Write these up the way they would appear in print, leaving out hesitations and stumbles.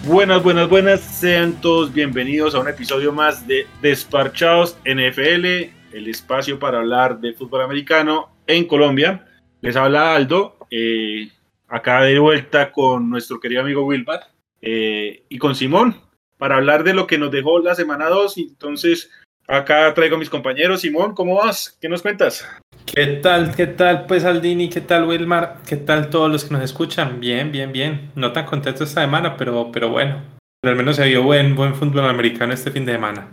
Buenas, buenas, buenas. Sean todos bienvenidos a un episodio más de Desparchados NFL, el espacio para hablar de fútbol americano en Colombia. Les habla Aldo, acá de vuelta con nuestro querido amigo Wilmar y con Simón para hablar de lo que nos dejó la semana 2. Entonces, acá traigo a mis compañeros. Simón, ¿cómo vas? ¿Qué nos cuentas? ¿Qué tal, pues Aldini? ¿Qué tal, Wilmar? ¿Qué tal todos los que nos escuchan? Bien. No tan contento esta semana, pero bueno. Pero al menos se vio buen fútbol americano este fin de semana.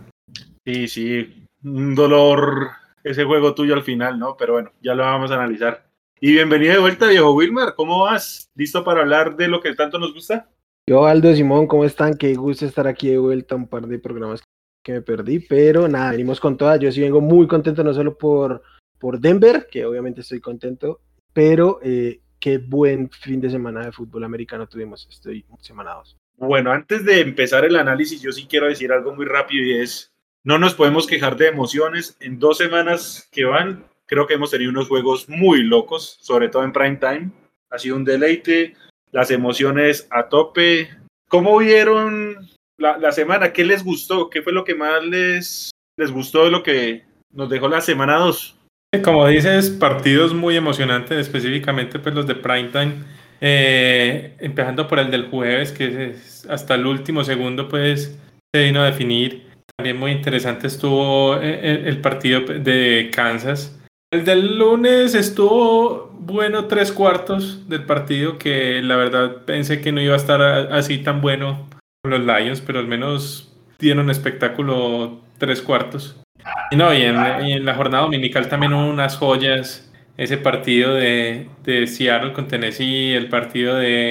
Sí, un dolor ese juego tuyo al final, ¿no? Pero bueno, ya lo vamos a analizar. Y bienvenido de vuelta, viejo Wilmar, ¿cómo vas? ¿Listo para hablar de lo que tanto nos gusta? Yo, Aldo, Simón, ¿cómo están? Qué gusto estar aquí de vuelta, un par de programas que me perdí, pero nada, venimos con todas. Yo sí vengo muy contento, no solo por Denver, que obviamente estoy contento, pero qué buen fin de semana de fútbol americano tuvimos, estoy emocionados. Bueno, antes de empezar el análisis, yo sí quiero decir algo muy rápido y es, no nos podemos quejar de emociones. En 2 semanas que van, creo que hemos tenido unos juegos muy locos, sobre todo en prime time. Ha sido un deleite, las emociones a tope. ¿Cómo vieron la semana? ¿Qué les gustó? ¿Qué fue lo que más les gustó de lo que nos dejó la semana 2? Como dices, partidos muy emocionantes, específicamente pues los de primetime. Empezando por el del jueves, que es hasta el último segundo pues se vino a definir. También muy interesante estuvo el partido de Kansas. El del lunes estuvo bueno 3/4 del partido, que la verdad pensé que no iba a estar así tan bueno con los Lions, pero al menos dieron espectáculo 3/4. Y no, y en la jornada dominical también hubo unas joyas. Ese partido de Seattle con Tennessee, el partido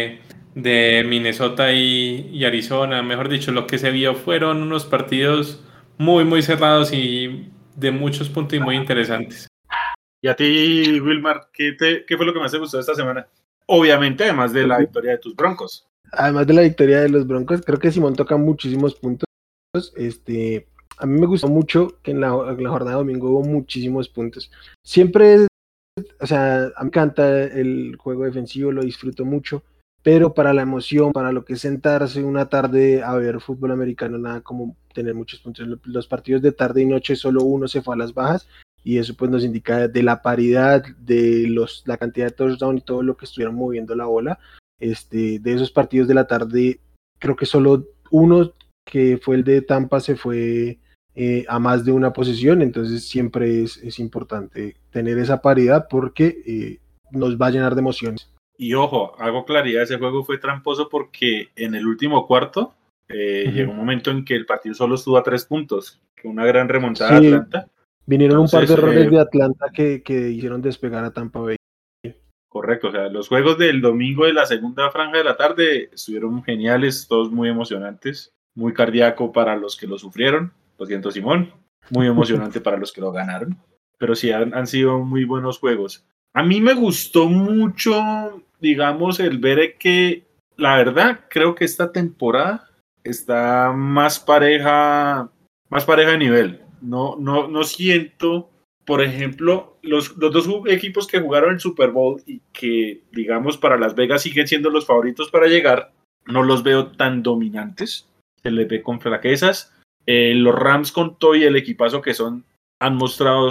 de Minnesota y Arizona. Mejor dicho, lo que se vio fueron unos partidos muy cerrados y de muchos puntos y muy interesantes. Y a ti, Wilmar, ¿qué fue lo que más te gustó esta semana? Obviamente, además de la victoria de tus Broncos. Además de la victoria de los Broncos, creo que Simón toca muchísimos puntos. A mí me gustó mucho que en la jornada de domingo hubo muchísimos puntos. Siempre, o sea, a mí me encanta el juego defensivo, lo disfruto mucho, pero para la emoción, para lo que es sentarse una tarde a ver fútbol americano, nada como tener muchos puntos. Los partidos de tarde y noche solo uno se fue a las bajas y eso pues nos indica de la paridad, de la cantidad de touchdown y todo lo que estuvieron moviendo la bola. De esos partidos de la tarde, creo que solo uno, que fue el de Tampa, se fue a más de una posesión, entonces siempre es importante tener esa paridad porque nos va a llenar de emociones. Y ojo, hago claridad, ese juego fue tramposo porque en el último cuarto llegó un momento en que el partido solo estuvo a 3 puntos, que una gran remontada de Atlanta. Vinieron un par de errores de Atlanta que hicieron despegar a Tampa Bay. Correcto, o sea, los juegos del domingo de la segunda franja de la tarde estuvieron geniales, todos muy emocionantes, muy cardíaco para los que lo sufrieron, lo siento Simón, muy emocionante para los que lo ganaron, pero sí han sido muy buenos juegos. A mí me gustó mucho, digamos, el ver que, la verdad, creo que esta temporada está más pareja de nivel. No siento, por ejemplo, los 2 equipos que jugaron el Super Bowl y que, digamos, para Las Vegas siguen siendo los favoritos para llegar, no los veo tan dominantes, se les ve con flaquezas. Los Rams con todo y el equipazo que son, han mostrado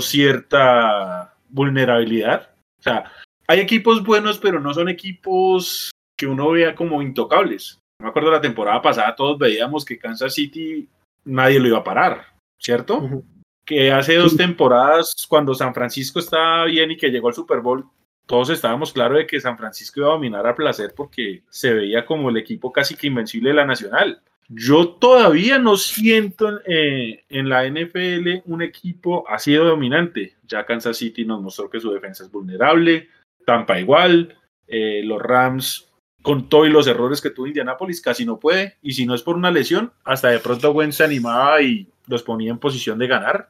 cierta vulnerabilidad. O sea, hay equipos buenos, pero no son equipos que uno vea como intocables. Me acuerdo la temporada pasada todos veíamos que Kansas City nadie lo iba a parar, ¿cierto? Uh-huh. Que hace 2 temporadas, cuando San Francisco estaba bien y que llegó al Super Bowl, todos estábamos claros de que San Francisco iba a dominar a placer porque se veía como el equipo casi que invencible de la Nacional. Yo todavía no siento en la NFL un equipo así de dominante. Ya Kansas City nos mostró que su defensa es vulnerable, Tampa igual, los Rams con todos los errores que tuvo Indianapolis casi no puede, y si no es por una lesión, hasta de pronto Wentz se animaba y los ponía en posición de ganar.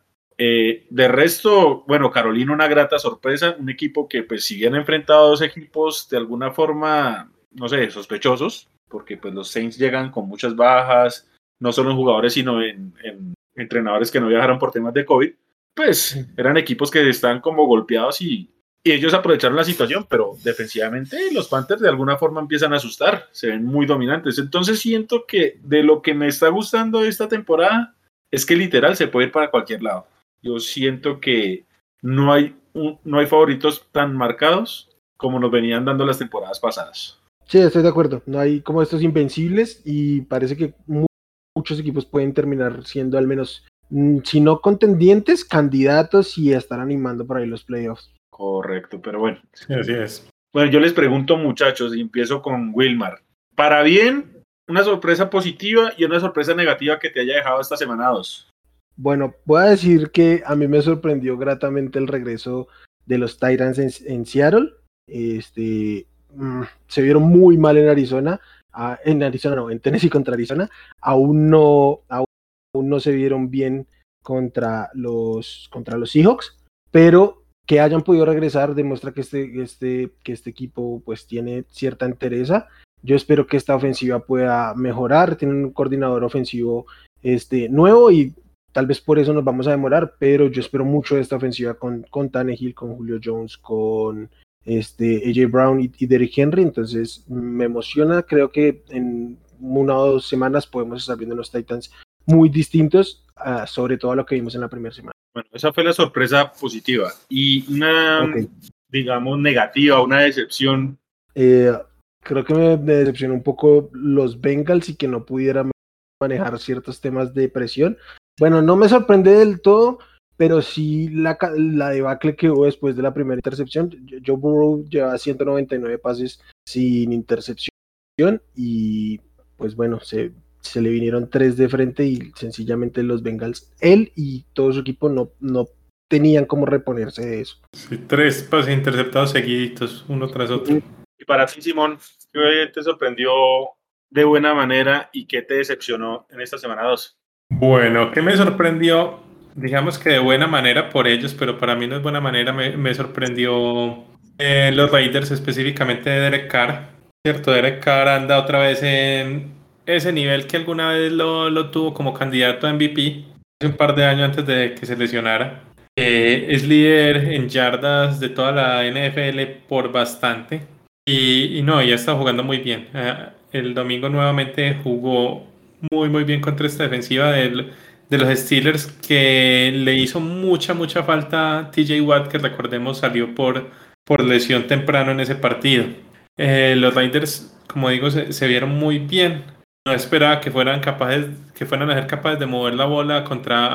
De resto, bueno, Carolina una grata sorpresa, un equipo que pues si bien ha enfrentado a 2 equipos de alguna forma, no sé, sospechosos, porque pues los Saints llegan con muchas bajas, no solo en jugadores sino en entrenadores que no viajaron por temas de COVID, pues eran equipos que están como golpeados y Y ellos aprovecharon la situación, pero defensivamente los Panthers de alguna forma empiezan a asustar, se ven muy dominantes. Entonces siento que de lo que me está gustando esta temporada es que literal se puede ir para cualquier lado. Yo siento que no hay favoritos tan marcados como nos venían dando las temporadas pasadas. Sí, estoy de acuerdo. No hay como estos invencibles y parece que muchos equipos pueden terminar siendo al menos, si no contendientes, candidatos y estar animando por ahí los playoffs. Correcto, pero bueno. Sí, así es. Bueno, yo les pregunto, muchachos, y empiezo con Wilmar. Para bien, una sorpresa positiva y una sorpresa negativa que te haya dejado esta semana 2. Bueno, voy a decir que a mí me sorprendió gratamente el regreso de los Titans en Seattle. Se vieron muy mal en Arizona. En Tennessee contra Arizona. Aún no se vieron bien contra los Seahawks, pero que hayan podido regresar demuestra que este equipo pues tiene cierta entereza. Yo espero que esta ofensiva pueda mejorar. Tiene un coordinador ofensivo nuevo y tal vez por eso nos vamos a demorar, pero yo espero mucho de esta ofensiva con Tannehill, con Julio Jones, con AJ Brown y Derrick Henry. Entonces me emociona. Creo que en 1 o 2 semanas podemos estar viendo los Titans muy distintos, sobre todo a lo que vimos en la primera semana. Bueno, esa fue la sorpresa positiva. Y una, digamos, negativa, una decepción. Creo que me decepcionó un poco los Bengals y que no pudieran manejar ciertos temas de presión. Bueno, no me sorprende del todo, pero sí la debacle que hubo después de la primera intercepción. Joe Burrow lleva 199 pases sin intercepción y pues bueno, se le vinieron 3 de frente y sencillamente los Bengals, él y todo su equipo no tenían cómo reponerse de eso. Sí, 3 pases interceptados seguiditos, uno tras otro. Y para ti, Simón, ¿qué te sorprendió de buena manera y qué te decepcionó en esta semana 2? Bueno, ¿qué me sorprendió? Digamos que de buena manera por ellos, pero para mí no es buena manera. Me sorprendió los Raiders, específicamente de Derek Carr. Cierto, Derek Carr anda otra vez en ese nivel que alguna vez lo tuvo como candidato a MVP, hace un par de años antes de que se lesionara. Es líder en yardas de toda la NFL por bastante. Y no, ya está jugando muy bien. El domingo nuevamente jugó muy bien contra esta defensiva de los Steelers, que le hizo mucha falta TJ Watt, que recordemos salió por lesión temprano en ese partido. Los Raiders, como digo, se vieron muy bien. No esperaba que fueran a ser capaces de mover la bola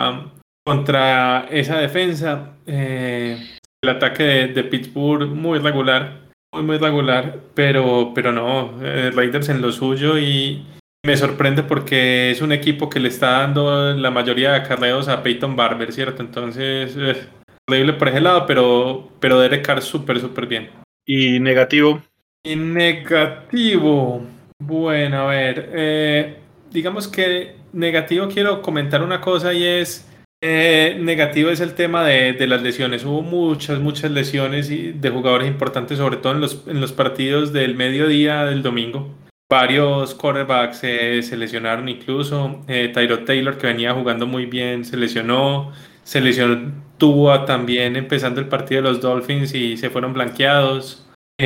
contra esa defensa. El ataque de Pittsburgh muy regular. Muy regular, pero no, Raiders en lo suyo y me sorprende porque es un equipo que le está dando la mayoría de acarreos a Peyton Barber, ¿cierto? Entonces, horrible por ese lado, pero Derek Carr súper bien. ¿Y negativo? Y negativo, bueno, a ver, digamos que negativo quiero comentar una cosa y es... negativo es el tema de las lesiones. Hubo muchas lesiones de jugadores importantes, sobre todo en los partidos del mediodía del domingo. Varios quarterbacks se lesionaron incluso. Tyrod Taylor, que venía jugando muy bien, se lesionó. Se lesionó Tua también empezando el partido de los Dolphins y se fueron blanqueados.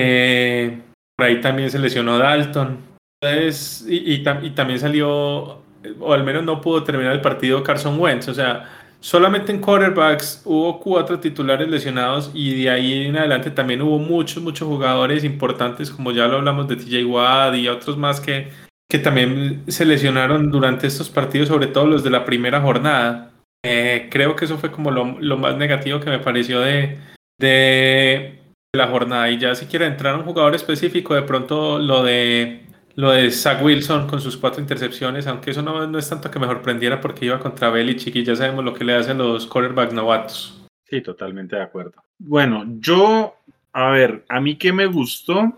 Por ahí también se lesionó Dalton. Entonces, y también salió, o al menos no pudo terminar el partido Carson Wentz. O sea, solamente en quarterbacks hubo 4 titulares lesionados y de ahí en adelante también hubo muchos jugadores importantes, como ya lo hablamos de TJ Watt y otros más que también se lesionaron durante estos partidos, sobre todo los de la primera jornada. Creo que eso fue como lo más negativo que me pareció de la jornada. Y ya si quiere entrar a un jugador específico, de pronto lo de Zach Wilson con sus 4 intercepciones, aunque eso no es tanto que me sorprendiera porque iba contra Belichick y ya sabemos lo que le hacen los quarterbacks novatos. Sí, totalmente de acuerdo. Bueno, a mí que me gustó,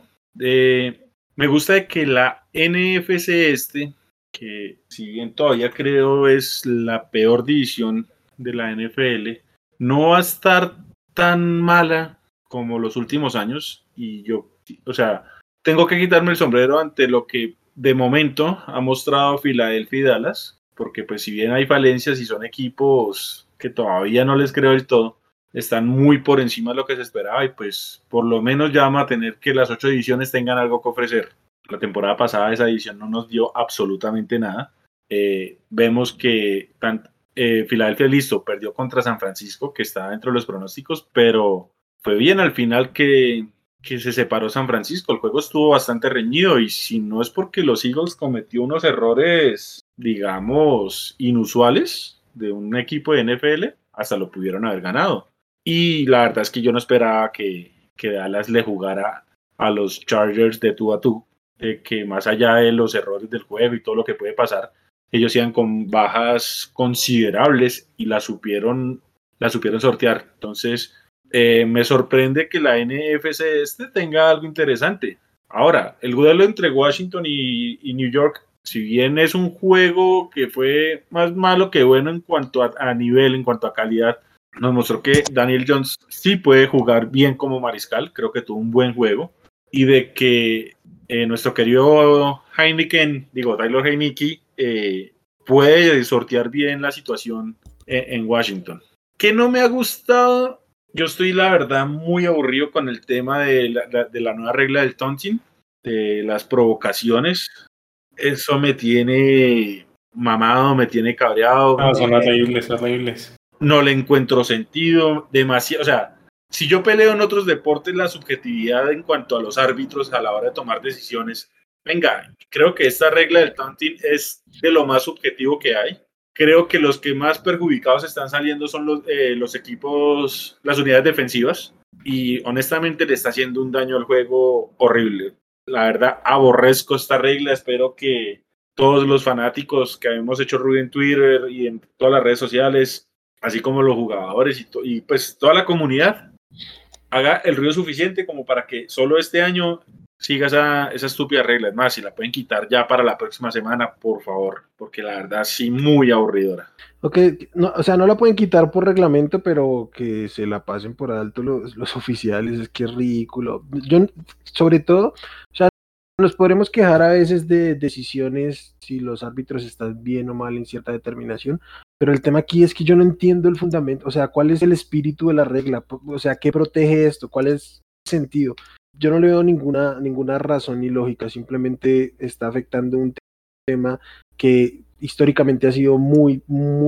me gusta de que la NFC que si bien todavía creo es la peor división de la NFL, no va a estar tan mala como los últimos años y tengo que quitarme el sombrero ante lo que de momento ha mostrado Filadelfia y Dallas, porque pues si bien hay falencias y son equipos que todavía no les creo del todo, están muy por encima de lo que se esperaba y pues por lo menos ya vamos a tener que las 8 divisiones tengan algo que ofrecer. La temporada pasada esa división no nos dio absolutamente nada. Vemos que Filadelfia listo, perdió contra San Francisco, que está dentro de los pronósticos, pero fue bien al final que se separó San Francisco. El juego estuvo bastante reñido y si no es porque los Eagles cometió unos errores, digamos, inusuales de un equipo de NFL, hasta lo pudieron haber ganado. Y la verdad es que yo no esperaba que Dallas le jugara a los Chargers de tú a tú, que más allá de los errores del juego y todo lo que puede pasar, ellos iban con bajas considerables y la supieron sortear. Entonces, me sorprende que la NFC tenga algo interesante. Ahora, el duelo entre Washington y New York, si bien es un juego que fue más malo que bueno en cuanto a nivel, en cuanto a calidad, nos mostró que Daniel Jones sí puede jugar bien como mariscal, creo que tuvo un buen juego, y de que nuestro querido Taylor Heinicke, puede sortear bien la situación en Washington. ¿Qué no me ha gustado? Yo estoy, la verdad, muy aburrido con el tema de la nueva regla del taunting, de las provocaciones. Eso me tiene mamado, me tiene cabreado. No, son horribles. No le encuentro sentido, demasiado, o sea, si yo peleo en otros deportes la subjetividad en cuanto a los árbitros a la hora de tomar decisiones, venga, creo que esta regla del taunting es de lo más subjetivo que hay. Creo que los que más perjudicados están saliendo son los equipos, las unidades defensivas, y honestamente le está haciendo un daño al juego horrible. La verdad, aborrezco esta regla, espero que todos los fanáticos que hemos hecho ruido en Twitter y en todas las redes sociales, así como los jugadores y pues toda la comunidad, haga el ruido suficiente como para que solo este año siga esa estúpida regla. Es más, si la pueden quitar ya para la próxima semana, por favor, porque la verdad sí muy aburridora. Ok, no, o sea, no la pueden quitar por reglamento, pero que se la pasen por alto los oficiales, es que es ridículo. Yo, sobre todo, o sea, nos podremos quejar a veces de decisiones si los árbitros están bien o mal en cierta determinación, pero el tema aquí es que yo no entiendo el fundamento, o sea, ¿cuál es el espíritu de la regla? O sea, ¿qué protege esto? ¿Cuál es el sentido? Yo no le veo ninguna razón ni lógica, simplemente está afectando un tema que históricamente ha sido muy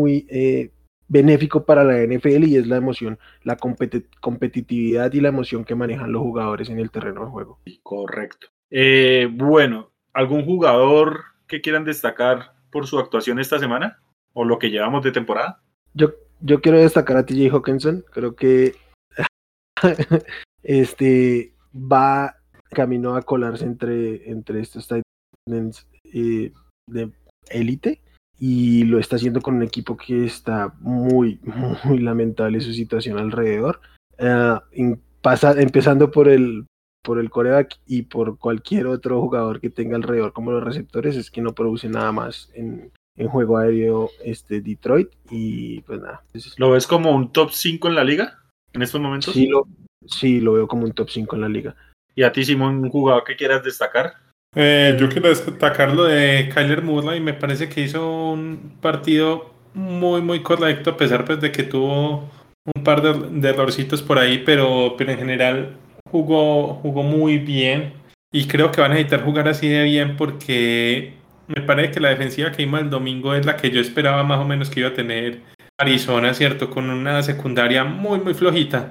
benéfico para la NFL y es la emoción, la competitividad y la emoción que manejan los jugadores en el terreno de juego. Correcto. Bueno, ¿algún jugador que quieran destacar por su actuación esta semana o lo que llevamos de temporada? Yo quiero destacar a TJ Hawkinson, creo que va camino a colarse entre estos Titans de élite y lo está haciendo con un equipo que está muy lamentable su situación alrededor, empezando por el quarterback y por cualquier otro jugador que tenga alrededor como los receptores, es que no produce nada más en juego aéreo Detroit y pues nada. ¿Lo ves como un top 5 en la liga en estos momentos? Sí, lo veo como un top 5 en la liga. ¿Y a ti, Simón, un jugador que quieras destacar? Yo quiero destacar lo de Kyler Murray. Me parece que hizo un partido muy correcto, a pesar pues, de que tuvo un par de errorcitos por ahí, pero en general jugó muy bien. Y creo que van a necesitar jugar así de bien porque me parece que la defensiva que vimos el domingo es la que yo esperaba más o menos que iba a tener Arizona, ¿cierto? Con una secundaria muy flojita.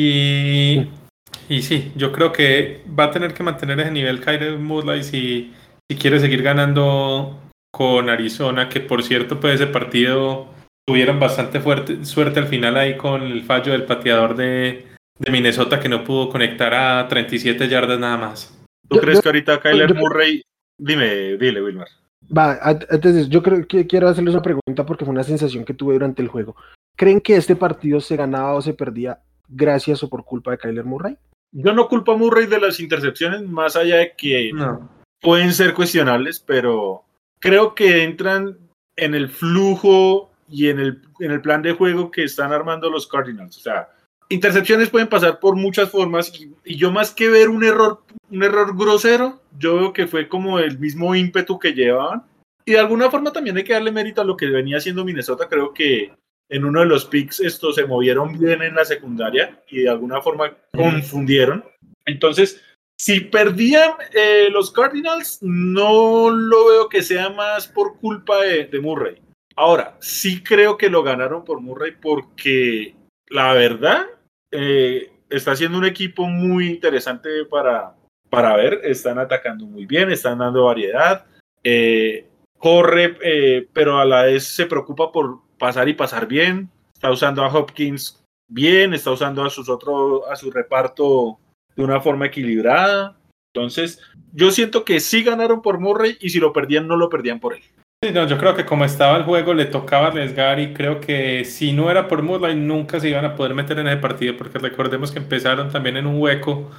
Y sí, yo creo que va a tener que mantener ese nivel Kyler Murray si quiere seguir ganando con Arizona, que por cierto, pues ese partido tuvieron bastante suerte al final ahí con el fallo del pateador de Minnesota que no pudo conectar a 37 yardas nada más. ¿Tú crees que ahorita Kyler Murray... Dile, Wilmar. Entonces yo creo que quiero hacerles una pregunta porque fue una sensación que tuve durante el juego. ¿Creen que este partido se ganaba o se perdía gracias o por culpa de Kyler Murray? Yo no culpo a Murray de las intercepciones, más allá de que pueden ser cuestionables, pero creo que entran en el flujo y en el plan de juego que están armando los Cardinals. O sea, intercepciones pueden pasar por muchas formas y yo más que ver un error grosero, yo veo que fue como el mismo ímpetu que llevaban y de alguna forma también hay que darle mérito a lo que venía haciendo Minnesota. Creo que en uno de los picks estos se movieron bien en la secundaria y de alguna forma confundieron. Entonces, si perdían los Cardinals, no lo veo que sea más por culpa de Murray. Ahora, sí creo que lo ganaron por Murray porque la verdad está siendo un equipo muy interesante para ver. Están atacando muy bien, están dando variedad. Corre, pero a la vez se preocupa por pasar y pasar bien. Está usando a Hopkins bien, está usando a su reparto de una forma equilibrada. Entonces, yo siento que sí ganaron por Murray y si lo perdían, no lo perdían por él. Sí, no, yo creo que como estaba el juego le tocaba arriesgar y creo que si no era por Murray nunca se iban a poder meter en ese partido porque recordemos que empezaron también en un hueco,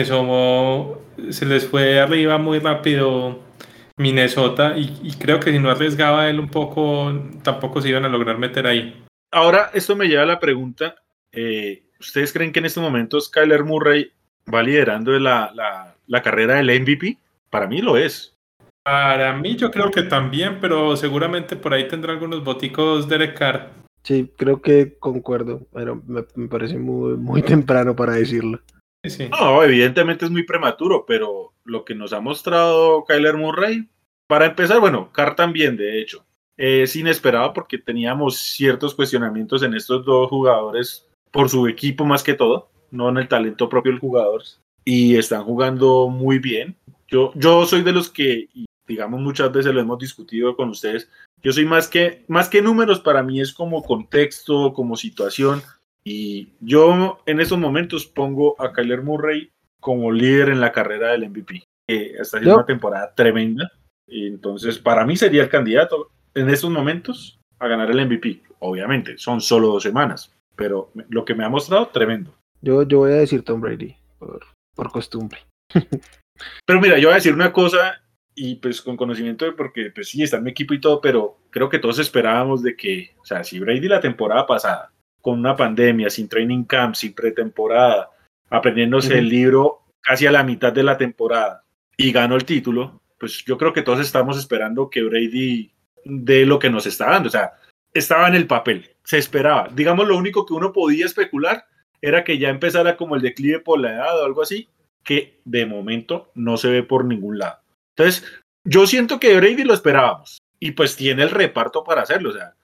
se les fue arriba muy rápido Minnesota y creo que si no arriesgaba él un poco tampoco se iban a lograr meter ahí. Ahora, esto me lleva a la pregunta, ¿ustedes creen que en estos momentos Kyler Murray va liderando la carrera del MVP? Para mí lo es. Para mí yo creo que también, pero seguramente por ahí tendrá algunos boticos Derek Carr. Sí, creo que concuerdo, pero me parece muy, muy temprano para decirlo. Sí. No, evidentemente es muy prematuro, pero lo que nos ha mostrado Kyler Murray, para empezar, bueno, Carr también, de hecho, es inesperado porque teníamos ciertos cuestionamientos en estos dos jugadores por su equipo más que todo, no en el talento propio del jugador, y están jugando muy bien. Yo soy de los que, digamos, muchas veces lo hemos discutido con ustedes, yo soy más que números, para mí es como contexto, como situación, y yo en esos momentos pongo a Kyler Murray como líder en la carrera del MVP. Está haciendo una temporada tremenda, y entonces para mí sería el candidato en estos momentos a ganar el MVP. Obviamente, son solo 2 semanas, pero lo que me ha mostrado, tremendo. Yo voy a decir Tom Brady, por costumbre. Pero mira, yo voy a decir una cosa, y pues con conocimiento de porque pues sí, está en mi equipo y todo, pero creo que todos esperábamos de que, o sea, si Brady la temporada pasada, con una pandemia, sin training camp, sin pretemporada, aprendiéndose el libro casi a la mitad de la temporada, y ganó el título, pues yo creo que todos estamos esperando que Brady dé lo que nos está dando, o sea, estaba en el papel, se esperaba. Digamos, lo único que uno podía especular era que ya empezara como el declive por la edad o algo así, que de momento no se ve por ningún lado. Entonces, yo siento que Brady lo esperábamos y pues tiene el reparto para hacerlo, o sea,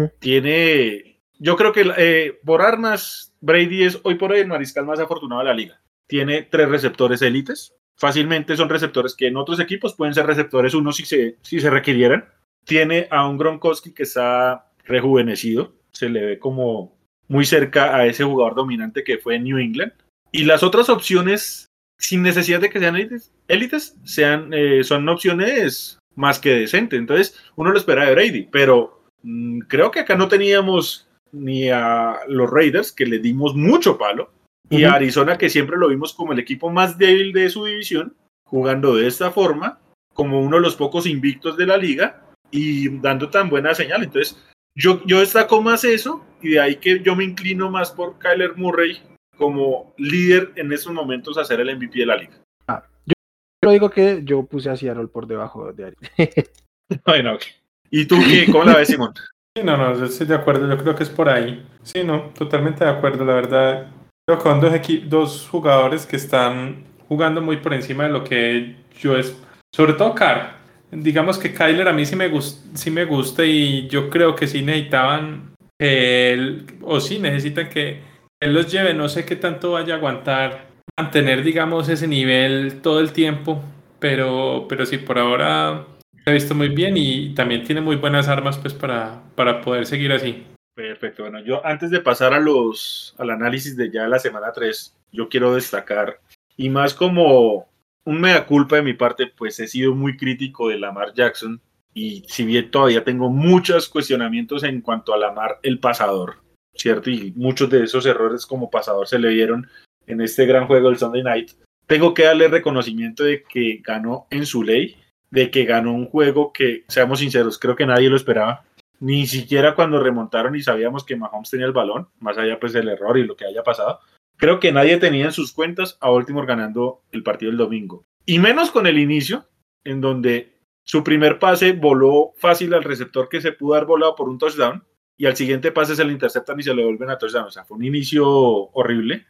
tiene, yo creo que por armas, Brady es hoy por hoy el mariscal más afortunado de la liga. Tiene 3 receptores élites, fácilmente son receptores que en otros equipos pueden ser receptores 1 si se requirieran. Tiene a un Gronkowski que está rejuvenecido, se le ve como muy cerca a ese jugador dominante que fue en New England. Y las otras opciones, sin necesidad de que sean élites, son opciones más que decentes. Entonces, uno lo espera de Brady, pero creo que acá no teníamos ni a los Raiders, que le dimos mucho palo, y a Arizona, que siempre lo vimos como el equipo más débil de su división, jugando de esta forma, como uno de los pocos invictos de la liga, y dando tan buena señal. Entonces, yo destaco más eso, y de ahí que yo me inclino más por Kyler Murray como líder en estos momentos a ser el MVP de la liga. Yo digo que yo puse a Seattle por debajo de Ari. Bueno, okay. ¿Y tú qué? ¿Cómo la ves, Simón? Sí, no, yo estoy de acuerdo, yo creo que es por ahí. Sí, no, totalmente de acuerdo, la verdad. Creo que son dos jugadores que están jugando muy por encima de lo que yo es. Sobre todo Carr. Digamos que Kyler a mí sí me gusta y yo creo que sí necesitaban necesitan que él los lleve. No sé qué tanto vaya a aguantar mantener, digamos, ese nivel todo el tiempo, pero sí, por ahora se ha visto muy bien y también tiene muy buenas armas pues para poder seguir así. Perfecto, bueno, yo antes de pasar al análisis de ya la semana 3, yo quiero destacar, y más como un mea culpa de mi parte, pues he sido muy crítico de Lamar Jackson, y si bien todavía tengo muchos cuestionamientos en cuanto a Lamar el pasador, ¿cierto? Y muchos de esos errores como pasador se le vieron en este gran juego del Sunday Night, tengo que darle reconocimiento de que ganó en su ley, de que ganó un juego que, seamos sinceros, creo que nadie lo esperaba. Ni siquiera cuando remontaron y sabíamos que Mahomes tenía el balón, más allá pues del error y lo que haya pasado, creo que nadie tenía en sus cuentas a Baltimore ganando el partido del domingo. Y menos con el inicio, en donde su primer pase voló fácil al receptor que se pudo haber volado por un touchdown, y al siguiente pase se le interceptan y se le vuelven a touchdown. O sea, fue un inicio horrible.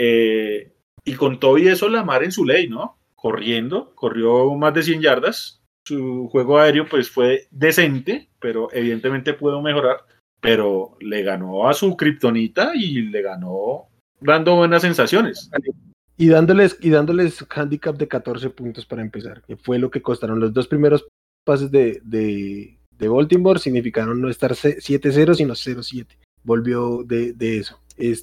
Y con todo y eso, Lamar en su ley, ¿no? Corrió más de 100 yardas. Su juego aéreo pues fue decente, pero evidentemente pudo mejorar. Pero le ganó a su kriptonita y le ganó dando buenas sensaciones. Y dándoles handicap de 14 puntos para empezar, que fue lo que costaron los dos primeros pases de Baltimore, significaron no estar 7-0, sino 0-7. Volvió de eso.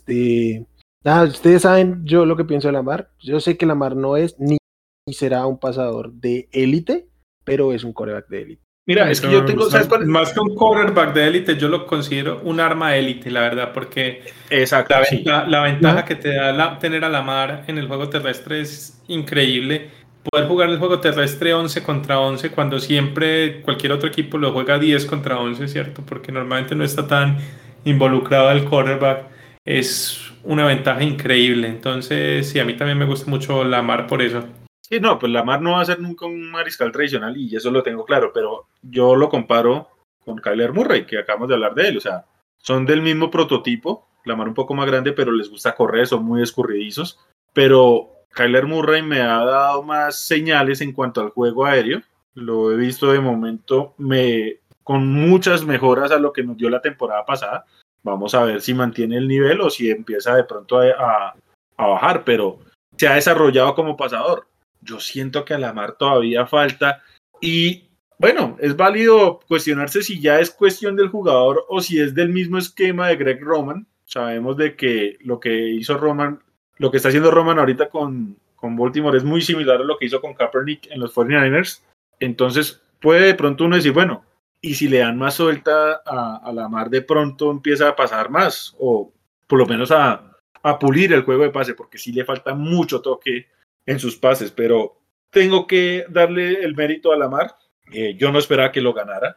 Ustedes saben yo lo que pienso de Lamar. Yo sé que Lamar no es ni será un pasador de élite, pero es un quarterback de élite. Mira, es que yo tengo... Más que un quarterback de élite, yo lo considero un arma élite, la verdad, porque exacto, la ventaja que te da tener a Lamar en el juego terrestre es increíble. Poder jugar el juego terrestre 11 contra 11 cuando siempre cualquier otro equipo lo juega 10 contra 11, ¿cierto? Porque normalmente no está tan involucrado el quarterback. Es una ventaja increíble. Entonces, sí, a mí también me gusta mucho Lamar por eso. Sí, no, pues Lamar no va a ser nunca un mariscal tradicional y eso lo tengo claro, pero yo lo comparo con Kyler Murray, que acabamos de hablar de él, o sea, son del mismo prototipo, Lamar un poco más grande, pero les gusta correr, son muy escurridizos, pero Kyler Murray me ha dado más señales en cuanto al juego aéreo, lo he visto de momento con muchas mejoras a lo que nos dio la temporada pasada, vamos a ver si mantiene el nivel o si empieza de pronto a bajar, pero se ha desarrollado como pasador. Yo siento que a Lamar todavía falta y bueno, es válido cuestionarse si ya es cuestión del jugador o si es del mismo esquema de Greg Roman. Sabemos de que lo que hizo Roman, lo que está haciendo Roman ahorita con Baltimore es muy similar a lo que hizo con Kaepernick en los 49ers. Entonces puede de pronto uno decir, bueno, y si le dan más suelta a Lamar de pronto empieza a pasar más o por lo menos a pulir el juego de pase porque sí le falta mucho toque en sus pases, pero tengo que darle el mérito a Lamar. Yo no esperaba que lo ganara.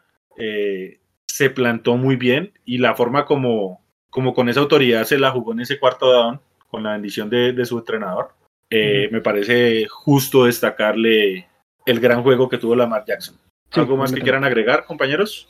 Se plantó muy bien y la forma como con esa autoridad se la jugó en ese cuarto down con la bendición de su entrenador. Me parece justo destacarle el gran juego que tuvo Lamar Jackson. ¿Algo más que quieran agregar, compañeros?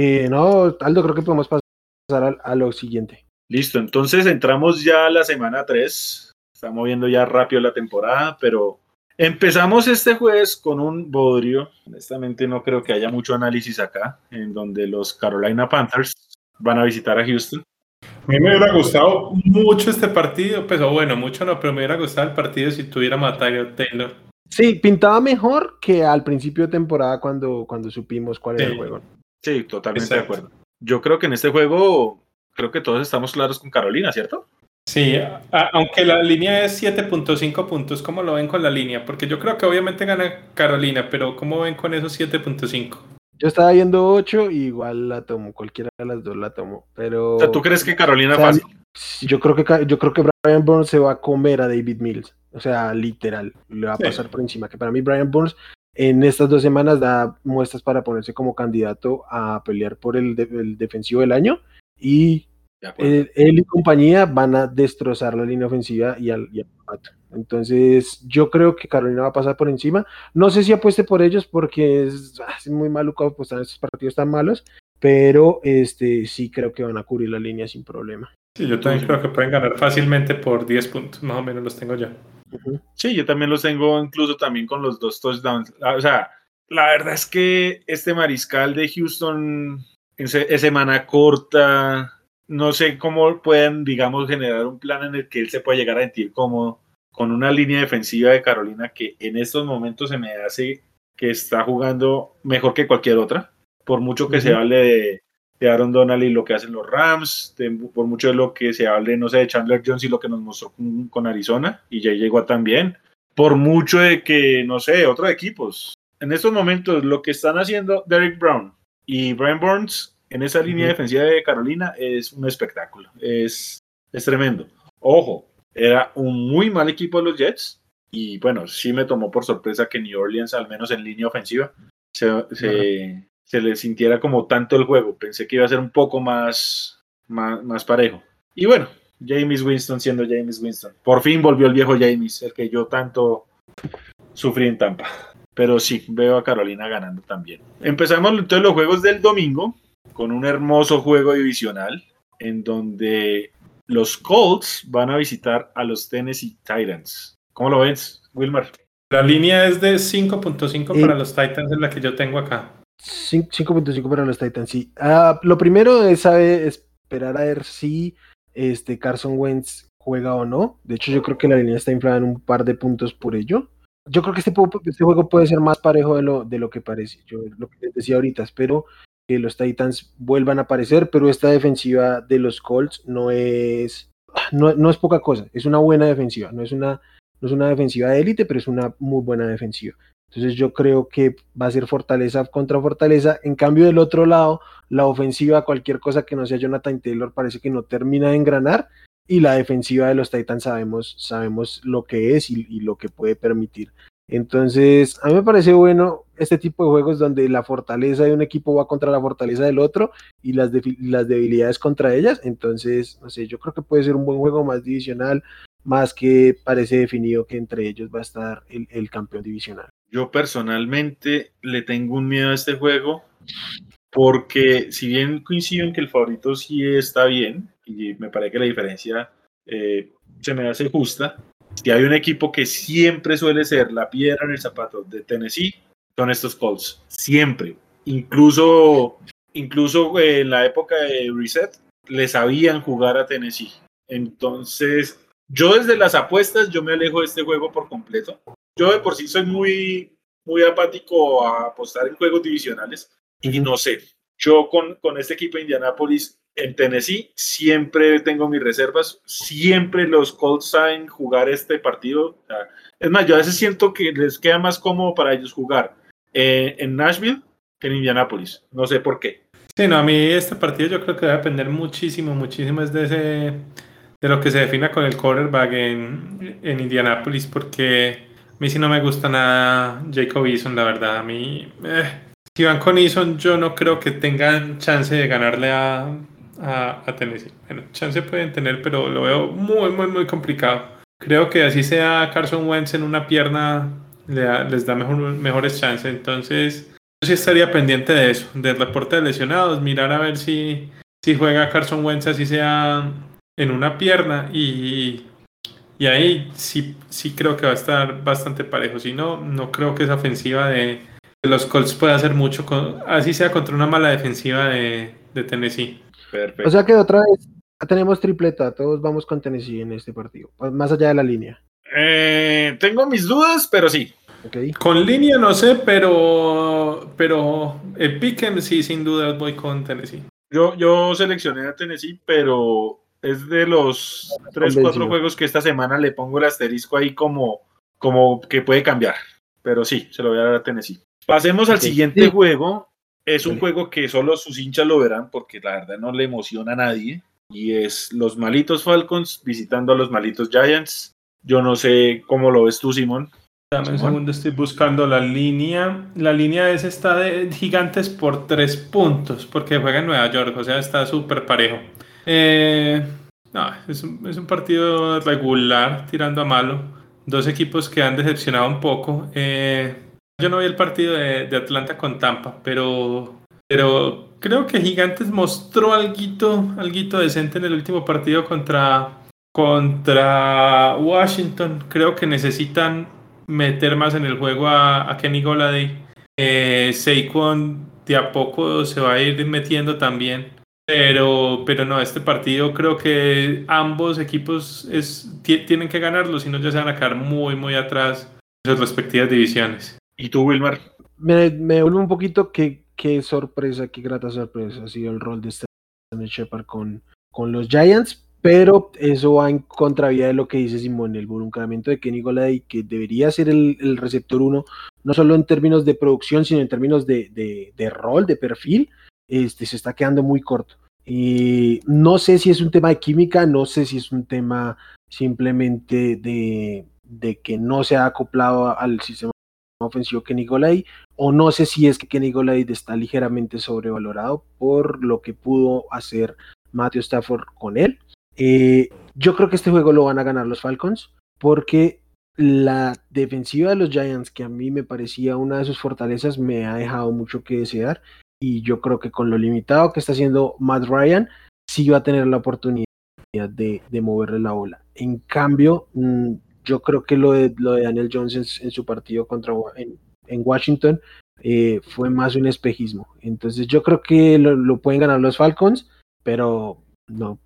No, Aldo, creo que podemos pasar a lo siguiente. Listo, entonces entramos ya a la semana 3. Estamos viendo ya rápido la temporada, pero empezamos este jueves con un bodrio. Honestamente no creo que haya mucho análisis acá, en donde los Carolina Panthers van a visitar a Houston. A mí me hubiera gustado mucho este partido, pues bueno, mucho no, pero me hubiera gustado el partido si tuviera a Tyrod Taylor. Sí, pintaba mejor que al principio de temporada cuando supimos cuál era el juego. Sí, totalmente de acuerdo. Yo creo que en este juego, creo que todos estamos claros con Carolina, ¿cierto? Sí, aunque la línea es 7.5 puntos, ¿cómo lo ven con la línea? Porque yo creo que obviamente gana Carolina, pero ¿cómo ven con esos 7.5? Yo estaba viendo 8 y igual la tomo, cualquiera de las dos la tomo, pero... O sea, ¿tú crees que Carolina fácil? Yo creo que Brian Burns se va a comer a David Mills, o sea, literal, le va a pasar por encima, que para mí Brian Burns en estas 2 semanas da muestras para ponerse como candidato a pelear por el defensivo del año y él y compañía van a destrozar la línea ofensiva y al pato. Entonces yo creo que Carolina va a pasar por encima. No sé si apueste por ellos porque es muy maluco apostar en estos partidos tan malos, pero sí creo que van a cubrir la línea sin problema. Sí, yo también creo que pueden ganar fácilmente por 10 puntos, más o menos los tengo ya. Sí, yo también los tengo incluso también con los 2 touchdowns. O sea, la verdad es que este mariscal de Houston es semana corta. No sé cómo pueden, digamos, generar un plan en el que él se pueda llegar a sentir cómodo con una línea defensiva de Carolina que en estos momentos se me hace que está jugando mejor que cualquier otra. Por mucho que se hable de Aaron Donald y lo que hacen los Rams, por mucho de lo que se hable, no sé, de Chandler Jones y lo que nos mostró con Arizona, y ya llegó también. Por mucho de que, no sé, otros equipos. En estos momentos, lo que están haciendo Derrick Brown y Brian Burns en esa línea defensiva de Carolina es un espectáculo, es tremendo. Ojo, era un muy mal equipo de los Jets y bueno, sí me tomó por sorpresa que New Orleans, al menos en línea ofensiva, se le sintiera como tanto el juego. Pensé que iba a ser un poco más parejo. Y bueno, Jameis Winston siendo Jameis Winston. Por fin volvió el viejo Jameis, el que yo tanto sufrí en Tampa. Pero sí, veo a Carolina ganando también. Empezamos entonces los juegos del domingo. con un hermoso juego divisional en donde los Colts van a visitar a los Tennessee Titans. ¿Cómo lo ves, Wilmar? La línea es de 5.5 Eh, para los Titans, es la que yo tengo acá. 5.5 para los Titans, sí. Lo primero es esperar a ver si Carson Wentz juega o no. De hecho, yo creo que la línea está inflada en un par de puntos por ello. Yo creo que este juego puede ser más parejo de lo que parece. Yo lo que les decía ahorita, espero que los Titans vuelvan a aparecer, pero esta defensiva de los Colts no es poca cosa. Es una buena defensiva. No es una defensiva de élite, pero es una muy buena defensiva. Entonces yo creo que va a ser fortaleza contra fortaleza. En cambio, del otro lado, la ofensiva, cualquier cosa que no sea Jonathan Taylor, parece que no termina de engranar. Y la defensiva de los Titans sabemos lo que es y lo que puede permitir. Entonces, a mí me parece bueno este tipo de juegos donde la fortaleza de un equipo va contra la fortaleza del otro y las debilidades contra ellas. Entonces, no sé, yo creo que puede ser un buen juego más divisional, más que parece definido que entre ellos va a estar el campeón divisional. Yo personalmente le tengo un miedo a este juego porque si bien coincido en que el favorito sí está bien y me parece que la diferencia se me hace justa, si hay un equipo que siempre suele ser la piedra en el zapato de Tennessee, son estos Colts, siempre. Incluso en la época de Reset, le sabían jugar a Tennessee. Entonces, yo desde las apuestas, yo me alejo de este juego por completo. Yo de por sí soy muy, muy apático a apostar en juegos divisionales y no sé, yo con este equipo de Indianapolis en Tennessee siempre tengo mis reservas, siempre los Colts saben jugar este partido. O sea, es más, yo a veces siento que les queda más cómodo para ellos jugar en Nashville que en Indianapolis, no sé por qué. Sí, no, a mí este partido yo creo que va a depender muchísimo es de lo que se defina con el quarterback en Indianapolis, porque a mí sí no me gusta nada Jacob Eason, la verdad. A mí, si van con Eason, yo no creo que tengan chance de ganarle a Tennessee. Bueno, chance pueden tener, pero lo veo muy, muy, muy complicado. Creo que así sea Carson Wentz en una pierna, les da mejores chances. Entonces, yo sí estaría pendiente de eso, del reporte de lesionados, mirar a ver si juega Carson Wentz así sea en una pierna y ahí sí creo que va a estar bastante parejo. Si no, no creo que esa ofensiva de los Colts pueda hacer mucho, así sea contra una mala defensiva de Tennessee. Perfecto. O sea que otra vez tenemos tripleta, todos vamos con Tennessee en este partido, más allá de la línea. Tengo mis dudas, pero sí. Okay. Con línea no sé, pero Pick'em sí, sin duda voy con Tennessee. Yo seleccioné a Tennessee, pero es de los 3-4 juegos que esta semana le pongo el asterisco ahí como que puede cambiar. Pero sí, se lo voy a dar a Tennessee. Pasemos al siguiente juego. Es un juego que solo sus hinchas lo verán porque la verdad no le emociona a nadie. Y es los malitos Falcons visitando a los malitos Giants. Yo no sé cómo lo ves tú, Simón. Dame un segundo, estoy buscando la línea. La línea está de Gigantes por 3 puntos, porque juega en Nueva York, o sea, está súper parejo. No, es un partido regular, tirando a malo. Dos equipos que han decepcionado un poco. Yo no vi el partido de Atlanta con Tampa, pero creo que Gigantes mostró alguito decente en el último partido contra Washington. Creo que necesitan meter más en el juego a Kenny Golladay. Saquon de a poco se va a ir metiendo también, pero no, este partido creo que ambos equipos tienen que ganarlo, si no ya se van a quedar muy muy atrás en sus respectivas divisiones. ¿Y tú, Wilmar? Me vuelve un poquito qué sorpresa, qué grata sorpresa ha sido el rol de Sterling Shepard con los Giants, pero eso va en contravía de lo que dice Simón, el involucramiento de Kenny Golladay, que debería ser el receptor 1, no solo en términos de producción, sino en términos de rol, de perfil, se está quedando muy corto. Y no sé si es un tema de química, no sé si es un tema simplemente de que no se ha acoplado al sistema ofensivo Kenny Golladay, o no sé si es que Kenny Golladay está ligeramente sobrevalorado por lo que pudo hacer Matthew Stafford con él. Yo creo que este juego lo van a ganar los Falcons, porque la defensiva de los Giants, que a mí me parecía una de sus fortalezas, me ha dejado mucho que desear, y yo creo que con lo limitado que está haciendo Matt Ryan, sí va a tener la oportunidad de moverle la bola. En cambio, yo creo que lo de Daniel Jones en su partido en Washington fue más un espejismo. Entonces yo creo que lo pueden ganar los Falcons, pero no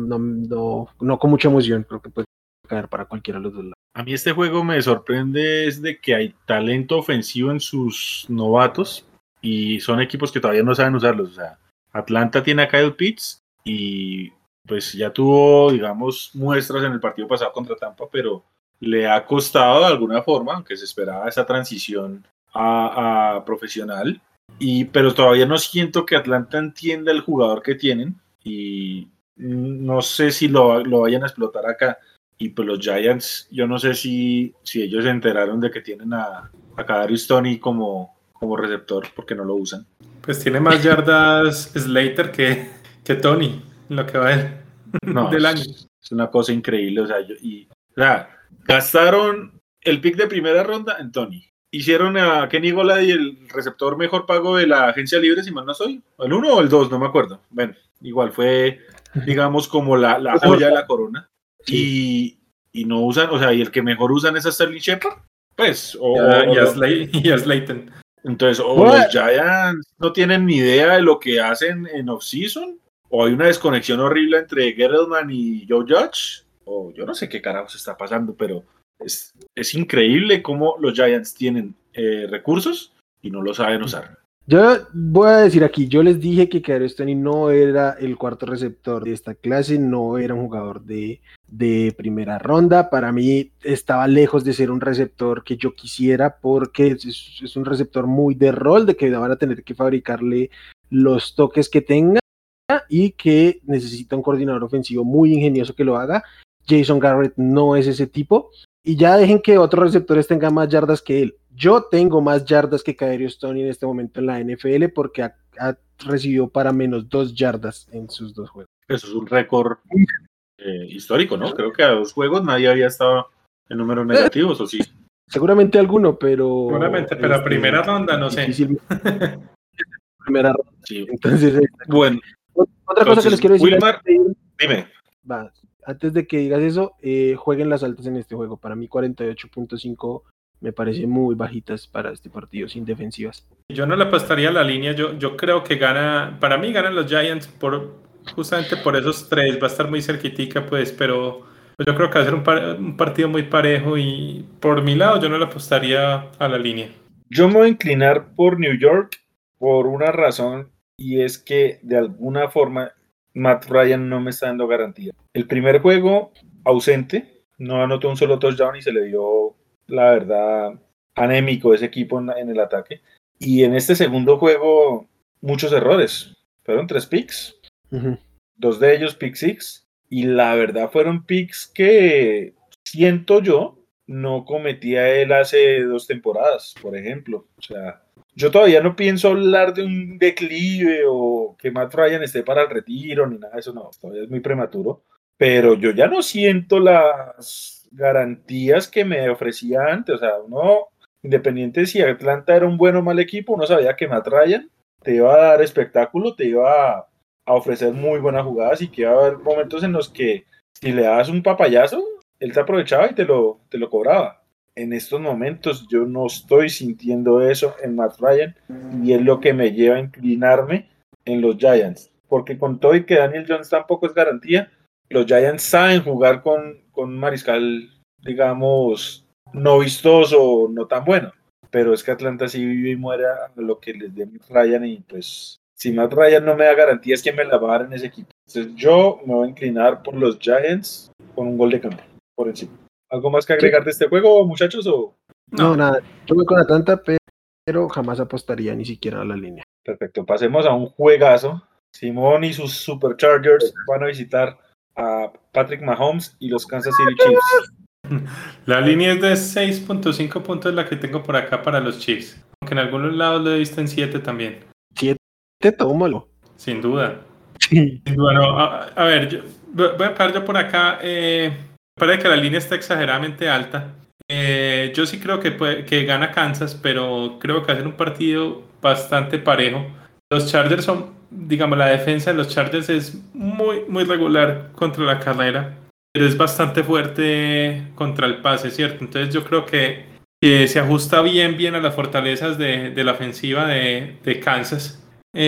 con mucha emoción. Creo que puede caer para cualquiera de los dos lados. A mí este juego me sorprende es de que hay talento ofensivo en sus novatos y son equipos que todavía no saben usarlos. O sea, Atlanta tiene a Kyle Pitts y pues ya tuvo, digamos, muestras en el partido pasado contra Tampa, pero le ha costado de alguna forma, aunque se esperaba esa transición a profesional, pero todavía no siento que Atlanta entienda el jugador que tienen y no sé si lo vayan a explotar acá. Y pues los Giants, yo no sé si ellos se enteraron de que tienen a Kadarius Toney como receptor porque no lo usan. Pues tiene más yardas Slater que Tony, en lo que va No, del año. es una cosa increíble. O sea, gastaron el pick de primera ronda en Toney. Hicieron a Kenny Golladay el receptor mejor pago de la agencia libre, si mal no soy. El 1 o el 2, no me acuerdo. Bueno, igual fue, digamos, como la joya de la corona. Sí. Y no usan, o sea, y el que mejor usan es a Sterling Shepard, pues, y a Slayton. Entonces, o los Giants no tienen ni idea de lo que hacen en off-season, o hay una desconexión horrible entre Gettleman y Joe Judge, o yo no sé qué carajos está pasando, pero es increíble cómo los Giants tienen recursos y no lo saben usar. Yo voy a decir aquí, yo les dije que Kadarius Toney no era el cuarto receptor de esta clase, no era un jugador de primera ronda. Para mí estaba lejos de ser un receptor que yo quisiera porque es un receptor muy de rol, de que van a tener que fabricarle los toques que tenga y que necesita un coordinador ofensivo muy ingenioso que lo haga. Jason Garrett no es ese tipo. Y ya dejen que otros receptores tengan más yardas que él. Yo tengo más yardas que Kadarius Toney en este momento en la NFL porque ha recibido para menos 2 yardas en sus 2 juegos. Eso es un récord histórico, ¿no? Creo que a 2 juegos nadie había estado en números negativos, ¿o sí? Seguramente alguno, pero... Seguramente, pero a primera ronda no sé. Primera ronda. Sí. Entonces, bueno. Otra cosa que les quiero decir... Wilmar, dime. Va, antes de que digas eso, jueguen las altas en este juego. Para mí 48.5 me parece muy bajitas para este partido sin defensivas. Yo no le apostaría a la línea, yo creo que para mí ganan los Giants justamente por esos 3, va a estar muy cerquitica pues, pero yo creo que va a ser un partido muy parejo y por mi lado yo no le apostaría a la línea. Yo me voy a inclinar por New York por una razón y es que de alguna forma Matt Ryan no me está dando garantía. El primer juego ausente, no anotó un solo touchdown y se le dio, la verdad, anémico ese equipo en el ataque. Y en este segundo juego, muchos errores. Fueron 3 picks. 2 de ellos pick six. Y la verdad fueron picks que siento yo no cometía él hace 2 temporadas, por ejemplo. O sea, yo todavía no pienso hablar de un declive o que Matt Ryan esté para el retiro ni nada de eso, no, todavía es muy prematuro, pero yo ya no siento las garantías que me ofrecía antes. O sea, uno, independiente si Atlanta era un buen o mal equipo, uno sabía que Matt Ryan te iba a dar espectáculo, te iba a ofrecer muy buenas jugadas y que iba a haber momentos en los que si le dabas un papayazo, él te aprovechaba y te lo cobraba. En estos momentos yo no estoy sintiendo eso en Matt Ryan y es lo que me lleva a inclinarme en los Giants, porque con todo y que Daniel Jones tampoco es garantía, los Giants saben jugar con un mariscal, digamos, no vistoso, no tan bueno, pero es que Atlanta sí vive y muere a lo que les dé Matt Ryan y pues si Matt Ryan no me da garantías, ¿quién me la va a dar en ese equipo? Entonces yo me voy a inclinar por los Giants con un gol de campo por encima. ¿Algo más que agregar de este juego, muchachos? ¿O? No, nada. Yo voy con Atlanta, pero jamás apostaría ni siquiera a la línea. Perfecto. Pasemos a un juegazo. Simón y sus Superchargers van a visitar a Patrick Mahomes y los Kansas City Chiefs. La línea es de 6.5 puntos, la que tengo por acá para los Chiefs. Aunque en algunos lados lo he visto en 7 también. 7, tómalo. Sin duda. Sí. Sin duda, no. A ver, voy a parar yo por acá. Parece que la línea está exageradamente alta. Yo sí creo que gana Kansas, pero creo que va a ser un partido bastante parejo. Los Chargers son, digamos, la defensa de los Chargers es muy, muy regular contra la carrera, pero es bastante fuerte contra el pase, ¿cierto? Entonces yo creo que se ajusta bien a las fortalezas de la ofensiva de Kansas.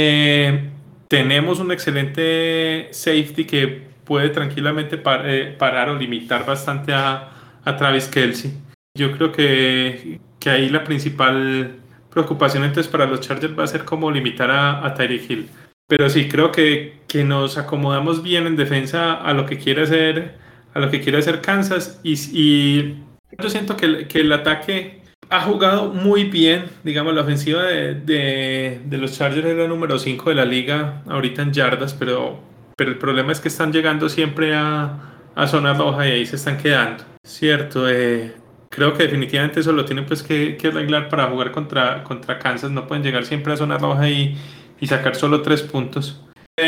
Tenemos un excelente safety que puede tranquilamente parar o limitar bastante a Travis Kelce. Yo creo que ahí la principal preocupación entonces para los Chargers va a ser cómo limitar a Tyreek Hill. Pero sí, creo que nos acomodamos bien en defensa a lo que quiere hacer Kansas y yo siento que el ataque ha jugado muy bien. Digamos, la ofensiva de los Chargers es la número 5 de la liga ahorita en yardas, pero el problema es que están llegando siempre a zona roja y ahí se están quedando, ¿cierto? Creo que definitivamente eso lo tienen pues que arreglar para jugar contra Kansas. No pueden llegar siempre a zona roja y sacar solo 3 puntos.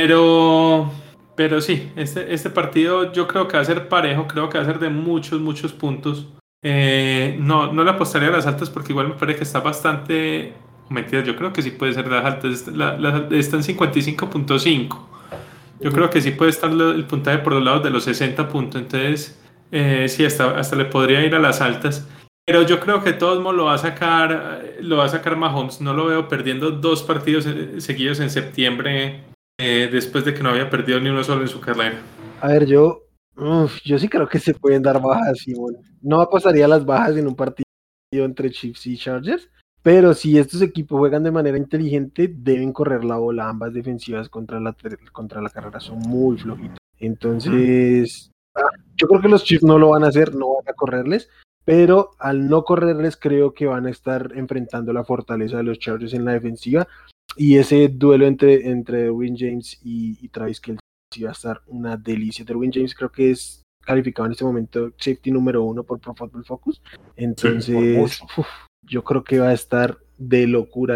Pero sí, este partido yo creo que va a ser parejo, creo que va a ser de muchos puntos. No le apostaría a las altas porque igual me parece que está bastante... Mentira, yo creo que sí puede ser de las altas. Está en 55.5. Yo creo que sí puede estar el puntaje por los lados de los 60 puntos. Entonces, sí, hasta le podría ir a las altas. Pero yo creo que de todos modos lo va a sacar Mahomes. No lo veo perdiendo 2 partidos seguidos en septiembre, después de que no había perdido ni uno solo en su carrera. A ver, yo sí creo que se pueden dar bajas, Simón. No apostaría a las bajas en un partido entre Chiefs y Chargers, pero si estos equipos juegan de manera inteligente, deben correr la bola. Ambas defensivas contra la carrera son muy flojitas. Entonces, yo creo que los Chiefs no lo van a hacer, no van a correrles, pero al no correrles creo que van a estar enfrentando la fortaleza de los Chargers en la defensiva, y ese duelo entre Derwin James y Travis Kelce va a estar una delicia. Derwin James creo que es calificado en este momento safety número 1 por Pro Football Focus. Entonces, yo creo que va a estar de locura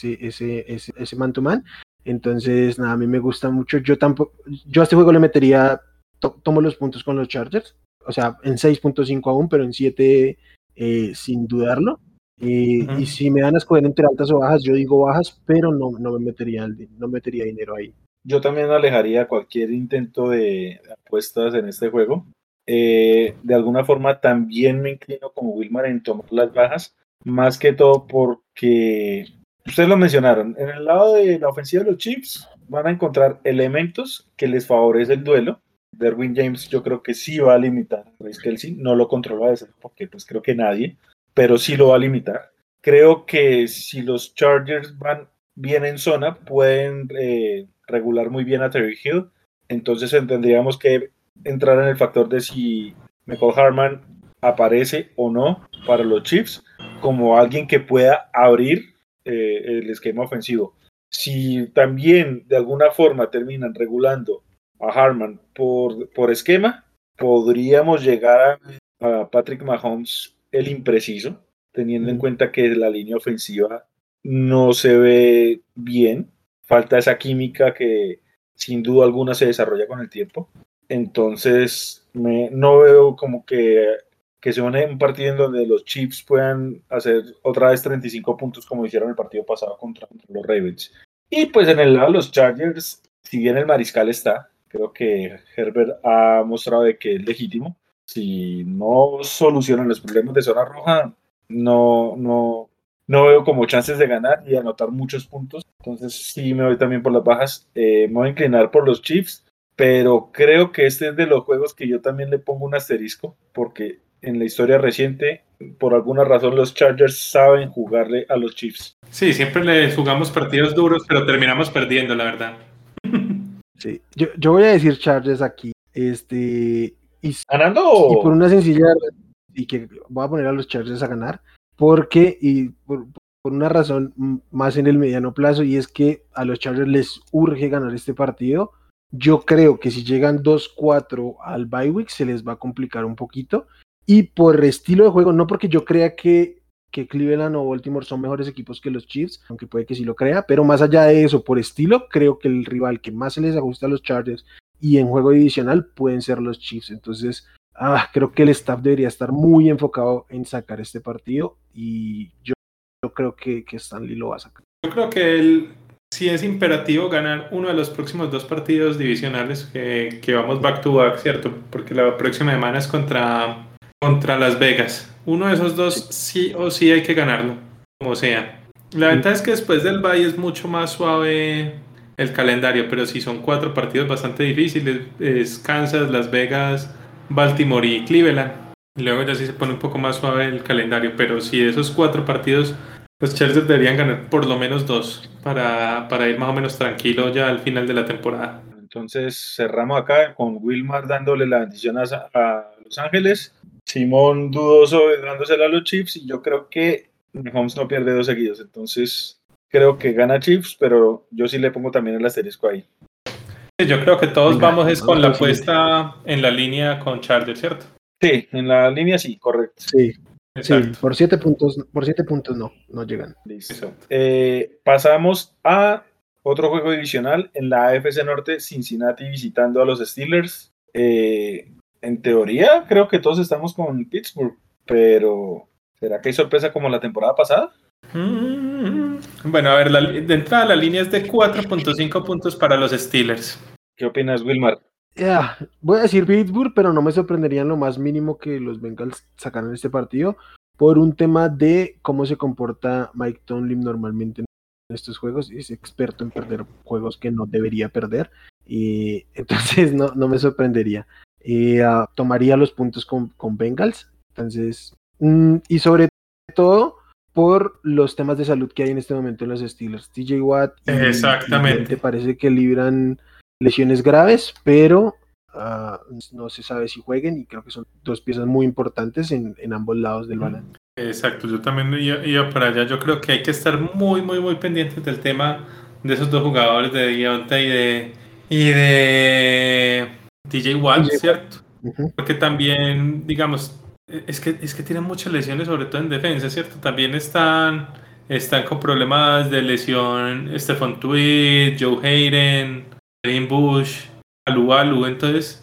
ese man to man. Entonces, nada, a mí me gusta mucho. Yo a este juego le metería, tomo los puntos con los Chargers, o sea, en 6.5 aún, pero en 7 sin dudarlo. Y si me dan a escoger entre altas o bajas, yo digo bajas, pero no metería dinero ahí. Yo también alejaría cualquier intento de apuestas en este juego. De alguna forma también me inclino como Wilmar en tomar las bajas, más que todo porque ustedes lo mencionaron, en el lado de la ofensiva de los Chiefs van a encontrar elementos que les favorece el duelo. Derwin James yo creo que sí va a limitar a Travis Kelce, no lo controla eso porque pues creo que nadie, pero sí lo va a limitar. Creo que si los Chargers van bien en zona, pueden regular muy bien a Tyreek Hill. Entonces tendríamos que entrar en el factor de si Mecole Hardman aparece o no para los Chiefs como alguien que pueda abrir el esquema ofensivo. Si también de alguna forma terminan regulando a Hardman por esquema, podríamos llegar a Patrick Mahomes el impreciso, teniendo en cuenta que la línea ofensiva no se ve bien, falta esa química que sin duda alguna se desarrolla con el tiempo. Entonces no veo como que sea un partido en donde los Chiefs puedan hacer otra vez 35 puntos como hicieron el partido pasado contra los Ravens. Y pues en el lado de los Chargers, si bien el mariscal está, creo que Herbert ha mostrado de que es legítimo. Si no solucionan los problemas de zona roja, no veo como chances de ganar y anotar muchos puntos. Entonces sí me voy también por las bajas. Me voy a inclinar por los Chiefs, pero creo que este es de los juegos que yo también le pongo un asterisco, porque en la historia reciente, por alguna razón, los Chargers saben jugarle a los Chiefs. Sí, siempre les jugamos partidos duros, pero terminamos perdiendo, la verdad. Sí, yo voy a decir Chargers aquí. ¿Ganando? Y por una sencilla y que voy a poner a los Chargers a ganar, porque por una razón más en el mediano plazo, y es que a los Chargers les urge ganar este partido. Yo creo que si llegan 2-4 al bye week se les va a complicar un poquito, y por estilo de juego, no porque yo crea que Cleveland o Baltimore son mejores equipos que los Chiefs, aunque puede que sí lo crea, pero más allá de eso, por estilo, creo que el rival que más se les ajusta a los Chargers y en juego divisional pueden ser los Chiefs. Entonces creo que el staff debería estar muy enfocado en sacar este partido, y yo creo que Stanley lo va a sacar. Yo creo que sí es imperativo ganar uno de los próximos 2 partidos divisionales que vamos back to back, ¿cierto? Porque la próxima semana es contra Las Vegas. Uno de esos dos sí o sí hay que ganarlo, como sea. La ventaja es que después del bye es mucho más suave el calendario, pero sí son 4 partidos bastante difíciles. Es Kansas, Las Vegas, Baltimore y Cleveland. Y luego ya sí se pone un poco más suave el calendario, pero si de esos 4 partidos los Chargers deberían ganar por lo menos 2 para ir más o menos tranquilo ya al final de la temporada. Entonces cerramos acá con Wilmar dándole la bendición a Los Ángeles, Simón dudoso dándosela a los Chiefs, y yo creo que Mahomes no pierde 2 seguidos, entonces creo que gana Chiefs, pero yo sí le pongo también el asterisco ahí. Yo creo que todos vamos con la apuesta en la línea con Chargers, ¿cierto? Sí, en la línea sí, correcto. Sí. Exacto. Sí, por 7 puntos no llegan. Listo. Pasamos a otro juego divisional en la AFC Norte, Cincinnati visitando a los Steelers. En teoría, creo que todos estamos con Pittsburgh, pero ¿será que hay sorpresa como la temporada pasada? Bueno, a ver, de entrada la línea es de 4.5 puntos para los Steelers. ¿Qué opinas, Wilmar? Voy a decir Pittsburgh, pero no me sorprendería en lo más mínimo que los Bengals sacaran este partido por un tema de cómo se comporta Mike Tomlin normalmente en estos juegos. Es experto en perder juegos que no debería perder, y entonces no me sorprendería. Tomaría los puntos con Bengals, entonces, y sobre todo por los temas de salud que hay en este momento en los Steelers. TJ Watt Exactamente. Parece que libran lesiones graves, pero no se sabe si jueguen, y creo que son 2 piezas muy importantes en ambos lados del balón. Exacto, yo también iba para allá. Yo creo que hay que estar muy, muy, muy pendientes del tema de esos 2 jugadores, de Deontay y de TJ Watt, ¿cierto? Uh-huh. Porque también, digamos, es que tienen muchas lesiones, sobre todo en defensa, ¿cierto? También están con problemas de lesión Stephon Tweed, Joe Hayden, Devin Bush, Alualu. Entonces,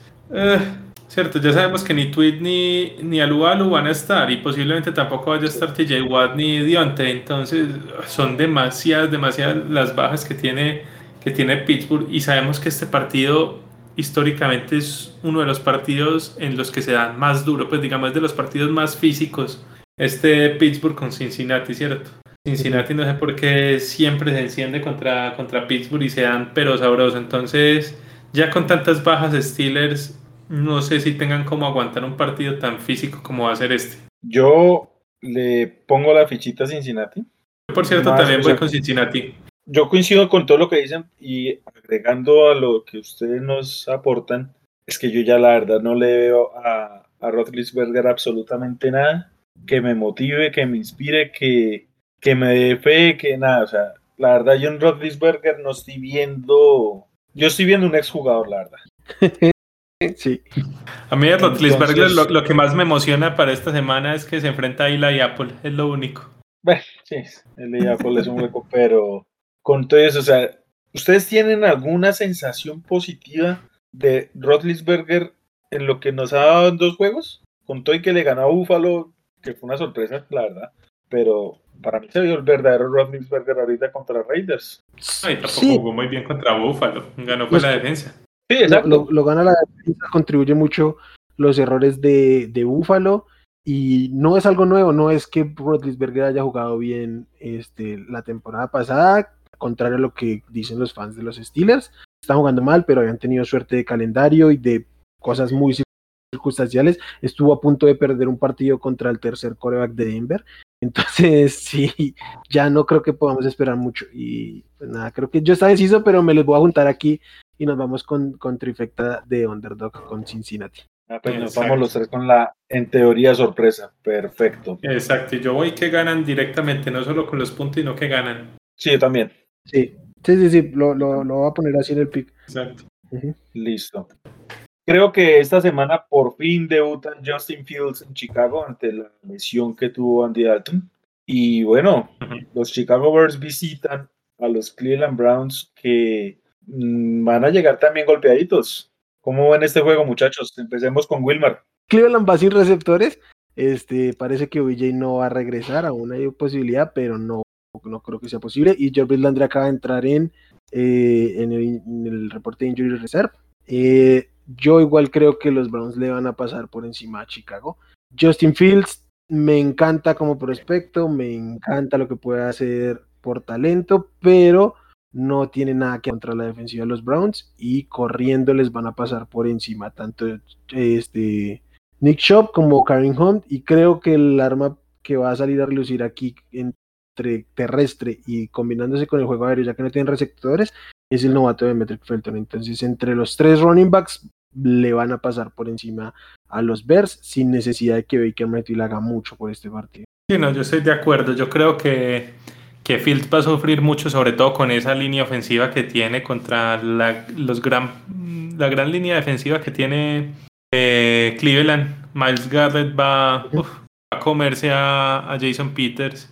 cierto, ya sabemos que ni Tweed ni Alualu van a estar, y posiblemente tampoco vaya a estar TJ Watt ni Deontay. Entonces son demasiadas las bajas que tiene Pittsburgh, y sabemos que este partido históricamente es uno de los partidos en los que se dan más duro, pues digamos de los partidos más físicos, Pittsburgh con Cincinnati, ¿cierto? Cincinnati no sé por qué siempre se enciende contra Pittsburgh y se dan pero sabroso. Entonces ya con tantas bajas Steelers no sé si tengan como aguantar un partido tan físico como va a ser este. Yo le pongo la fichita a Cincinnati. Yo, por cierto, también voy con Cincinnati. Yo coincido con todo lo que dicen, y agregando a lo que ustedes nos aportan, es que yo ya la verdad no le veo a Roethlisberger absolutamente nada que me motive, que me inspire, que me dé fe, que nada. O sea, la verdad yo en Roethlisberger no estoy viendo, yo estoy viendo un exjugador, la verdad. Sí. A mí de Roethlisberger lo que más me emociona para esta semana es que se enfrenta a Eli Apple, es lo único. Bueno, sí, Eli Apple es un hueco, pero con todo eso, o sea, ¿ustedes tienen alguna sensación positiva de Roethlisberger en lo que nos ha dado en 2 juegos? Con todo y que le ganó a Buffalo, que fue una sorpresa, la verdad, pero para mí se vio el verdadero Roethlisberger ahorita contra Raiders. Y tampoco jugó muy bien contra Buffalo, ganó por la defensa. Sí, exacto. Lo gana la defensa, contribuye mucho los errores de Buffalo, y no es algo nuevo, no es que Roethlisberger haya jugado bien la temporada pasada, contrario a lo que dicen los fans de los Steelers. Están jugando mal, pero habían tenido suerte de calendario y de cosas muy circunstanciales. Estuvo a punto de perder un partido contra el tercer quarterback de Denver. Entonces, sí, ya no creo que podamos esperar mucho. Y pues nada, creo que yo estaba deciso, pero me les voy a juntar aquí y nos vamos con trifecta de underdog con Cincinnati. Pues nos vamos los 3 con la, en teoría, sorpresa. Perfecto. Exacto, y yo voy que ganan directamente, no solo con los puntos, sino que ganan. Sí, yo también. Sí, lo voy a poner así en el pick. Exacto. Uh-huh. Listo. Creo que esta semana por fin debuta Justin Fields en Chicago ante la lesión que tuvo Andy Dalton. Y bueno, los Chicago Bears visitan a los Cleveland Browns, que van a llegar también golpeaditos. ¿Cómo ven este juego, muchachos? Empecemos con Wilmar. Cleveland va sin receptores. Parece que OBJ no va a regresar, aún hay posibilidad, pero no creo que sea posible. Y Jarvis Landry acaba de entrar en en el reporte de Injury Reserve. Yo igual creo que los Browns le van a pasar por encima a Chicago. Justin Fields me encanta como prospecto, me encanta lo que puede hacer por talento, pero no tiene nada que contra la defensiva de los Browns y corriendo les van a pasar por encima tanto Nick Chubb como Kareem Hunt, y creo que el arma que va a salir a relucir aquí entre terrestre y combinándose con el juego aéreo, ya que no tienen receptores, es el novato de Demetric Felton. Entonces entre los tres running backs le van a pasar por encima a los Bears sin necesidad de que Baker Mayfield haga mucho por este partido. Sí, no, yo estoy de acuerdo. Yo creo que Fields va a sufrir mucho, sobre todo con esa línea ofensiva que tiene contra la gran línea defensiva que tiene Cleveland. Myles Garrett va a comerse a Jason Peters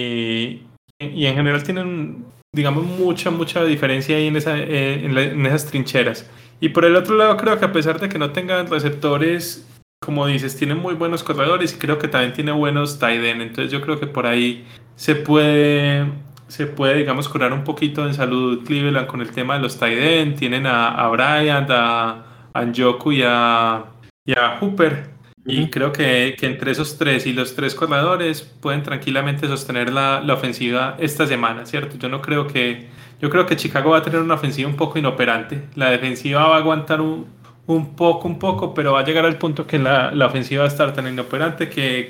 y en general tienen, digamos, mucha diferencia ahí en esas trincheras. Y por el otro lado, creo que a pesar de que no tengan receptores, como dices, tienen muy buenos corredores y creo que también tiene buenos tight end. Entonces yo creo que por ahí se puede, digamos, curar un poquito en salud Cleveland con el tema de los tight end. Tienen a Bryant, a Njoku y a Hooper. Y creo que entre esos tres y los tres corredores pueden tranquilamente sostener la ofensiva esta semana, ¿cierto? Yo creo que Chicago va a tener una ofensiva un poco inoperante. La defensiva va a aguantar un poco, pero va a llegar al punto que la ofensiva va a estar tan inoperante que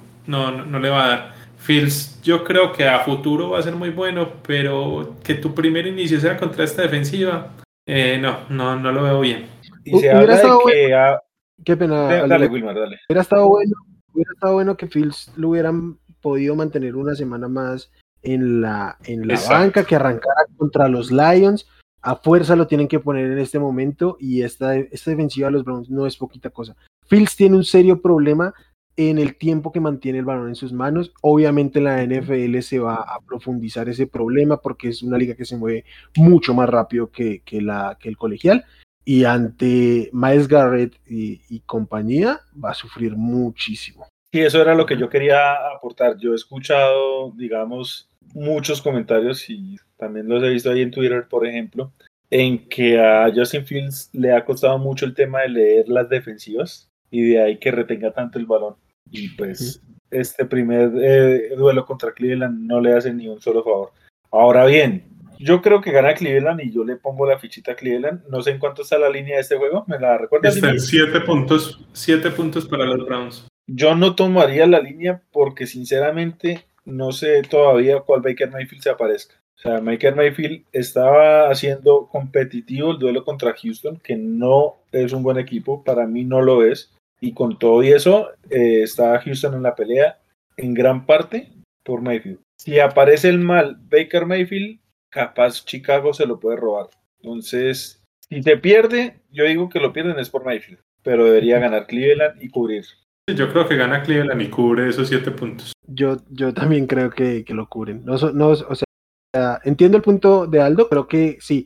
no le va a dar. Fields, yo creo que a futuro va a ser muy bueno, pero que tu primer inicio sea contra esta defensiva, no lo veo bien. Y se habla de que... Qué pena. Dale, Wilmar, dale. Hubiera estado bueno que Fields lo hubieran podido mantener una semana más en la banca, que arrancara contra los Lions. A fuerza lo tienen que poner en este momento y esta defensiva de los Browns no es poquita cosa. Fields tiene un serio problema en el tiempo que mantiene el balón en sus manos. Obviamente la NFL se va a profundizar ese problema porque es una liga que se mueve mucho más rápido que el colegial. Y ante Myles Garrett y compañía va a sufrir muchísimo. Sí, eso era lo que yo quería aportar. Yo he escuchado, digamos, muchos comentarios y también los he visto ahí en Twitter, por ejemplo, en que a Justin Fields le ha costado mucho el tema de leer las defensivas y de ahí que retenga tanto el balón. Y pues este primer duelo contra Cleveland no le hace ni un solo favor. Ahora bien, yo creo que gana Cleveland y yo le pongo la fichita a Cleveland. No sé en cuánto está la línea de este juego. ¿Me la recuerdas? Está en 7 puntos. 7 puntos para los Browns. Yo no tomaría la línea porque sinceramente no sé todavía cuál Baker Mayfield se aparezca. O sea, Baker Mayfield estaba haciendo competitivo el duelo contra Houston, que no es un buen equipo. Para mí no lo es. Y con todo y eso, está Houston en la pelea en gran parte por Mayfield. Si aparece el mal Baker Mayfield, capaz Chicago se lo puede robar. Entonces, si se pierde, yo digo que lo pierden es por Mayfield, pero debería ganar Cleveland y cubrir. Yo creo que gana Cleveland y cubre esos 7 puntos. Yo también creo que lo cubren. O sea, entiendo el punto de Aldo, creo que sí,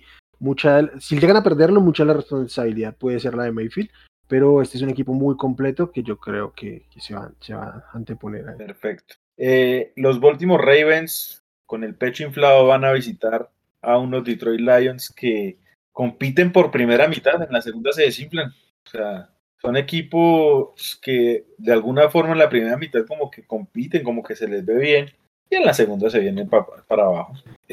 si llegan a perderlo, mucha de la responsabilidad puede ser la de Mayfield, pero este es un equipo muy completo que yo creo que se va a anteponer ahí. Perfecto. Los Baltimore Ravens con el pecho inflado van a visitar a unos Detroit Lions que compiten por primera mitad, en la segunda se desinflan. O sea, son equipos que de alguna forma en la primera mitad como que compiten, como que se les ve bien, y en la segunda se vienen para abajo.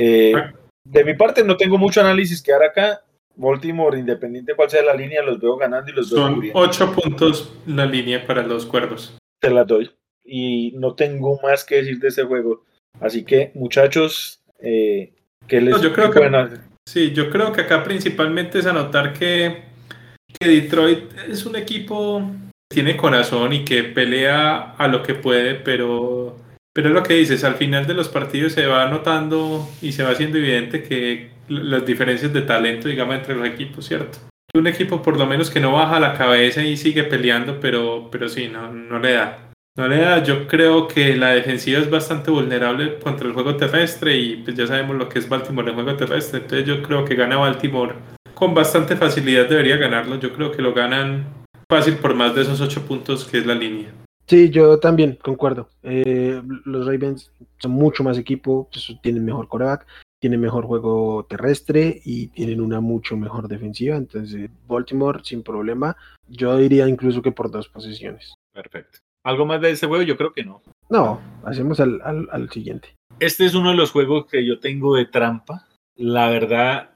De mi parte no tengo mucho análisis que dar acá. Baltimore, independiente cuál sea la línea, los veo ganando y los veo cubriendo. Son 8 puntos la línea para los Cuervos. Te las doy. Y no tengo más que decir de ese juego. Así que, muchachos, ¿qué les pueden hacer? Sí, yo creo que acá principalmente es anotar que Detroit es un equipo que tiene corazón y que pelea a lo que puede, pero es lo que dices, al final de los partidos se va notando y se va haciendo evidente que las diferencias de talento, digamos, entre los equipos, ¿cierto? Un equipo por lo menos que no baja la cabeza y sigue peleando, pero sí, no le da. No le da. Yo creo que la defensiva es bastante vulnerable contra el juego terrestre y pues ya sabemos lo que es Baltimore en juego terrestre. Entonces yo creo que gana Baltimore con bastante facilidad, debería ganarlo. Yo creo que lo ganan fácil por más de esos 8 puntos que es la línea. Sí, yo también concuerdo. Los Ravens son mucho más equipo, tienen mejor quarterback. tiene mejor juego terrestre y tienen una mucho mejor defensiva. Entonces, Baltimore sin problema. Yo diría incluso que por 2 posiciones. Perfecto. ¿Algo más de ese juego? Yo creo que no. No, hacemos al siguiente. Este es uno de los juegos que yo tengo de trampa. La verdad,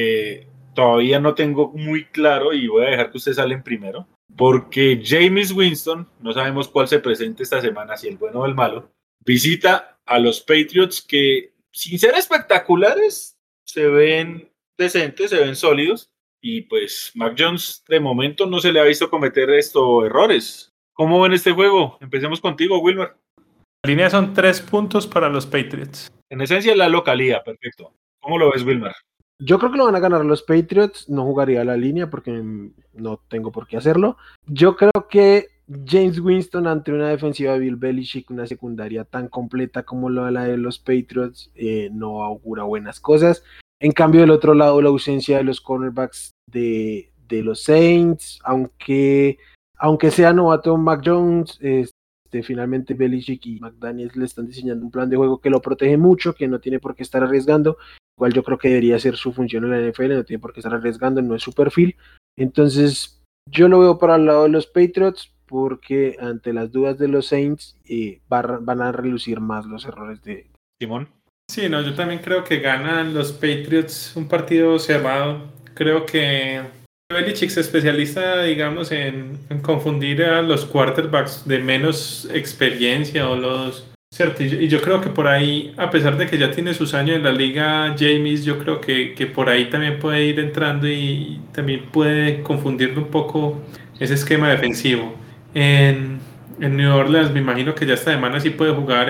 todavía no tengo muy claro y voy a dejar que ustedes salen primero. Porque Jameis Winston, no sabemos cuál se presente esta semana, si el bueno o el malo, visita a los Patriots que, sin ser espectaculares, se ven decentes, se ven sólidos. Y pues Mac Jones de momento no se le ha visto cometer errores. ¿Cómo ven este juego? Empecemos contigo, Wilmer. La línea son 3 puntos para los Patriots. En esencia, la localía, perfecto. ¿Cómo lo ves, Wilmer? Yo creo que lo van a ganar los Patriots. No jugaría la línea porque no tengo por qué hacerlo. Yo creo que James Winston ante una defensiva de Bill Belichick, una secundaria tan completa como la de los Patriots, no augura buenas cosas. En cambio, del otro lado, la ausencia de los cornerbacks de los Saints, aunque sea novato Mac Jones, finalmente Belichick y McDaniels le están diseñando un plan de juego que lo protege mucho, que no tiene por qué estar arriesgando. Igual yo creo que debería ser su función en la NFL, no tiene por qué estar arriesgando, no es su perfil. Entonces, yo lo veo para el lado de los Patriots, porque ante las dudas de los Saints van a relucir más los errores de Simón. Sí, no, yo también creo que ganan los Patriots un partido cerrado. Creo que Belichick se especializa, digamos, en confundir a los quarterbacks de menos experiencia o los... ¿Cierto? Y yo creo que por ahí, a pesar de que ya tiene sus años en la liga, Jameis, yo creo que por ahí también puede ir entrando y también puede confundirle un poco ese esquema defensivo. En New Orleans me imagino que ya esta semana sí puede jugar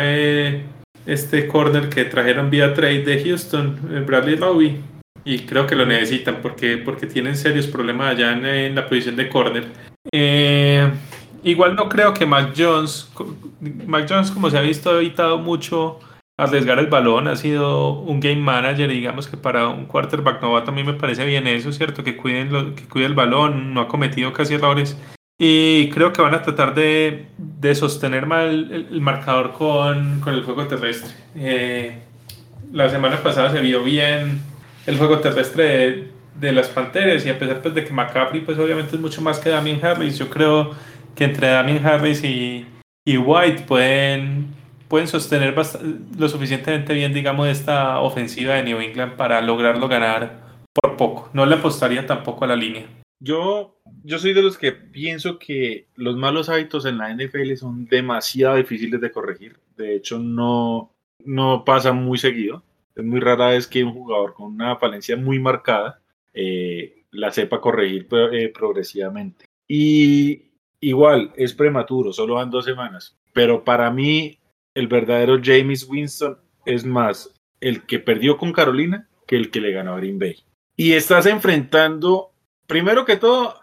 este corner que trajeron vía trade de Houston, Bradley Roby, y creo que lo necesitan porque tienen serios problemas allá en la posición de corner. Igual no creo que Mac Jones, como se ha visto, ha evitado mucho arriesgar el balón, ha sido un game manager, y digamos que para un quarterback novato a mí me parece bien eso, ¿cierto? Que cuide el balón, no ha cometido casi errores. Y creo que van a tratar de sostener mal el marcador con el juego terrestre. La semana pasada se vio bien el juego terrestre de las Panteras, y a pesar pues, de que McCaffrey pues obviamente es mucho más que Damien Harris, yo creo que entre Damien Harris y White pueden sostener lo suficientemente bien, digamos, esta ofensiva de New England para lograrlo ganar por poco. No le apostaría tampoco a la línea. Yo soy de los que pienso que los malos hábitos en la NFL son demasiado difíciles de corregir. De hecho, no pasa muy seguido. Es muy rara vez que un jugador con una falencia muy marcada la sepa corregir progresivamente. Y igual, es prematuro, solo van 2 semanas. Pero para mí, el verdadero Jameis Winston es más el que perdió con Carolina que el que le ganó a Green Bay. Y estás enfrentando, primero que todo,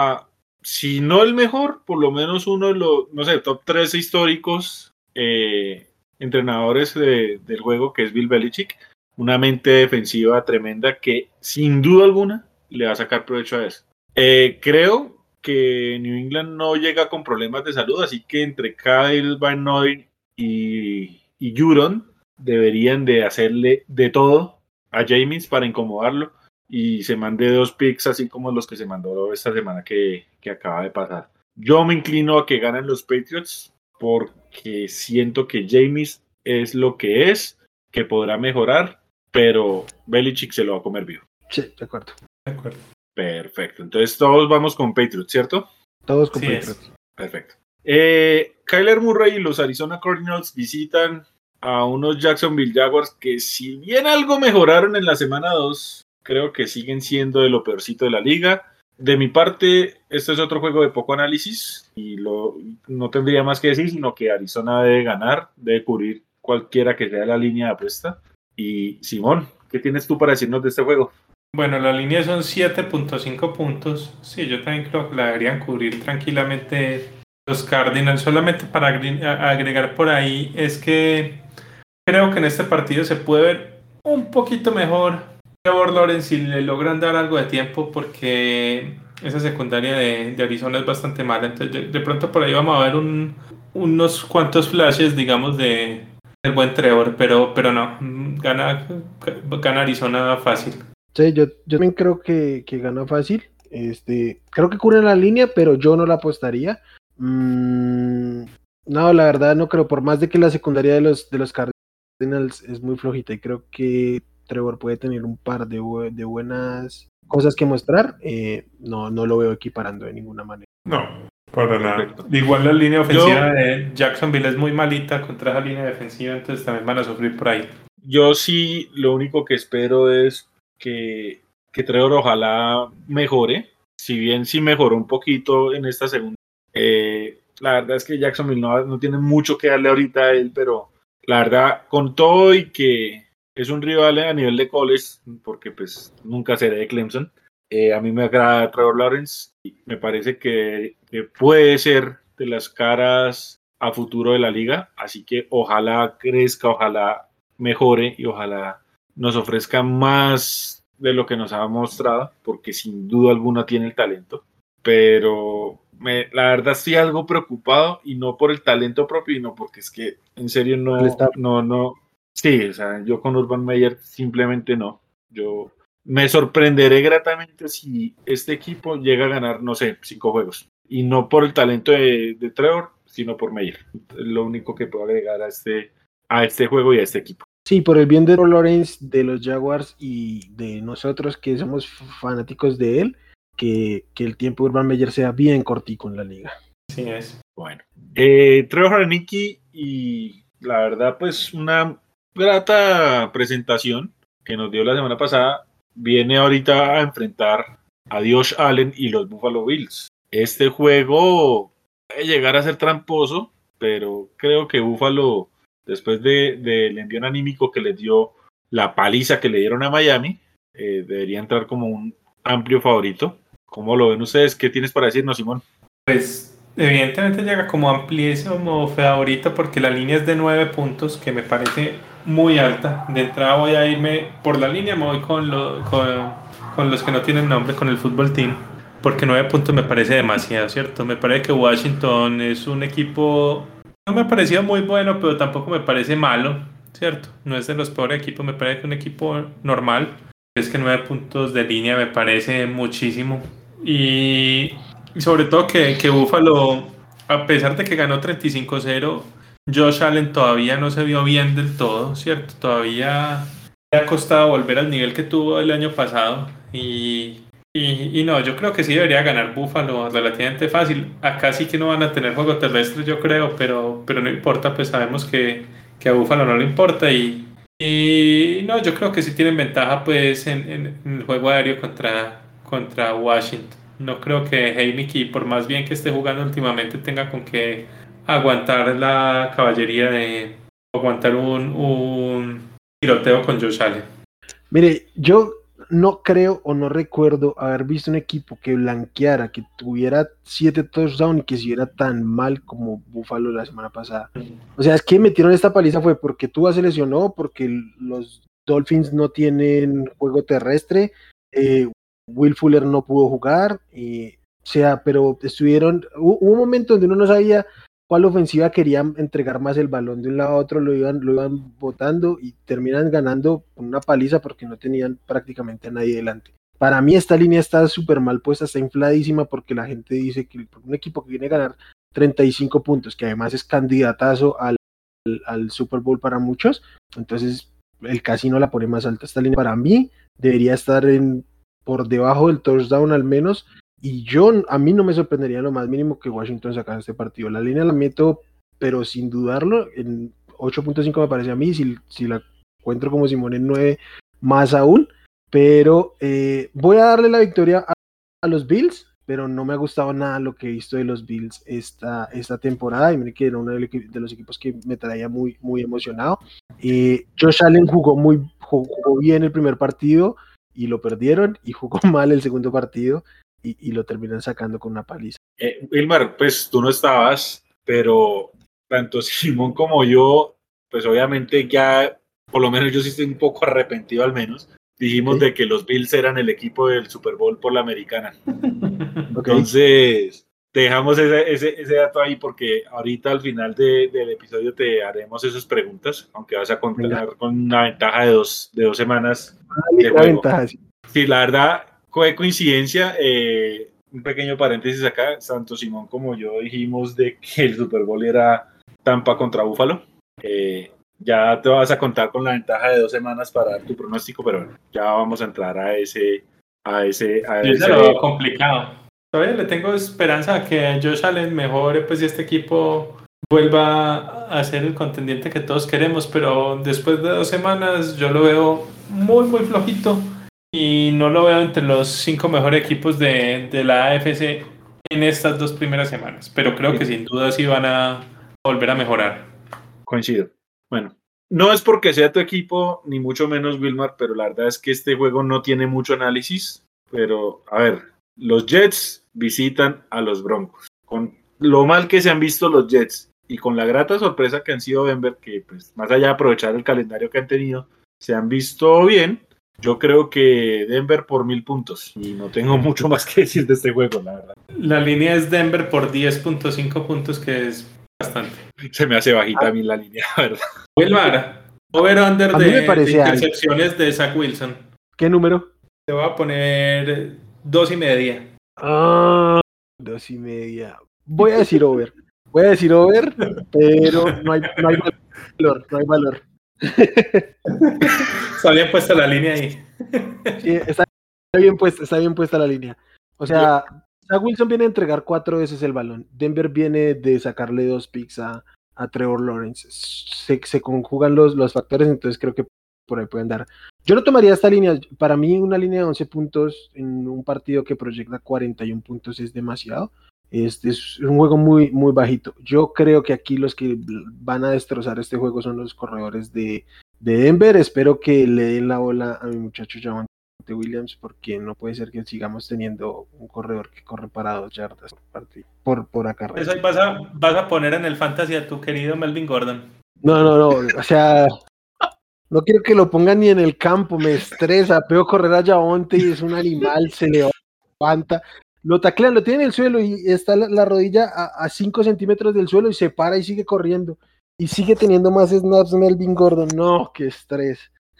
si no el mejor, por lo menos uno de los, no sé, top 3 históricos entrenadores del juego, que es Bill Belichick, una mente defensiva tremenda que sin duda alguna le va a sacar provecho a eso. Creo que New England no llega con problemas de salud, así que entre Kyle Van Noy y Judon deberían de hacerle de todo a Jameis para incomodarlo y se mande 2 picks así como los que se mandó esta semana que acaba de pasar. Yo me inclino a que ganen los Patriots porque siento que Jameis es lo que es, que podrá mejorar, pero Belichick se lo va a comer vivo. Sí, de acuerdo. Perfecto, entonces todos vamos con Patriots, ¿cierto? Todos con Patriots. Perfecto. Kyler Murray y los Arizona Cardinals visitan a unos Jacksonville Jaguars que, si bien algo mejoraron en la semana 2, creo que siguen siendo de lo peorcito de la liga. De mi parte, este es otro juego de poco análisis y no tendría más que decir, sino que Arizona debe ganar, debe cubrir cualquiera que sea la línea de apuesta. Y Simón, ¿qué tienes tú para decirnos de este juego? Bueno, la línea son 7.5 puntos. Sí, yo también creo que la deberían cubrir tranquilamente los Cardinals. Solamente para agregar por ahí es que creo que en este partido se puede ver un poquito mejor Trevor Lawrence si le logran dar algo de tiempo, porque esa secundaria de Arizona es bastante mala. Entonces de pronto por ahí vamos a ver unos cuantos flashes, digamos, del buen Trevor, pero no. gana Arizona fácil. Sí, yo también creo que gana fácil. Creo que cubre la línea, pero yo no la apostaría. No, la verdad no creo. Por más de que la secundaria de los Cardinals es muy flojita y creo que Trevor puede tener un par de buenas cosas que mostrar, no lo veo equiparando de ninguna manera. No, para nada. Perfecto. Igual la línea ofensiva de Jacksonville es muy malita contra esa línea defensiva, entonces también van a sufrir por ahí. Yo sí, lo único que espero es que Trevor ojalá mejore. Si bien sí mejoró un poquito en esta segunda. La verdad es que Jacksonville no tiene mucho que darle ahorita a él, pero la verdad, con todo y que es un rival a nivel de college, porque pues nunca seré de Clemson, a mí me agrada Trevor Lawrence y me parece que puede ser de las caras a futuro de la liga, así que ojalá crezca, ojalá mejore y ojalá nos ofrezca más de lo que nos ha mostrado, porque sin duda alguna tiene el talento, pero la verdad estoy algo preocupado y no por el talento propio, sino porque es que en serio no, sí, o sea, yo con Urban Meyer simplemente no, yo me sorprenderé gratamente si este equipo llega a ganar, no sé, 5 juegos, y no por el talento de Trevor, sino por Meyer, es lo único que puedo agregar a este juego y a este equipo. Sí, por el bien de Trevor Lawrence, de los Jaguars y de nosotros que somos fanáticos de él, que el tiempo de Urban Meyer sea bien cortico en la liga. Sí es. Bueno, Trevor Haranicki y la verdad pues una grata presentación que nos dio la semana pasada, viene ahorita a enfrentar a Josh Allen y los Buffalo Bills. Este juego puede llegar a ser tramposo, pero creo que Buffalo, después del envío anímico que les dio, la paliza que le dieron a Miami, debería entrar como un amplio favorito. ¿Cómo lo ven ustedes? ¿Qué tienes para decirnos, Simón? Pues evidentemente llega como amplísimo favorito porque la línea es de 9 puntos, que me parece muy alta. De entrada voy a irme por la línea, me voy con los que no tienen nombre, con el fútbol team, porque 9 puntos me parece demasiado, ¿cierto? Me parece que Washington es un equipo, no me ha parecido muy bueno, pero tampoco me parece malo, ¿cierto? No es de los peores equipos, me parece que un equipo normal. Es que 9 puntos de línea me parece muchísimo. Y sobre todo que Buffalo, a pesar de que ganó 35-0, Josh Allen todavía no se vio bien del todo, ¿cierto? Todavía le ha costado volver al nivel que tuvo el año pasado. Y no, yo creo que sí debería ganar Buffalo relativamente fácil. Acá sí que no van a tener juego terrestre, yo creo, pero no importa, pues sabemos que a Buffalo no le importa. Y no, yo creo que sí tienen ventaja pues en el juego aéreo contra Washington. No creo que Heineke, por más bien que esté jugando últimamente, tenga con qué aguantar la caballería de aguantar un tiroteo con Josh Allen. Mire, yo no creo o no recuerdo haber visto un equipo que blanqueara, que tuviera 7 touchdowns y que se viera tan mal como Buffalo la semana pasada. O sea, es que metieron esta paliza fue porque Tua se lesionó, porque los Dolphins no tienen juego terrestre, Will Fuller no pudo jugar, o sea, pero hubo un momento donde uno no sabía cuál ofensiva quería entregar más el balón de un lado a otro, lo iban botando y terminan ganando con una paliza porque no tenían prácticamente a nadie delante. Para mí esta línea está súper mal puesta, está infladísima porque la gente dice que un equipo que viene a ganar 35 puntos, que además es candidatazo al Super Bowl para muchos, entonces el casino la pone más alta. Esta línea para mí debería estar por debajo del touchdown al menos. Y a mí no me sorprendería lo más mínimo que Washington sacara este partido. La línea la meto, pero sin dudarlo, en 8.5 me parece a mí, si la encuentro como Simón en 9, más aún. Pero voy a darle la victoria a los Bills, pero no me ha gustado nada lo que he visto de los Bills esta temporada. Y mire que era uno de los equipos que me traía muy, muy emocionado. Josh Allen jugó bien el primer partido y lo perdieron, y jugó mal el segundo partido. Y lo terminan sacando con una paliza. Wilmar, pues tú no estabas, pero tanto Simón como yo, pues obviamente ya, por lo menos yo sí estoy un poco arrepentido al menos. Dijimos de que los Bills eran el equipo del Super Bowl por la americana. Okay. Entonces, te dejamos ese dato ahí porque ahorita al final del episodio te haremos esas preguntas, aunque vas a contar con una ventaja de dos semanas de juego. Ventaja, sí. Sí, la verdad, fue coincidencia. Un pequeño paréntesis acá, tanto Simón como yo dijimos de que el Super Bowl era Tampa contra Buffalo. Ya te vas a contar con la ventaja de 2 semanas para dar tu pronóstico, pero bueno, ya vamos a entrar a ese. Yo lo veo complicado. Todavía le tengo esperanza a que Josh Allen mejore, pues, y este equipo vuelva a ser el contendiente que todos queremos, pero después de 2 semanas yo lo veo muy, muy flojito y no lo veo entre los 5 mejores equipos de la AFC en estas 2 primeras semanas, pero creo que sin duda sí van a volver a mejorar. Coincido. Bueno, no es porque sea tu equipo, ni mucho menos Wilmar, pero la verdad es que este juego no tiene mucho análisis, pero a ver, los Jets visitan a los Broncos. Con lo mal que se han visto los Jets y con la grata sorpresa que han sido Denver, que pues más allá de aprovechar el calendario que han tenido, se han visto bien. Yo creo que Denver por 1000 puntos y no tengo mucho más que decir de este juego, la verdad. La línea es Denver por 10.5 puntos, que es bastante. Se me hace bajita a mí la línea, ¿verdad? Wilmar, over-under de intercepciones de Zach Wilson. ¿Qué número? Te voy a poner 2.5. 2.5. Voy a decir over. Pero no hay valor. No hay valor. Está bien puesta la línea ahí. Sí, está bien puesta la línea. O sea, Zach Wilson viene a entregar 4 veces el balón. Denver viene de sacarle 2 picks a Trevor Lawrence. Se conjugan los factores, entonces creo que por ahí pueden dar. Yo no tomaría esta línea. Para mí una línea de 11 puntos en un partido que proyecta 41 puntos es demasiado. Es un juego muy, muy bajito. Yo creo que aquí los que van a destrozar este juego son los corredores de Denver. Espero que le den la bola a mi muchacho Javonte Williams, porque no puede ser que sigamos teniendo un corredor que corre para 2 yardas por acá. Eso ahí vas a poner en el fantasy a tu querido Melvin Gordon. No, o sea, no quiero que lo pongan ni en el campo, me estresa. Veo correr a Javonte y es un animal, se levanta. Lo taclean, lo tiene en el suelo y está la rodilla a 5 centímetros del suelo y se para y sigue corriendo. Y sigue teniendo más snaps Melvin Gordon. No, qué estrés.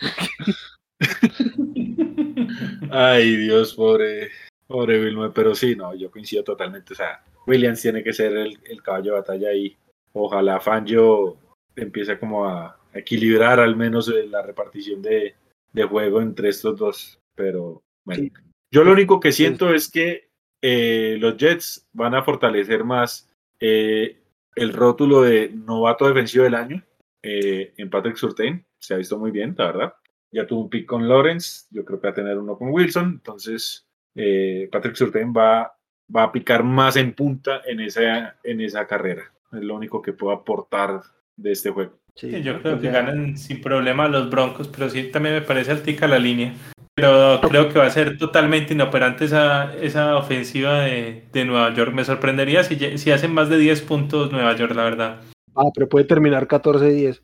Ay, Dios, pobre Wilmer. Pero sí, no, yo coincido totalmente. O sea, Williams tiene que ser el caballo de batalla y ojalá Fangio empiece como a equilibrar al menos la repartición de juego entre estos dos. Pero bueno, sí. Yo lo único que siento es que los Jets van a fortalecer más el rótulo de novato defensivo del año en Patrick Surtain. Se ha visto muy bien, la verdad. Ya tuvo un pick con Lawrence, yo creo que va a tener uno con Wilson. Entonces Patrick Surtain va a picar más en punta en esa carrera. Es lo único que puedo aportar de este juego. Sí, yo creo que ganan sin problema los Broncos, pero sí también me parece altica la línea. Pero creo que va a ser totalmente inoperante esa ofensiva de Nueva York. Me sorprendería si hacen más de 10 puntos Nueva York, la verdad. Pero puede terminar 14-10.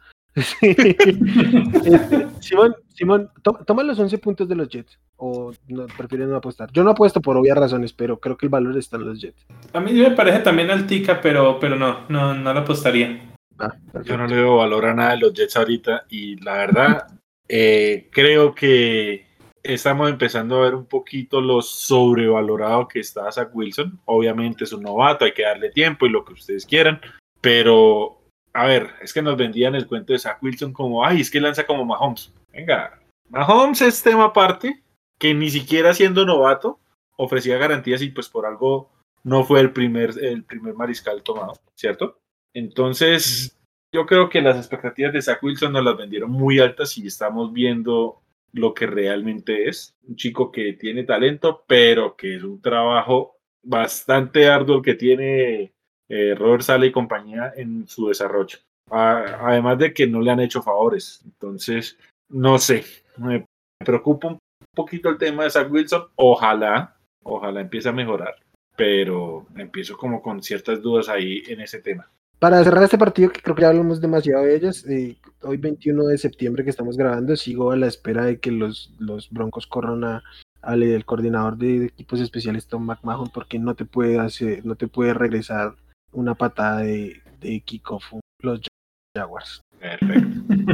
Simón, toma los 11 puntos de los Jets. ¿O no, prefieres no apostar? Yo no apuesto por obvias razones, pero creo que el valor está en los Jets. A mí me parece también altica, pero no lo apostaría. Yo no le veo valor a nada de los Jets ahorita y la verdad creo que estamos empezando a ver un poquito lo sobrevalorado que está Zach Wilson. Obviamente es un novato, hay que darle tiempo y lo que ustedes quieran, pero a ver, es que nos vendían el cuento de Zach Wilson como, es que lanza como Mahomes. Venga, Mahomes es tema aparte, que ni siquiera siendo novato ofrecía garantías y pues por algo no fue el primer mariscal tomado, ¿cierto? Entonces, yo creo que las expectativas de Zach Wilson nos las vendieron muy altas y estamos viendo lo que realmente es. Un chico que tiene talento, pero que es un trabajo bastante arduo el que tiene Robert Saleh y compañía en su desarrollo. Además de que no le han hecho favores. Entonces, no sé. Me preocupa un poquito el tema de Zach Wilson. Ojalá empiece a mejorar. Pero empiezo como con ciertas dudas ahí en ese tema. Para cerrar este partido, que creo que ya hablamos demasiado de ellos, hoy 21 de septiembre que estamos grabando, sigo a la espera de que los Broncos corran a hable del coordinador de equipos especiales Tom McMahon, porque no te puede regresar una patada de kickoff los Jaguars. Perfecto.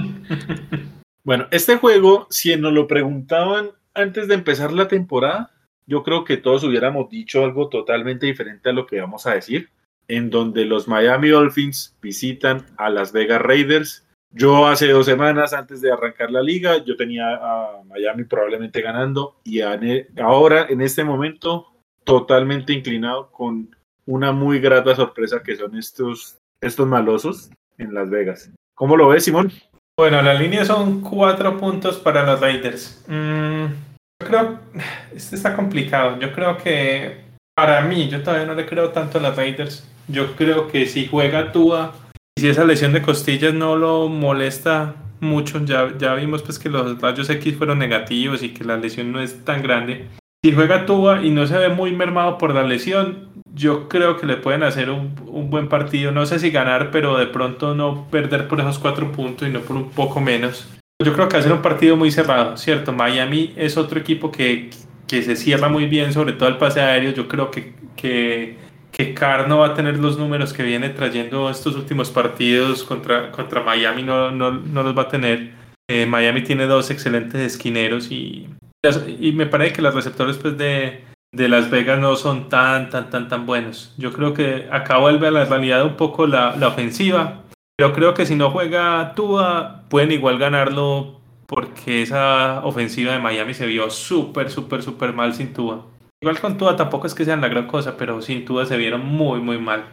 Bueno, este juego, si nos lo preguntaban antes de empezar la temporada, yo creo que todos hubiéramos dicho algo totalmente diferente a lo que vamos a decir, en donde los Miami Dolphins visitan a Las Vegas Raiders. Yo hace 2 semanas antes de arrancar la liga, yo tenía a Miami probablemente ganando y ahora en este momento totalmente inclinado con una muy grata sorpresa que son estos malosos en Las Vegas. ¿Cómo lo ves, Simón? Bueno, la línea son 4 puntos para los Raiders. Yo creo, este está complicado. Yo creo que para mí, yo todavía no le creo tanto a los Raiders. Yo creo que si juega Tua, y si esa lesión de costillas no lo molesta mucho, ya vimos pues que los rayos X fueron negativos y que la lesión no es tan grande. Si juega Tua y no se ve muy mermado por la lesión, yo creo que le pueden hacer un buen partido. No sé si ganar, pero de pronto no perder por esos 4 puntos y no por un poco menos. Yo creo que va a ser un partido muy cerrado, ¿cierto? Miami es otro equipo que se cierra muy bien, sobre todo el pase aéreo. Yo creo que Carr no va a tener los números que viene trayendo estos últimos partidos contra Miami, no los va a tener. Miami tiene 2 excelentes esquineros y me parece que los receptores pues, de Las Vegas no son tan buenos. Yo creo que acá vuelve a la realidad un poco la ofensiva, pero creo que si no juega Tua, pueden igual ganarlo porque esa ofensiva de Miami se vio súper mal sin Tua. Igual con Tua tampoco es que sean la gran cosa, pero sin Tua se vieron muy mal.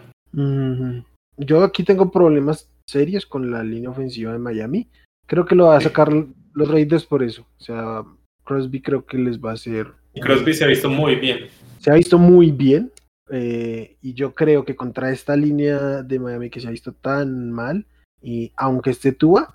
Yo aquí tengo problemas serios con la línea ofensiva de Miami. Creo que lo va a sacar los Raiders por eso. O sea, Crosby creo que les va a hacer... Crosby se ha visto muy bien. Se ha visto muy bien. Y yo creo que contra esta línea de Miami que se ha visto tan mal, y aunque esté Tua,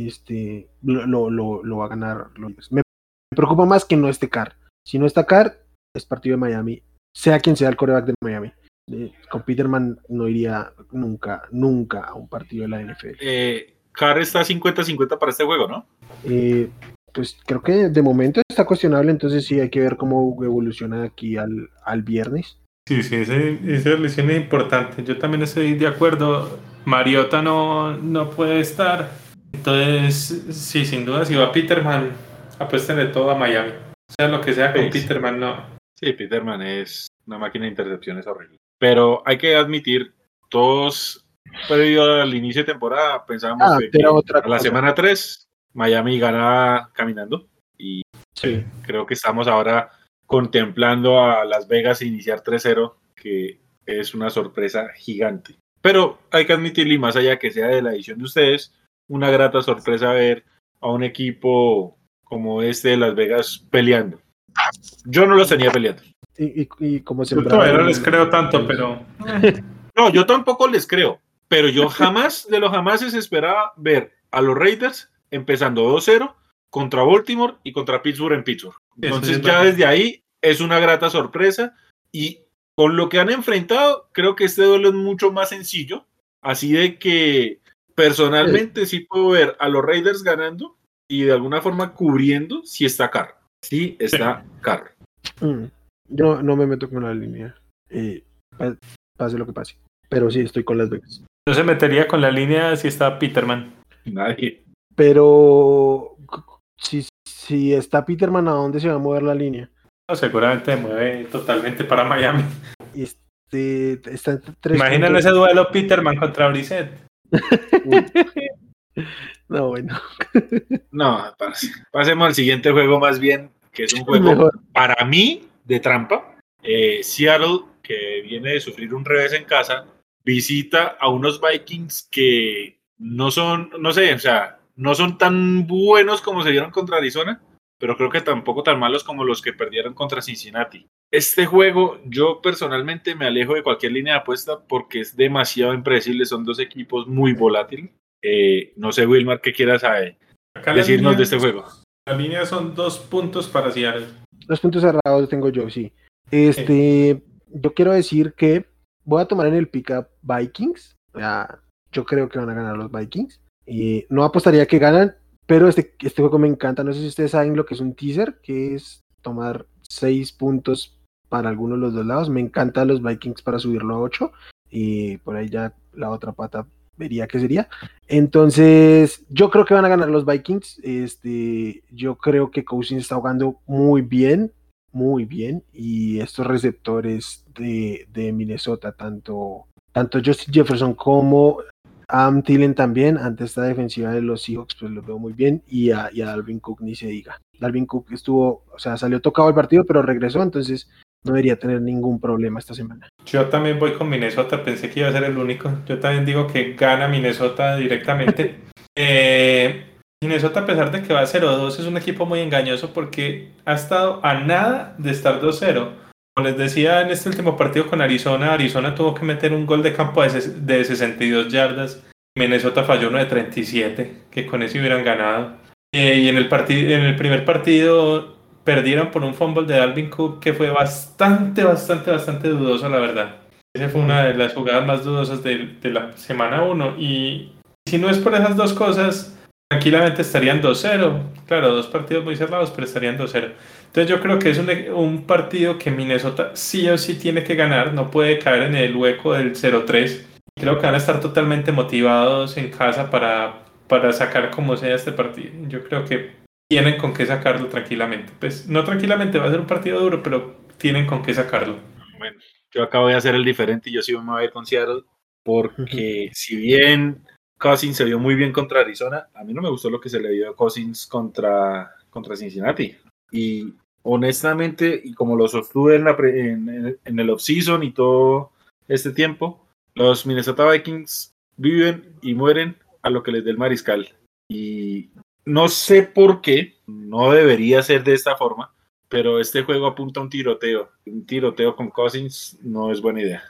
lo va a ganar. Me preocupa más que no esté Carr. Si no está Carr, es partido de Miami, sea quien sea el quarterback de Miami. Con Peterman no iría nunca a un partido de la NFL. Carr está 50-50 para este juego, ¿no? Pues creo que de momento está cuestionable, entonces sí hay que ver cómo evoluciona aquí al viernes. Sí, esa lesión es importante. Yo también estoy de acuerdo. Mariota no puede estar. Entonces, sí, sin duda, si va Peterman, apuéstenle todo a Miami. O sea, lo que sea con Peterman, no. Sí, Peterman es una máquina de intercepciones horrible. Pero hay que admitir, todos, previo al inicio de temporada, pensábamos que a la semana 3, Miami gana caminando. Y sí, creo que estamos ahora contemplando a Las Vegas iniciar 3-0, que es una sorpresa gigante. Pero hay que admitirlo, y más allá que sea de la edición de ustedes, una grata sorpresa ver a un equipo como este de Las Vegas peleando. Yo no los tenía peleando. Y como yo todavía no les creo tanto, pero... No, yo tampoco les creo, pero yo jamás esperaba ver a los Raiders empezando 2-0 contra Baltimore y contra Pittsburgh en Pittsburgh. Entonces ya desde ahí es una grata sorpresa, y con lo que han enfrentado, creo que este duelo es mucho más sencillo, así de que personalmente sí puedo ver a los Raiders ganando y de alguna forma cubriendo si está Carr. Sí está Carr. Yo no me meto con la línea, pase lo que pase, pero sí estoy con Las Vegas. Yo se metería con la línea si está Peterman. Nadie. Pero si está Peterman, ¿a dónde se va a mover la línea? No, seguramente mueve totalmente para Miami. Está Imagínate ese duelo Peterman contra Brissett. No, bueno. No, pasemos al siguiente juego más bien, que es un juego mejor para mí de trampa. Seattle, que viene de sufrir un revés en casa, visita a unos Vikings que no son tan buenos como se dieron contra Arizona, pero creo que tampoco tan malos como los que perdieron contra Cincinnati. Este juego, yo personalmente me alejo de cualquier línea de apuesta porque es demasiado impredecible, son 2 equipos muy volátiles. No sé, Wilmar, ¿qué quieras decirnos de este juego? La línea son 2 puntos para Seattle. 2 puntos cerrados tengo yo, sí. Yo quiero decir que voy a tomar en el pick-up Vikings. Yo creo que van a ganar los Vikings. No apostaría que ganan, pero este juego me encanta. No sé si ustedes saben lo que es un teaser, que es tomar 6 puntos para alguno de los dos lados. Me encantan los Vikings para subirlo a 8 y por ahí ya la otra pata vería qué sería. Entonces, yo creo que van a ganar los Vikings. Yo creo que Cousins está jugando muy bien, y estos receptores de Minnesota, tanto Justin Jefferson como Thielen también, ante esta defensiva de los Seahawks, pues los veo muy bien, y a Dalvin Cook ni se diga. Dalvin Cook salió tocado el partido, pero regresó, entonces no debería tener ningún problema esta semana. Yo también voy con Minnesota, pensé que iba a ser el único. Yo también digo que gana Minnesota directamente. Minnesota, a pesar de que va 0-2, es un equipo muy engañoso porque ha estado a nada de estar 2-0. Como les decía, en este último partido con Arizona tuvo que meter un gol de campo de 62 yardas. Minnesota falló uno de 37, que con eso hubieran ganado. Y en el primer partido perdieron por un fumble de Dalvin Cook que fue bastante dudoso, la verdad. Esa fue una de las jugadas más dudosas de la semana 1. Y si no es por esas dos cosas, tranquilamente estarían 2-0. Claro, dos partidos muy cerrados, pero estarían 2-0. Entonces yo creo que es un partido que Minnesota sí o sí tiene que ganar. No puede caer en el hueco del 0-3. Creo que van a estar totalmente motivados en casa para sacar como sea este partido. Yo creo que tienen con qué sacarlo tranquilamente. Pues no tranquilamente, va a ser un partido duro, pero tienen con qué sacarlo. Bueno, yo acabo de hacer el diferente y yo sí me voy a ir con Seattle, porque si bien Cousins se vio muy bien contra Arizona, a mí no me gustó lo que se le dio a Cousins contra Cincinnati. Y honestamente, y como lo sostuve en el offseason y todo este tiempo, los Minnesota Vikings viven y mueren a lo que les dé el mariscal. Y no sé por qué, no debería ser de esta forma, pero este juego apunta a un tiroteo. Un tiroteo con Cousins no es buena idea.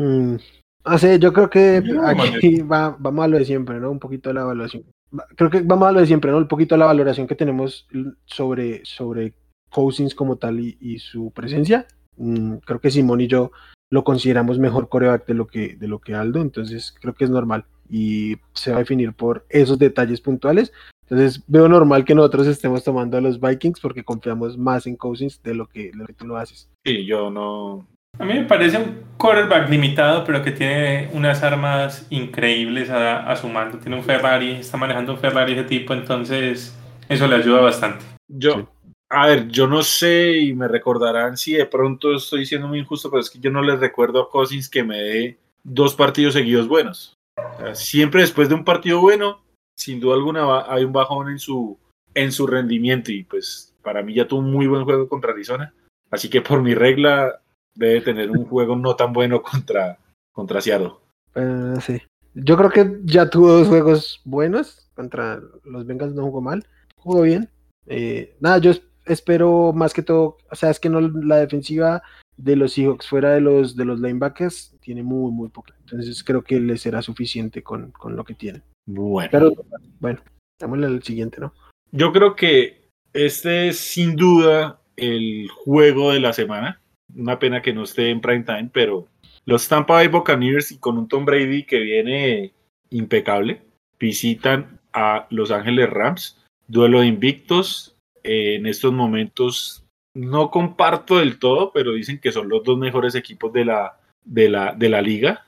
Yo creo que aquí vamos a lo de siempre, ¿no? Un poquito de la evaluación. Creo que vamos a lo de siempre, ¿no? Un poquito de la valoración que tenemos sobre Cousins como tal y su presencia. Creo que Simón y yo lo consideramos mejor quarterback de lo que Aldo, entonces creo que es normal y se va a definir por esos detalles puntuales. Entonces veo normal que nosotros estemos tomando a los Vikings porque confiamos más en Cousins de lo que tú lo haces. Sí, yo no. A mí me parece un quarterback limitado, pero que tiene unas armas increíbles a su mando. Tiene un Ferrari, está manejando un Ferrari de tipo, entonces eso le ayuda bastante. A ver, yo no sé y me recordarán si de pronto estoy siendo muy injusto, pero es que yo no les recuerdo a Cousins que me dé 2 partidos seguidos buenos. O sea, siempre después de un partido bueno, sin duda alguna hay un bajón en su rendimiento y pues para mí ya tuvo un muy buen juego contra Arizona. Así que por mi regla debe tener un juego no tan bueno contra Seattle. Sí. Yo creo que ya tuvo 2 juegos buenos contra los Bengals, no jugó mal, jugó bien. Yo espero más que todo, o sea, es que no, la defensiva de los Seahawks fuera de los linebackers tiene muy, muy poco. Entonces creo que les será suficiente con lo que tienen. Bueno. Pero bueno, dámosle al siguiente, ¿no? Yo creo que este es sin duda el juego de la semana. Una pena que no esté en prime time, pero los Tampa Bay Buccaneers y con un Tom Brady que viene impecable, visitan a Los Ángeles Rams. Duelo de invictos. En estos momentos no comparto del todo, pero dicen que son los 2 mejores equipos de la liga.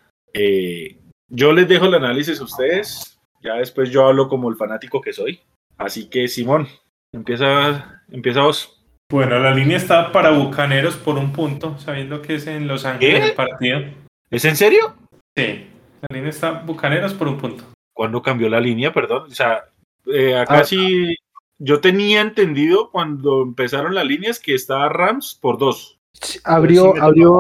Yo les dejo el análisis a ustedes. Ya después yo hablo como el fanático que soy. Así que, Simón, empieza vos. Bueno, la línea está para Bucaneros por 1 punto, sabiendo que es en Los Ángeles el partido. ¿Es en serio? Sí, la línea está Bucaneros por 1 punto. ¿Cuándo cambió la línea? Perdón. O sea, acá sí, yo tenía entendido cuando empezaron las líneas que estaba Rams por 2. Sí, abrió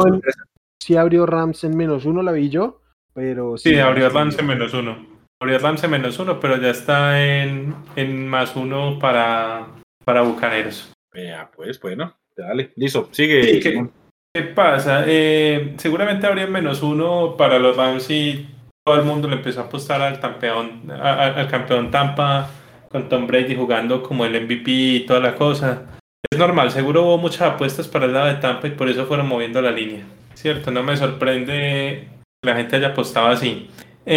Rams en -1, la vi yo, pero sí abrió Rams en -1. Abrió Rams en -1, pero ya está en +1 para Bucaneros. Pues bueno, dale, listo, sigue. Sí, ¿qué pasa? Seguramente habría -1 para los Rams y todo el mundo le empezó a apostar al campeón Tampa con Tom Brady jugando como el MVP y toda la cosa. Es normal, seguro hubo muchas apuestas para el lado de Tampa y por eso fueron moviendo la línea. Cierto, no me sorprende que la gente haya apostado así.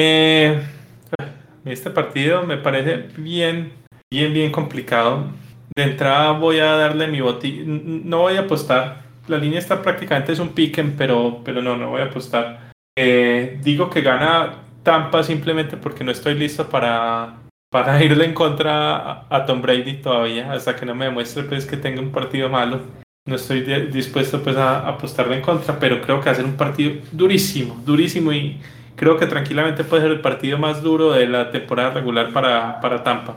Este partido me parece bien complicado. De entrada voy a darle mi botín. No voy a apostar. La línea está prácticamente es un piquen, pero no voy a apostar. Digo que gana Tampa simplemente porque no estoy listo para irle en contra a Tom Brady todavía, hasta que no me demuestre pues que tenga un partido malo. No estoy dispuesto pues a apostarle en contra, pero creo que va a ser un partido durísimo y creo que tranquilamente puede ser el partido más duro de la temporada regular para Tampa.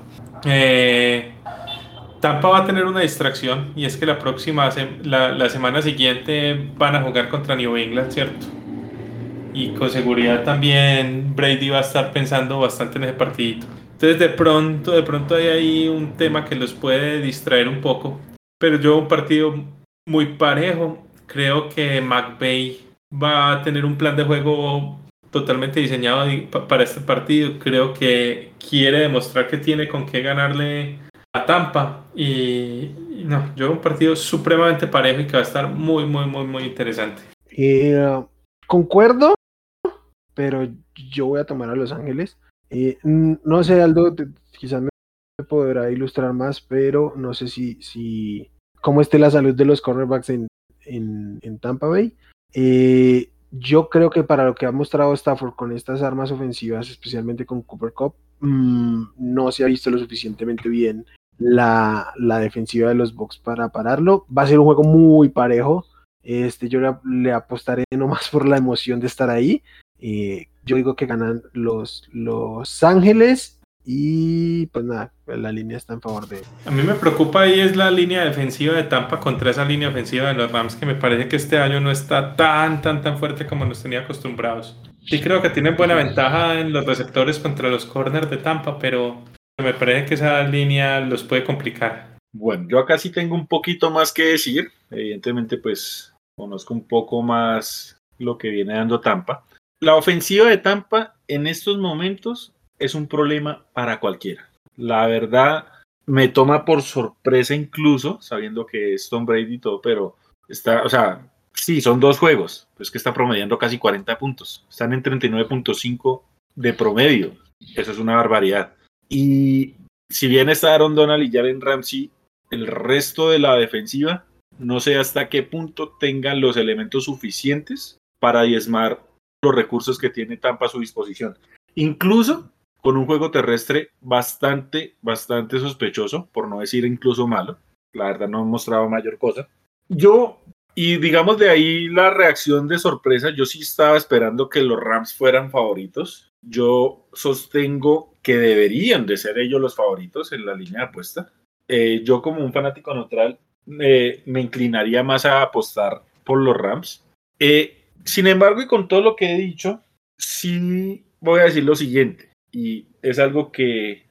Tampa va a tener una distracción y es que la semana siguiente van a jugar contra New England, ¿cierto? Y con seguridad también Brady va a estar pensando bastante en ese partidito. Entonces de pronto hay ahí un tema que los puede distraer un poco. Pero yo un partido muy parejo. Creo que McVay va a tener un plan de juego totalmente diseñado para este partido. Creo que quiere demostrar que tiene con qué ganarle a Tampa. Y no, yo un partido supremamente parejo y que va a estar muy interesante. Concuerdo, pero yo voy a tomar a Los Ángeles. No sé, Aldo, quizás me podrá ilustrar más, pero no sé si cómo esté la salud de los cornerbacks en Tampa Bay. Yo creo que para lo que ha mostrado Stafford con estas armas ofensivas, especialmente con Cooper Kupp, no se ha visto lo suficientemente bien la defensiva de los Bucs para pararlo. Va a ser un juego muy parejo. Yo le apostaré nomás por la emoción de estar ahí. Yo digo que ganan los Ángeles y pues nada, la línea está en favor de... A mí me preocupa ahí es la línea defensiva de Tampa contra esa línea ofensiva de los Rams, que me parece que este año no está tan fuerte como nos tenía acostumbrados. Sí creo que tienen buena ventaja en los receptores contra los corners de Tampa, pero me parece que esa línea los puede complicar. Bueno, yo acá sí tengo un poquito más que decir. Evidentemente, pues conozco un poco más lo que viene dando Tampa. La ofensiva de Tampa en estos momentos es un problema para cualquiera. La verdad, me toma por sorpresa incluso, sabiendo que es Tom Brady y todo, pero sí, son 2 juegos, pues que está promediando casi 40 puntos. Están en 39.5 de promedio. Eso es una barbaridad. Y si bien está Aaron Donald y Jalen Ramsey, el resto de la defensiva, no sé hasta qué punto tengan los elementos suficientes para diezmar los recursos que tiene Tampa a su disposición. Incluso con un juego terrestre bastante sospechoso, por no decir incluso malo. La verdad no he mostrado mayor cosa. Y digamos de ahí la reacción de sorpresa, yo sí estaba esperando que los Rams fueran favoritos. Yo sostengo que deberían de ser ellos los favoritos en la línea de apuesta. Yo como un fanático neutral me inclinaría más a apostar por los Rams. Sin embargo, y con todo lo que he dicho, sí voy a decir lo siguiente, y es algo que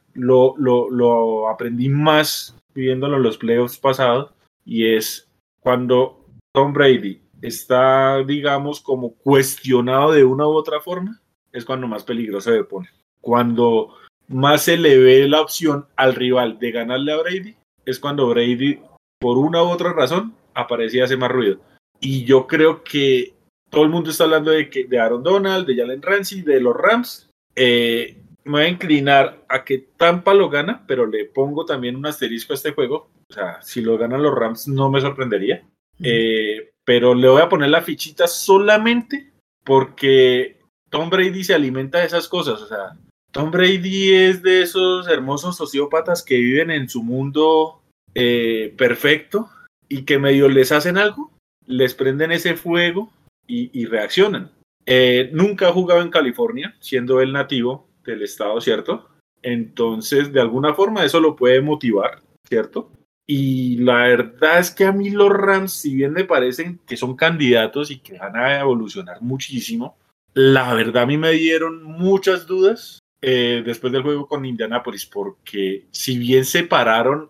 lo aprendí más viviéndolo en los playoffs pasados, y es cuando Tom Brady está, digamos, como cuestionado de una u otra forma, es cuando más peligroso se pone. Cuando más se le ve la opción al rival de ganarle a Brady, es cuando Brady, por una u otra razón, aparece y hace más ruido. Y yo creo que todo el mundo está hablando de Aaron Donald, de Jalen Ramsey, de los Rams. Me voy a inclinar a que Tampa lo gana, pero le pongo también un asterisco a este juego. O sea, si lo ganan los Rams no me sorprendería. Pero le voy a poner la fichita solamente porque Tom Brady se alimenta de esas cosas. O sea, Tom Brady es de esos hermosos sociópatas que viven en su mundo perfecto y que medio les hacen algo, les prenden ese fuego y reaccionan. Nunca ha jugado en California, siendo él nativo del estado, ¿cierto? Entonces, de alguna forma eso lo puede motivar, ¿cierto? Y la verdad es que a mí los Rams, si bien me parecen que son candidatos y que van a evolucionar muchísimo, la verdad a mí me dieron muchas dudas después del juego con Indianapolis, porque si bien se pararon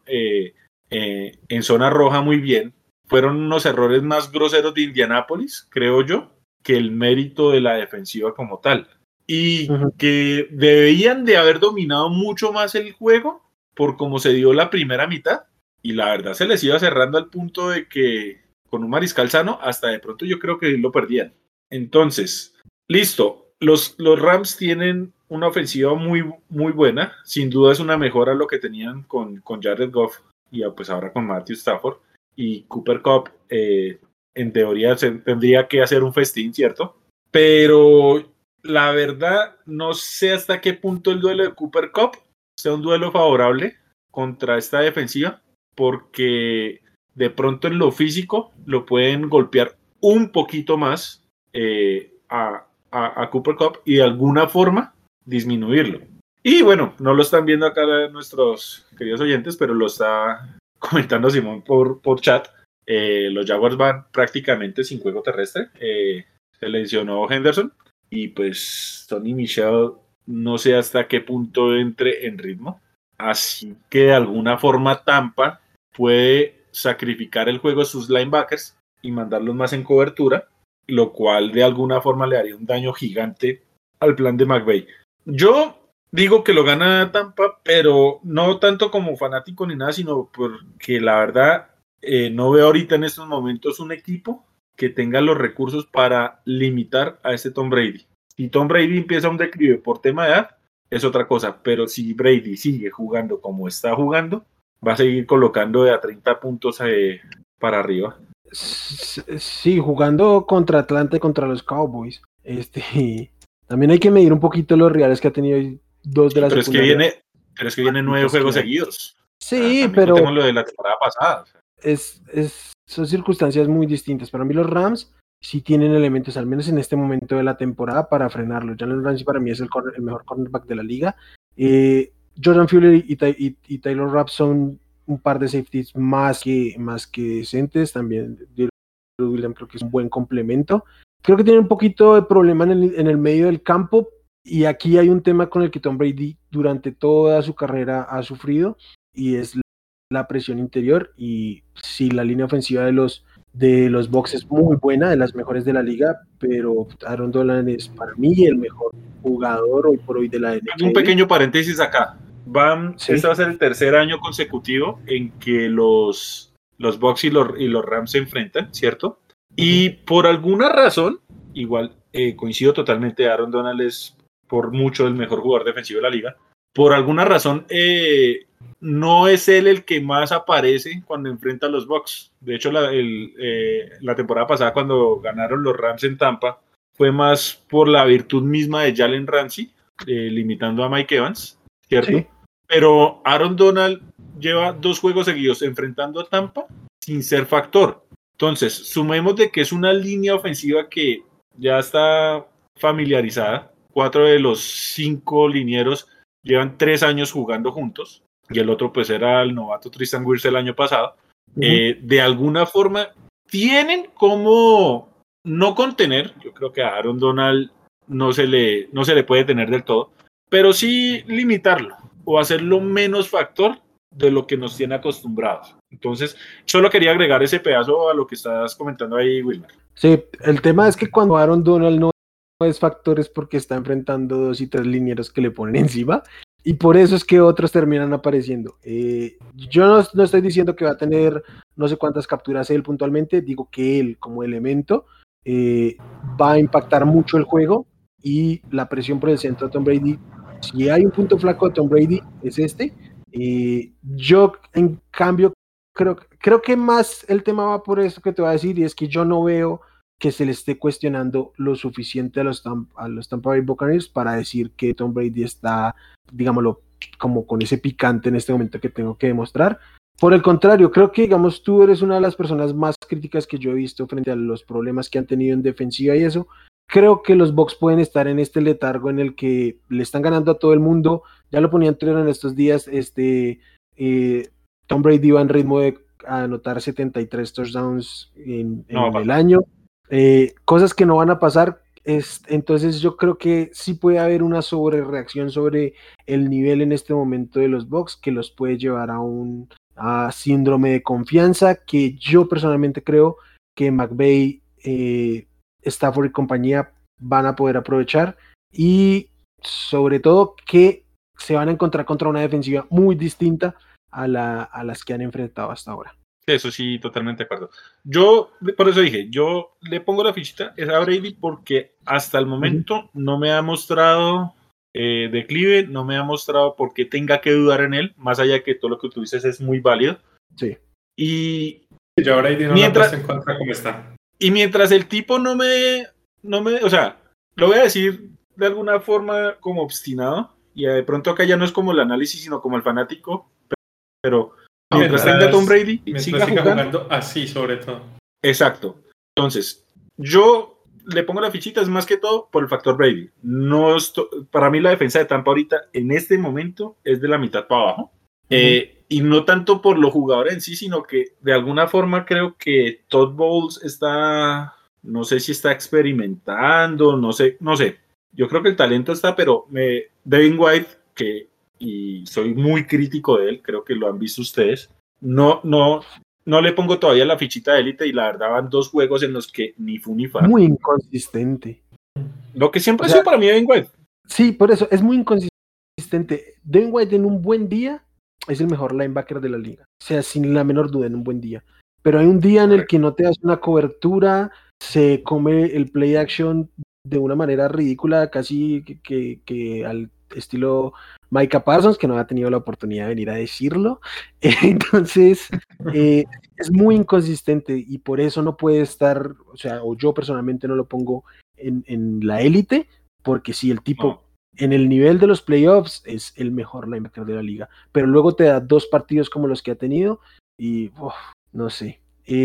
en zona roja muy bien, fueron unos errores más groseros de Indianapolis, creo yo, que el mérito de la defensiva como tal. Y que debían de haber dominado mucho más el juego por cómo se dio la primera mitad. Y la verdad se les iba cerrando al punto de que con un mariscal sano, hasta de pronto yo creo que lo perdían. Entonces, listo. Los Rams tienen una ofensiva muy buena. Sin duda es una mejora a lo que tenían con Jared Goff y pues ahora con Matthew Stafford y Cooper Kupp, en teoría tendría que hacer un festín, ¿cierto? Pero la verdad no sé hasta qué punto el duelo de Cooper Kupp sea un duelo favorable contra esta defensiva, porque de pronto en lo físico lo pueden golpear un poquito más a Cooper Kupp y de alguna forma disminuirlo. Y bueno, no lo están viendo acá nuestros queridos oyentes, pero lo está comentando Simón por chat. Los Jaguars van prácticamente sin juego terrestre. Se lesionó Henderson y pues Sonny Michel no sé hasta qué punto entre en ritmo. Así que de alguna forma Tampa puede sacrificar el juego a sus linebackers y mandarlos más en cobertura, lo cual de alguna forma le haría un daño gigante al plan de McVay. Yo digo que lo gana Tampa, pero no tanto como fanático ni nada, sino porque la verdad no veo ahorita en estos momentos un equipo que tenga los recursos para limitar a este Tom Brady. Si Tom Brady empieza un declive por tema de edad, es otra cosa, pero si Brady sigue jugando como está jugando, va a seguir colocando de a 30 puntos para arriba. Sí, jugando contra Atlanta y contra los Cowboys. También hay que medir un poquito los rivales que ha tenido dos de la secundaria. Pero es que vienen 9 juegos seguidos. Sí, pero tenemos lo de la temporada pasada. Son circunstancias muy distintas. Para mí los Rams sí tienen elementos, al menos en este momento de la temporada, para frenarlo. Jalen Ramsey para mí es el mejor cornerback de la liga. Jordan Fuller y Taylor Rapp son un par de safeties más que decentes. También Williams creo que es un buen complemento. Creo que tiene un poquito de problema en el medio del campo, y aquí hay un tema con el que Tom Brady durante toda su carrera ha sufrido, y es la presión interior. Y sí, la línea ofensiva de los Bucs es muy buena, de las mejores de la liga, pero Aaron Donald es para mí el mejor jugador hoy por hoy de la NFL. Un pequeño paréntesis acá. Este va a ser el tercer año consecutivo en que los Bucs y los Rams se enfrentan, ¿cierto? Y por alguna razón, igual coincido totalmente, Aaron Donald es por mucho el mejor jugador defensivo de la liga. Por alguna razón, no es él el que más aparece cuando enfrenta a los Bucs. De hecho, la temporada pasada, cuando ganaron los Rams en Tampa, fue más por la virtud misma de Jalen Ramsey, limitando a Mike Evans, ¿cierto? Sí. Pero Aaron Donald lleva 2 juegos seguidos enfrentando a Tampa sin ser factor. Entonces, sumemos de que es una línea ofensiva que ya está familiarizada. 4 de los 5 linieros llevan 3 años jugando juntos, y el otro pues era el novato Tristan Wirfs el año pasado. De alguna forma tienen como no contener, yo creo que a Aaron Donald no se le puede tener del todo, pero sí limitarlo o hacerlo menos factor de lo que nos tiene acostumbrados. Entonces, solo quería agregar ese pedazo a lo que estás comentando ahí, Wilmer. Sí, el tema es que cuando Aaron Donald no es factor es porque está enfrentando 2 y 3 linieros que le ponen encima, y por eso es que otros terminan apareciendo. Yo no estoy diciendo que va a tener no sé cuántas capturas él puntualmente, digo que él como elemento va a impactar mucho el juego y la presión por el centro de Tom Brady. Si hay un punto flaco de Tom Brady es este. Yo en cambio creo que más el tema va por esto que te voy a decir, y es que yo no veo que se le esté cuestionando lo suficiente a los Tampa Bay Buccaneers para decir que Tom Brady está, digámoslo, como con ese picante en este momento que tengo que demostrar. Por el contrario, creo que, digamos, tú eres una de las personas más críticas que yo he visto frente a los problemas que han tenido en defensiva y eso. Creo que los Bucs pueden estar en este letargo en el que le están ganando a todo el mundo. Ya lo ponía en Twitter en estos días. Tom Brady va en ritmo de anotar 73 touchdowns en el año. Cosas que no van a pasar. Entonces yo creo que sí puede haber una sobrereacción sobre el nivel en este momento de los Bucs que los puede llevar a síndrome de confianza, que yo personalmente creo que McVay, Stafford y compañía van a poder aprovechar, y sobre todo que se van a encontrar contra una defensiva muy distinta a las que han enfrentado hasta ahora. Eso sí, totalmente de acuerdo. Yo, por eso dije, yo le pongo la fichita a Brady porque hasta el momento no me ha mostrado declive, no me ha mostrado por qué tenga que dudar en él, más allá de que todo lo que tú dices es muy válido, Sí. Y Yo Brady no mientras, la paso en contra como está. y mientras el tipo no me, o sea, lo voy a decir de alguna forma como obstinado, y de pronto acá ya no es como el análisis, sino como el fanático, pero mientras tenga Tom Brady, mientras siga jugando así, sobre todo. Exacto. Entonces, yo le pongo la fichita, es más que todo por el factor Brady. No para mí la defensa de Tampa ahorita, en este momento, es de la mitad para abajo. Y no tanto por los jugadores en sí, sino que de alguna forma creo que Todd Bowles está, no sé si está experimentando, no sé. Yo creo que el talento está, pero Devin White, y soy muy crítico de él, creo que lo han visto ustedes, no le pongo todavía la fichita de élite, y la verdad van 2 juegos en los que ni fu ni fa. Muy inconsistente. Lo que siempre ha sido para mí Devin White. Sí, por eso, es muy inconsistente. Devin White en un buen día es el mejor linebacker de la liga. O sea, sin la menor duda, en un buen día. Pero hay un día en el que no te das una cobertura, se come el play action de una manera ridícula, casi que al estilo Micah Parsons, que no ha tenido la oportunidad de venir a decirlo. Entonces, es muy inconsistente y por eso no puede estar, o sea, o yo personalmente no lo pongo en la élite, porque si el tipo en el nivel de los playoffs es el mejor linebacker de la liga, pero luego te da 2 partidos como los que ha tenido y no sé.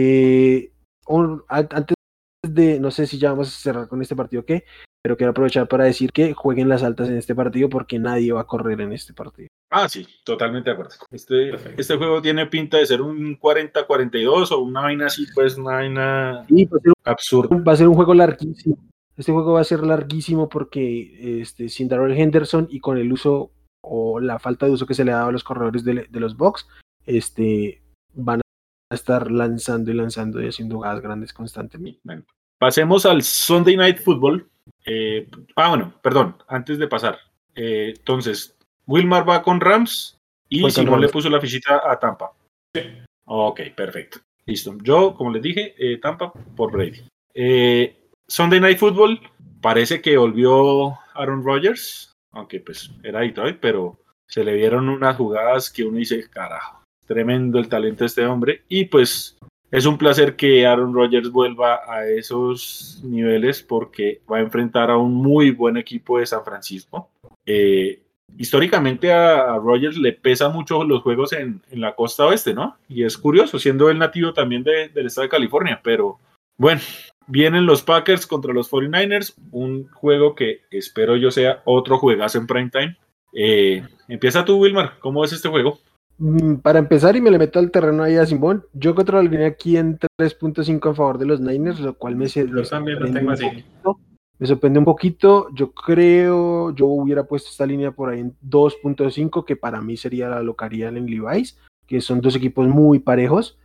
Antes de, no sé si ya vamos a cerrar con este partido o qué, pero quiero aprovechar para decir que jueguen las altas en este partido porque nadie va a correr en este partido. Sí, totalmente de acuerdo. Este juego tiene pinta de ser un 40-42 o una vaina así, pues una vaina absurda. Va a ser un juego larguísimo. Este juego va a ser larguísimo porque sin Darrell Henderson y con el uso o la falta de uso que se le ha dado a los corredores de los Bucs, van a estar lanzando y haciendo jugadas grandes constantemente. Bueno, pasemos al Sunday Night Football. Perdón, antes de pasar. Entonces, Wilmar va con Rams y Simón le puso la fichita a Tampa. Sí. Ok, perfecto. Listo. Yo, como les dije, Tampa por Brady. Sunday Night Football, parece que volvió Aaron Rodgers, aunque pues era Detroit, pero se le vieron unas jugadas que uno dice, carajo, tremendo el talento de este hombre, y pues es un placer que Aaron Rodgers vuelva a esos niveles porque va a enfrentar a un muy buen equipo de San Francisco. Históricamente a Rodgers le pesa mucho los juegos en la costa oeste, ¿no? Y es curioso, siendo él nativo también del estado de California, pero bueno, vienen los Packers contra los 49ers, un juego que espero yo sea otro juegazo en primetime. Empieza tú, Wilmar, ¿cómo ves este juego? Para empezar, y me le meto al terreno ahí a Simón, yo contra la línea aquí en 3.5 a favor de los Niners, lo cual me sorprende un poquito. Yo hubiera puesto esta línea por ahí en 2.5, que para mí sería la locaría en Levi's, que son 2 equipos muy parejos.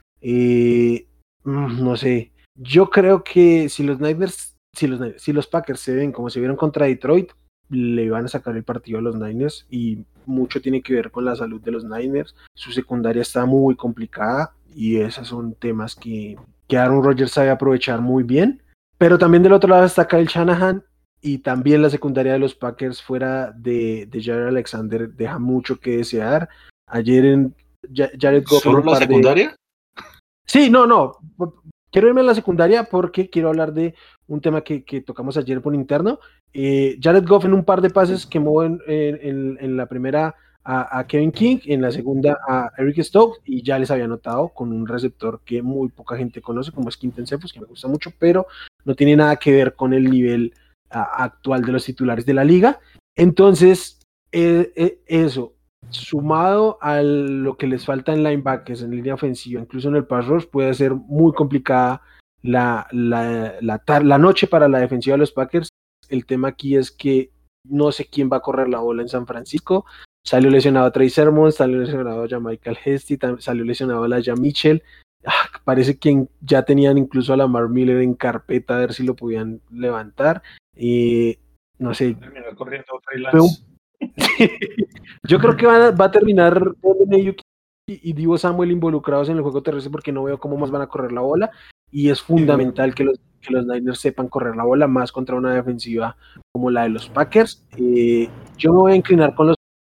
No sé, yo creo que si los Packers se ven como se vieron contra Detroit, le van a sacar el partido a los Niners, y mucho tiene que ver con la salud de los Niners. Su secundaria está muy complicada y esos son temas que Aaron Rodgers sabe aprovechar muy bien. Pero también del otro lado está Kyle Shanahan, y también la secundaria de los Packers fuera de Jaire Alexander deja mucho que desear. Ayer en Jared Goff. ¿Solo la secundaria? Sí, no. Quiero irme a la secundaria porque quiero hablar de un tema que tocamos ayer por interno. Jared Goff en un par de pases quemó en la primera a Kevin King, en la segunda a Eric Stokes, y ya les había notado con un receptor que muy poca gente conoce, como es Quinton Cephus, que me gusta mucho, pero no tiene nada que ver con el nivel actual de los titulares de la liga. Entonces, eso, sumado a lo que les falta en linebackers, en línea ofensiva, incluso en el pass rush, puede ser muy complicada la noche para la defensiva de los Packers. El tema aquí es que no sé quién va a correr la bola en San Francisco. Salió lesionado a Trey Sermon, salió lesionado a Michael Hesty, salió lesionado a Elijah Mitchell. Parece que ya tenían incluso a Lamar Miller en carpeta a ver si lo podían levantar. No sé. Yo creo que va a terminar y Divo Samuel involucrados en el juego terrestre, porque no veo cómo más van a correr la bola, y es fundamental que los Niners sepan correr la bola, más contra una defensiva como la de los Packers. Yo me voy a inclinar con los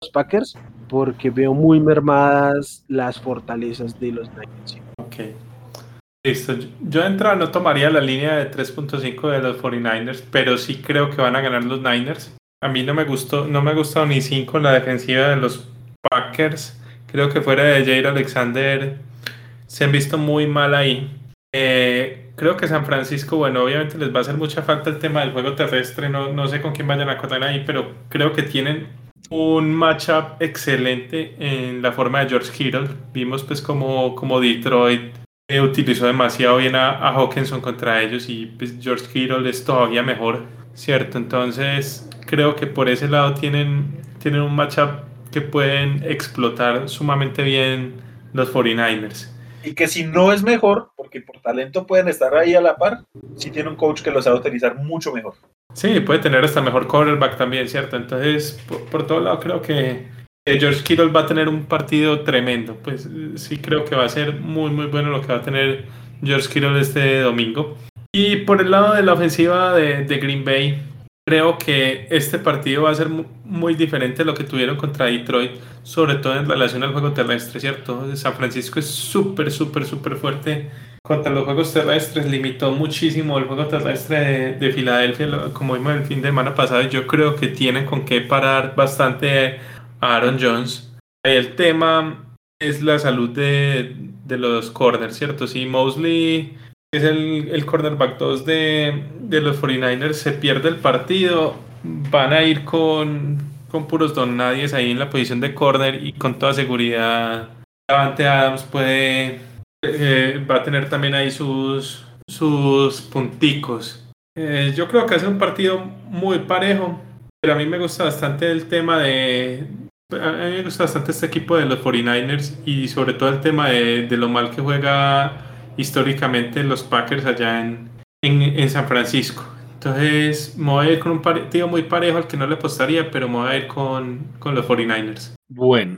Packers porque veo muy mermadas las fortalezas de los Niners. Ok. Listo. Yo de entrada no tomaría la línea de 3.5 de los 49ers, pero sí creo que van a ganar los Niners. A mí no me ha gustado ni 5 en la defensiva de los Packers. Creo que fuera de Jair Alexander se han visto muy mal ahí. Creo que San Francisco, bueno, obviamente les va a hacer mucha falta el tema del juego terrestre. No sé con quién vayan a correr ahí, pero creo que tienen un matchup excelente en la forma de George Kittle. Vimos pues como Detroit utilizó demasiado bien a Hawkinson contra ellos y pues George Kittle es todavía mejor, ¿cierto? Entonces creo que por ese lado tienen un matchup que pueden explotar sumamente bien los 49ers. Y que si no es mejor, porque por talento pueden estar ahí a la par, sí tiene un coach que lo sabe utilizar mucho mejor. Sí, puede tener hasta mejor quarterback también, ¿cierto? Entonces, por todo lado creo que George Kittle va a tener un partido tremendo. Pues sí creo que va a ser muy, muy bueno lo que va a tener George Kittle este domingo. Y por el lado de la ofensiva de Green Bay, creo que este partido va a ser muy diferente a lo que tuvieron contra Detroit, sobre todo en relación al juego terrestre, ¿cierto? San Francisco es súper, súper, súper fuerte contra los juegos terrestres, limitó muchísimo el juego terrestre de Filadelfia, como vimos el fin de semana pasado, y yo creo que tienen con qué parar bastante a Aaron Jones. El tema es la salud de los corners, ¿cierto? Si Mosley es el cornerback 2 de los 49ers, se pierde el partido, van a ir con puros don nadies ahí en la posición de corner y con toda seguridad Davante Adams va a tener también ahí sus punticos. Yo creo que va a ser un partido muy parejo, pero a mí me gusta bastante el tema a mí me gusta bastante este equipo de los 49ers y sobre todo el tema de lo mal que juega históricamente los Packers allá en San Francisco. Entonces me voy a ir con un partido muy parejo al que no le apostaría, pero me voy a ir con los 49ers. Bueno,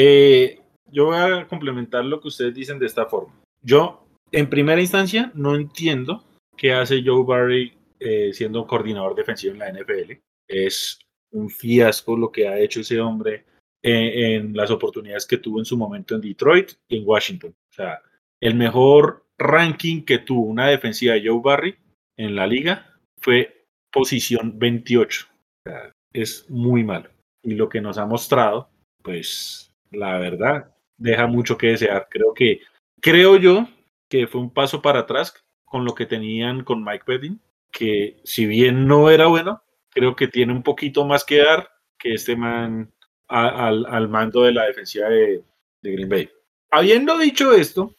yo voy a complementar lo que ustedes dicen de esta forma. Yo, en primera instancia, no entiendo qué hace Joe Barry siendo coordinador defensivo en la NFL. Es un fiasco lo que ha hecho ese hombre en las oportunidades que tuvo en su momento en Detroit y en Washington. O sea, el mejor ranking que tuvo una defensiva de Joe Barry en la liga fue posición 28. O sea, es muy malo. Y lo que nos ha mostrado, pues, la verdad, deja mucho que desear. Creo yo que fue un paso para atrás con lo que tenían con Mike Pettin, que si bien no era bueno, creo que tiene un poquito más que dar que este man al mando de la defensiva de Green Bay. Habiendo dicho esto,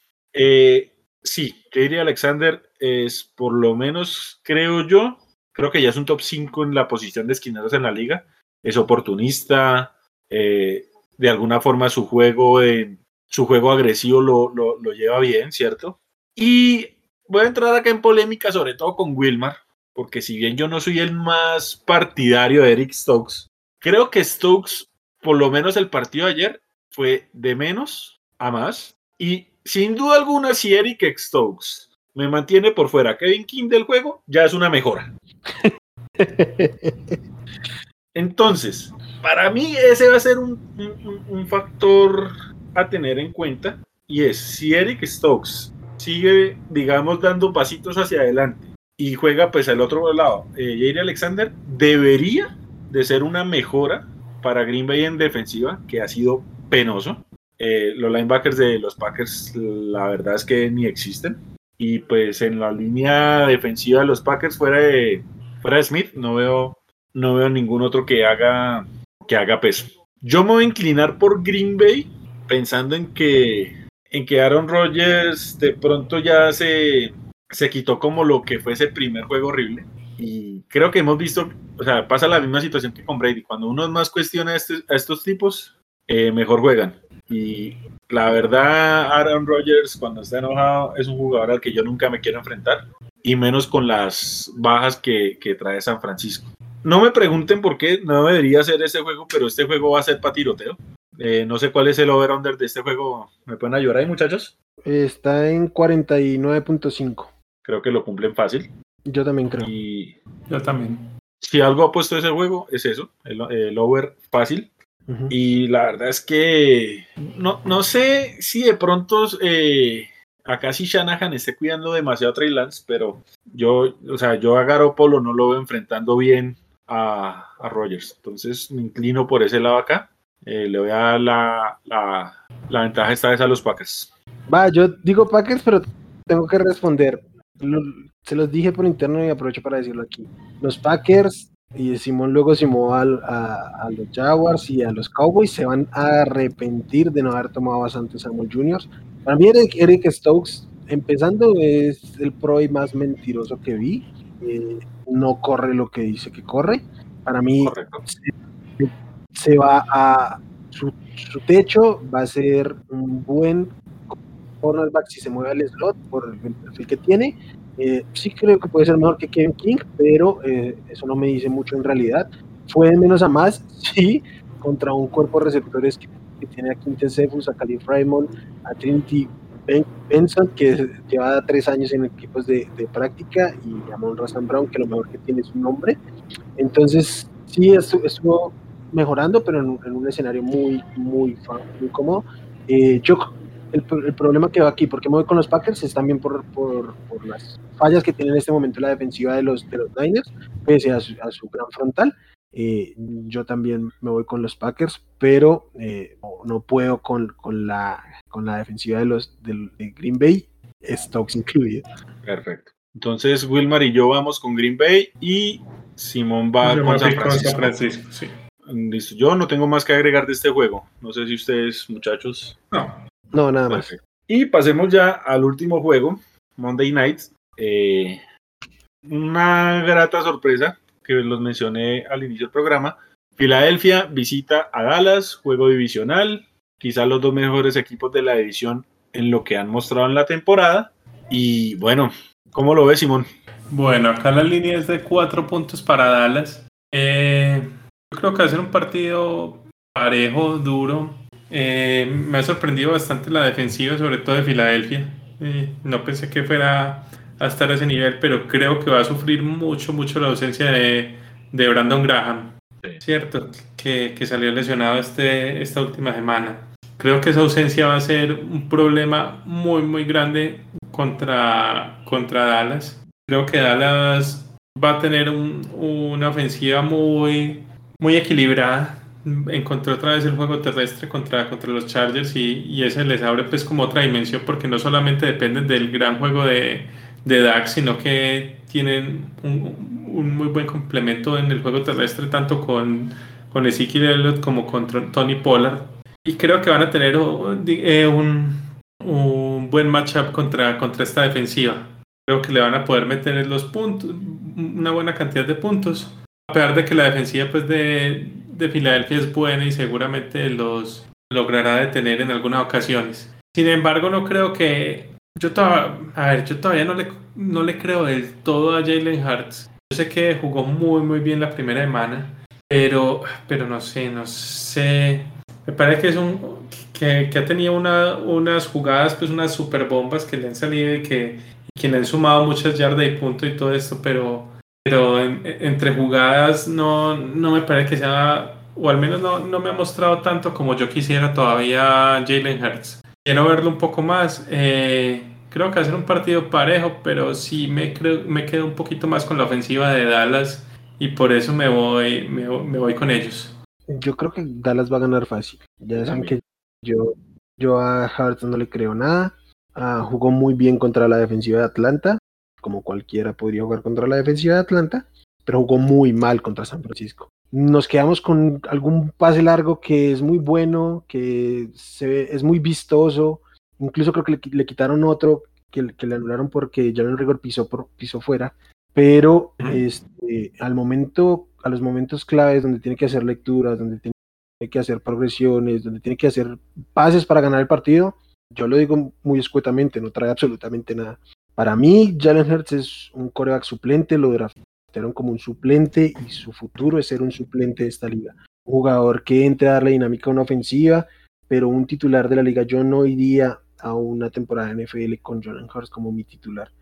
sí, Jair Alexander es por lo menos, creo que ya es un top 5 en la posición de esquineros en la liga. Es oportunista, de alguna forma su juego agresivo lo lleva bien, ¿cierto? Y voy a entrar acá en polémica, sobre todo con Wilmar, porque si bien yo no soy el más partidario de Eric Stokes, creo que Stokes, por lo menos el partido de ayer, fue de menos a más. Y sin duda alguna, si Eric Stokes me mantiene por fuera Kevin King del juego, ya es una mejora. Entonces, para mí ese va a ser un factor a tener en cuenta, y es si Eric Stokes sigue, digamos, dando pasitos hacia adelante y juega pues al otro lado, Jair Alexander debería de ser una mejora para Green Bay en defensiva, que ha sido penoso. Los linebackers de los Packers, la verdad es que ni existen, y pues en la línea defensiva de los Packers fuera de Smith no veo ningún otro que haga peso. Yo me voy a inclinar por Green Bay, pensando en que Aaron Rodgers de pronto ya se quitó como lo que fue ese primer juego horrible. Y creo que hemos visto, o sea, pasa la misma situación que con Brady. Cuando uno más cuestiona a estos tipos, mejor juegan. Y la verdad, Aaron Rodgers, cuando está enojado, es un jugador al que yo nunca me quiero enfrentar. Y menos con las bajas que trae San Francisco. No me pregunten por qué, no debería ser ese juego, pero este juego va a ser para tiroteo. No sé cuál es el over-under de este juego. ¿Me pueden ayudar ahí, muchachos? Está en 49.5. Creo que lo cumplen fácil. Yo también creo. Yo también. Si algo ha puesto ese juego, es eso, el over fácil. Y la verdad es que no sé si de pronto acá sí Shanahan esté cuidando demasiado a Trey Lance, pero yo a Garoppolo no lo veo enfrentando bien a Rodgers. Entonces me inclino por ese lado acá. Le voy a dar la ventaja esta vez a los Packers. Yo digo Packers, pero tengo que responder. Se los dije por interno y aprovecho para decirlo aquí. Los Packers y Simón luego se movió a los Jaguars y a los Cowboys, se van a arrepentir de no haber tomado a Santos Samuel Jr. Para mí Eric Stokes, empezando, es el pro más mentiroso que vi. No corre lo que dice que corre. Para mí se va a su techo, va a ser un buen cornerback si se mueve al slot por el perfil que tiene. Sí creo que puede ser mejor que Kevin King, pero eso no me dice mucho en realidad. Fue de menos a más, sí, contra un cuerpo de receptores que tiene a Quinten Cephus, a Khalil Raymond, a Trinity Benson, que lleva 3 años en equipos de práctica, y a Monroe St. Brown, que lo mejor que tiene es un nombre. Entonces, sí, estuvo mejorando, pero en un escenario muy cómodo. El problema que va aquí, porque me voy con los Packers, es también por las fallas que tiene en este momento la defensiva de los Niners, pese a su gran frontal. Yo también me voy con los Packers, pero no puedo con la defensiva de Green Bay, Stokes incluido. Perfecto. Entonces Wilmar y yo vamos con Green Bay y Simón va con San Francisco. Sí. Listo. Yo no tengo más que agregar de este juego. No sé si ustedes, muchachos. No, nada más. Y pasemos ya al último juego, Monday Night. Una grata sorpresa que los mencioné al inicio del programa. Filadelfia visita a Dallas, juego divisional. Quizá los 2 mejores equipos de la división en lo que han mostrado en la temporada. Y bueno, ¿cómo lo ves, Simón? Bueno, acá la línea es de 4 puntos para Dallas. Yo creo que va a ser un partido parejo, duro. Me ha sorprendido bastante la defensiva, sobre todo de Filadelfia. No pensé que fuera a estar a ese nivel, pero creo que va a sufrir mucho la ausencia de Brandon Graham. Cierto, que salió lesionado esta última semana. Creo que esa ausencia va a ser un problema muy grande contra Dallas. Creo que Dallas va a tener una ofensiva muy equilibrada. Encontró otra vez el juego terrestre contra los Chargers y ese les abre pues como otra dimensión, porque no solamente dependen del gran juego de Dak, sino que tienen un muy buen complemento en el juego terrestre, tanto con Ezekiel Elliott como con Tony Pollard, y creo que van a tener un buen matchup contra esta defensiva. Creo que le van a poder meter los puntos, una buena cantidad de puntos, a pesar de que la defensiva pues de Filadelfia es buena y seguramente los logrará detener en algunas ocasiones. Sin embargo, no creo que... Yo todavía no le creo del todo a Jalen Hurts. Yo sé que jugó muy bien la primera semana, pero no sé. Me parece que es que ha tenido unas jugadas, pues unas super bombas que le han salido y que le han sumado muchas yardas y puntos y todo esto, pero entre jugadas no me parece que sea, o al menos no me ha mostrado tanto como yo quisiera todavía Jalen Hurts. Quiero verlo un poco más. Creo que va a ser un partido parejo, pero sí me quedo un poquito más con la ofensiva de Dallas y por eso me voy con ellos. Yo creo que Dallas va a ganar fácil. Ya saben que yo a Hurts no le creo nada. Jugó muy bien contra la defensiva de Atlanta, como cualquiera podría jugar contra la defensiva de Atlanta, pero jugó muy mal contra San Francisco. Nos quedamos con algún pase largo que es muy bueno, que es muy vistoso. Incluso creo que le quitaron otro que le anularon porque Jalen Reagor pisó fuera. Pero a los momentos claves donde tiene que hacer lecturas, donde tiene que hacer progresiones, donde tiene que hacer pases para ganar el partido, yo lo digo muy escuetamente, no trae absolutamente nada. Para mí, Jalen Hurts es un quarterback suplente, lo draftaron como un suplente y su futuro es ser un suplente de esta liga. Un jugador que entre a darle dinámica a una ofensiva, pero un titular de la liga. Yo no iría a una temporada de NFL con Jalen Hurts como mi titular.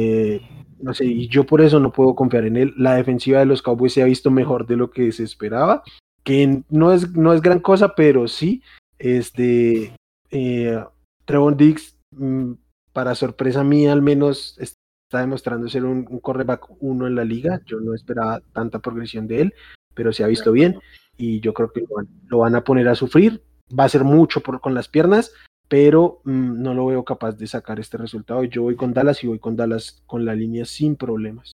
No sé, y yo por eso no puedo confiar en él. La defensiva de los Cowboys se ha visto mejor de lo que se esperaba, que no es gran cosa, pero sí, Trevon Diggs, para sorpresa mía al menos, está demostrando ser un quarterback 1 en la liga. Yo no esperaba tanta progresión de él, pero se ha visto bien y yo creo que lo van a poner a sufrir. Va a ser mucho con las piernas, pero no lo veo capaz de sacar este resultado. Yo voy con Dallas y voy con Dallas con la línea sin problemas.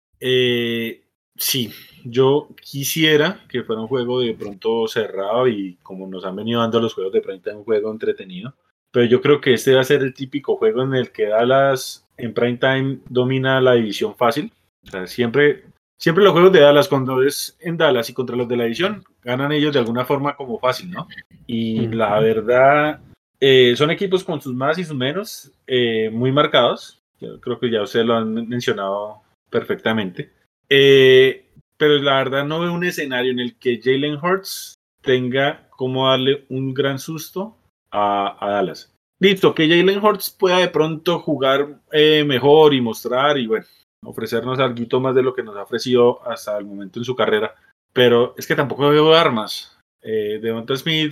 Sí, yo quisiera que fuera un juego de pronto cerrado y como nos han venido dando los juegos de prime time, un juego entretenido. Pero yo creo que este va a ser el típico juego en el que Dallas en prime time domina la división fácil. O sea, siempre los juegos de Dallas, cuando es en Dallas y contra los de la división, ganan ellos de alguna forma como fácil, ¿no? Y la verdad, son equipos con sus más y sus menos muy marcados. Yo creo que ya ustedes lo han mencionado perfectamente. Pero la verdad no veo un escenario en el que Jalen Hurts tenga como darle un gran susto a Dallas. Listo, que Jalen Hurts pueda de pronto jugar mejor y mostrar y bueno, ofrecernos algo más de lo que nos ha ofrecido hasta el momento en su carrera, pero es que tampoco veo armas. Devonta Smith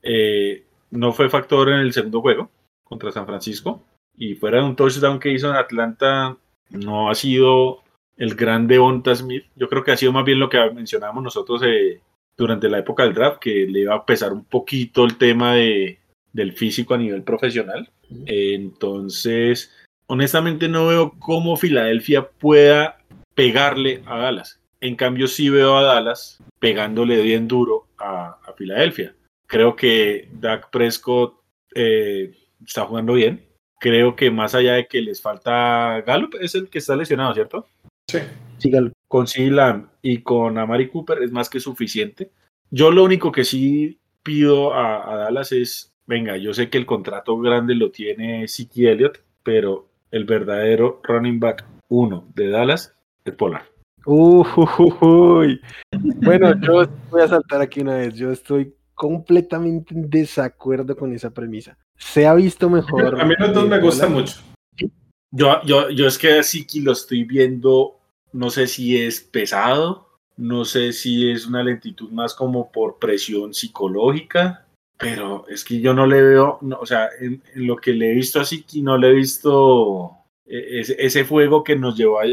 no fue factor en el segundo juego contra San Francisco y fuera de un touchdown que hizo en Atlanta no ha sido el gran Devonta Smith. Yo creo que ha sido más bien lo que mencionábamos nosotros durante la época del draft, que le iba a pesar un poquito el tema del físico a nivel profesional. Entonces, honestamente no veo cómo Filadelfia pueda pegarle a Dallas. En cambio, sí veo a Dallas pegándole bien duro a Filadelfia. Creo que Dak Prescott está jugando bien. Creo que más allá de que les falta Gallup, es el que está lesionado, ¿cierto? Sí, Gallup. Con CeeDee Lamb y con Amari Cooper es más que suficiente. Yo lo único que sí pido a Dallas es, venga, yo sé que el contrato grande lo tiene Zeke Elliott, pero el verdadero running back 1 de Dallas es Pollard. Bueno, yo voy a saltar aquí una vez. Yo estoy completamente en desacuerdo con esa premisa. Se ha visto mejor. A mí los dos me gustan mucho. Yo es que a Zeke lo estoy viendo, no sé si es pesado, no sé si es una lentitud más como por presión psicológica, pero es que yo no le veo, no, o sea, en lo que le he visto a Zeke no le he visto ese fuego que nos llevó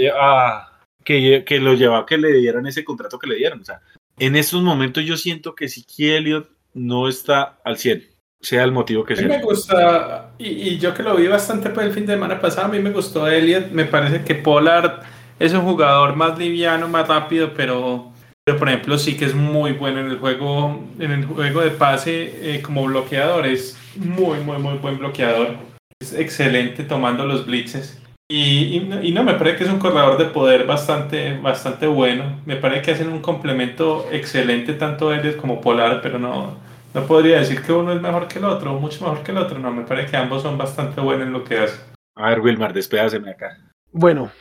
que lo llevó a que le dieran ese contrato que le dieron. O sea, en estos momentos yo siento que Zeke Elliott no está al 100, sea el motivo que A mí sea. me gusta, y yo que lo vi bastante por el fin de semana pasado, a mí me gustó Elliott. Me parece que Pollard es un jugador más liviano, más rápido, pero por ejemplo sí que es muy bueno en el juego de pase como bloqueador. Es muy buen bloqueador. Es excelente tomando los blitzes. Y no, me parece que es un corredor de poder bastante bueno. Me parece que hacen un complemento excelente tanto Elliott como Pollard, pero no podría decir que uno es mejor que el otro, mucho mejor que el otro. No, me parece que ambos son bastante buenos en lo que hacen. A ver, Wilmar, despédaseme acá. Bueno,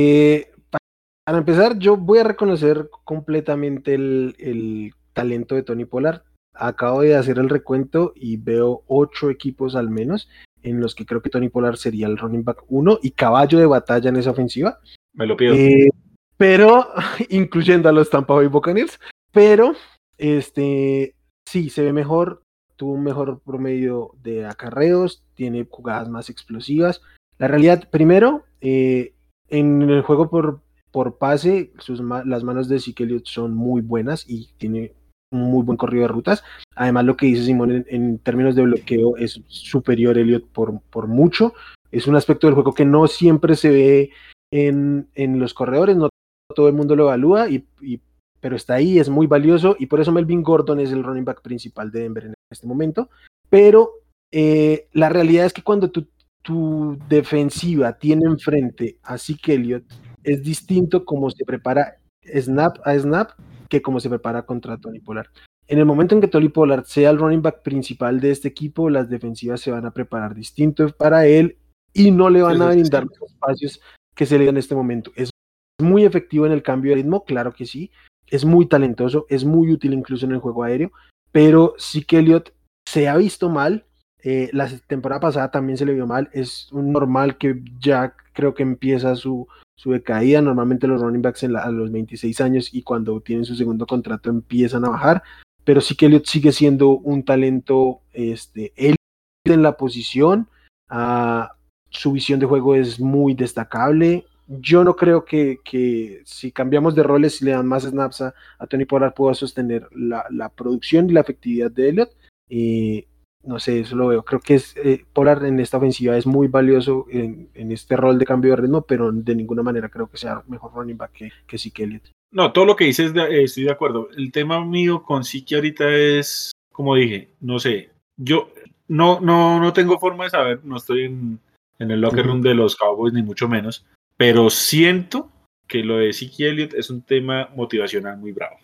para empezar, yo voy a reconocer completamente el talento de Tony Pollard. Acabo de hacer el recuento y veo 8 equipos al menos en los que creo que Tony Pollard sería el running back 1 y caballo de batalla en esa ofensiva. Me lo pido. Pero, incluyendo a los Tampa Bay Buccaneers, pero sí, se ve mejor, tuvo un mejor promedio de acarreos, tiene jugadas más explosivas. La realidad, primero, en el juego por pase, las manos de Zeke Elliott son muy buenas y tiene un muy buen corrido de rutas. Además, lo que dice Simón en términos de bloqueo es superior Elliott por mucho. Es un aspecto del juego que no siempre se ve en los corredores, no todo el mundo lo evalúa, pero está ahí, es muy valioso y por eso Melvin Gordon es el running back principal de Denver en este momento. Pero la realidad es que cuando tu defensiva tiene enfrente a Zeke Elliott, es distinto como se prepara snap a snap que como se prepara contra Tony Pollard. En el momento en que Tony Pollard sea el running back principal de este equipo, las defensivas se van a preparar distinto para él y no le van a brindar los espacios que se le dan en este momento. Es muy efectivo en el cambio de ritmo, claro que sí, es muy talentoso, es muy útil incluso en el juego aéreo, pero sí que Elliott se ha visto mal. La temporada pasada también se le vio mal, es un normal que ya creo que empieza su decaída. Normalmente los running backs a los 26 años y cuando tienen su segundo contrato empiezan a bajar, pero sí que Elliott sigue siendo un talento élite en la posición. Su visión de juego es muy destacable. Yo no creo que si cambiamos de roles y le dan más snaps a Tony Pollard pueda sostener la producción y la efectividad de Elliott. No sé, eso lo veo. Creo que Pollard en esta ofensiva es muy valioso en este rol de cambio de ritmo, pero de ninguna manera creo que sea mejor running back que Zeke Elliott. No, todo lo que dices estoy de acuerdo. El tema mío con Zeke ahorita es, como dije, no sé, yo no tengo forma de saber, no estoy en el locker room de los Cowboys ni mucho menos, pero siento que lo de Zeke Elliott es un tema motivacional muy bravo.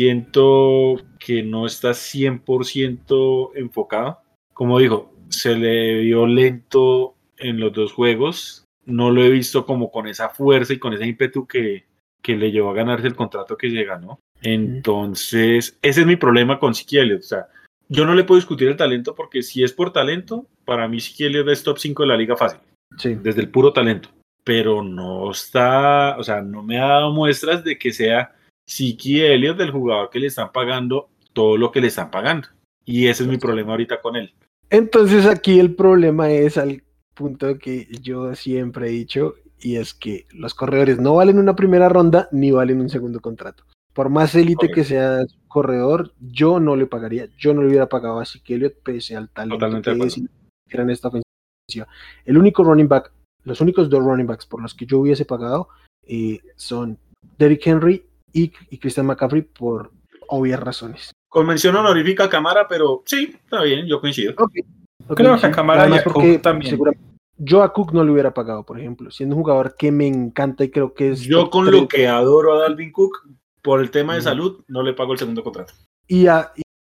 Siento que no está 100% enfocado. Como dijo, se le vio lento en los 2 juegos. No lo he visto como con esa fuerza y con ese ímpetu que le llevó a ganarse el contrato que se ganó. Entonces, ese es mi problema con Zeke Elliott. O sea, yo no le puedo discutir el talento porque si es por talento, para mí Zeke Elliott es top 5 de la liga fácil. Sí. Desde el puro talento. Pero no está, o sea, no me ha dado muestras de que sea Zeke Elliott del jugador que le están pagando todo lo que le están pagando. Y ese es mi problema ahorita con él. Entonces aquí el problema es al punto que yo siempre he dicho, y es que los corredores no valen una primera ronda ni valen un segundo contrato. Por más élite que sea corredor, yo no le pagaría, yo no le hubiera pagado a Zeke Elliott pese al talento Totalmente que es en esta ofensiva. El único running back, los únicos 2 running backs por los que yo hubiese pagado son Derrick Henry y Christian McCaffrey por obvias razones. Con mención honorífica a Camara, pero sí, está bien, yo coincido. Okay, creo que a Camara y a Cook también. Yo a Cook no le hubiera pagado, por ejemplo, siendo un jugador que me encanta y creo que es... Yo con lo que adoro a Dalvin Cook, por el tema de salud, no le pago el segundo contrato. Y a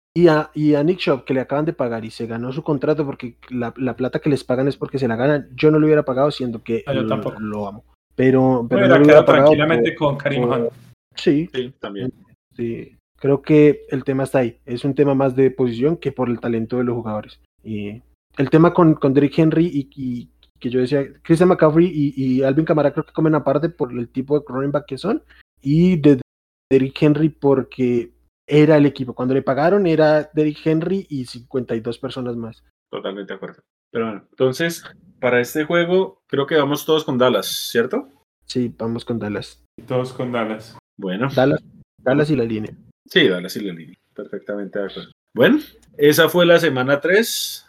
Nick Chubb, que le acaban de pagar y se ganó su contrato porque la plata que les pagan es porque se la ganan, yo no le hubiera pagado siendo que yo tampoco lo amo. Pero no le hubiera pagado tranquilamente con Kareem Hunt. Sí, también. Sí, creo que el tema está ahí. Es un tema más de posición que por el talento de los jugadores. Y el tema con Derrick Henry y que yo decía, Christian McCaffrey y Alvin Kamara creo que comen aparte por el tipo de running back que son. Y de Derrick Henry porque era el equipo. Cuando le pagaron era Derrick Henry y 52 personas más. Totalmente de acuerdo. Pero bueno, entonces, para este juego creo que vamos todos con Dallas, ¿cierto? Sí, vamos con Dallas. Todos con Dallas. Bueno. Dallas y la línea. Sí, Dallas y la línea. Perfectamente de acuerdo. Bueno, esa fue la semana 3.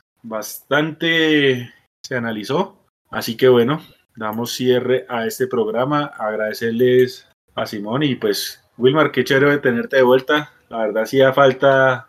Bastante se analizó. Así que bueno, damos cierre a este programa. Agradecerles a Simón y pues, Wilmar, qué chévere tenerte de vuelta. La verdad hacía falta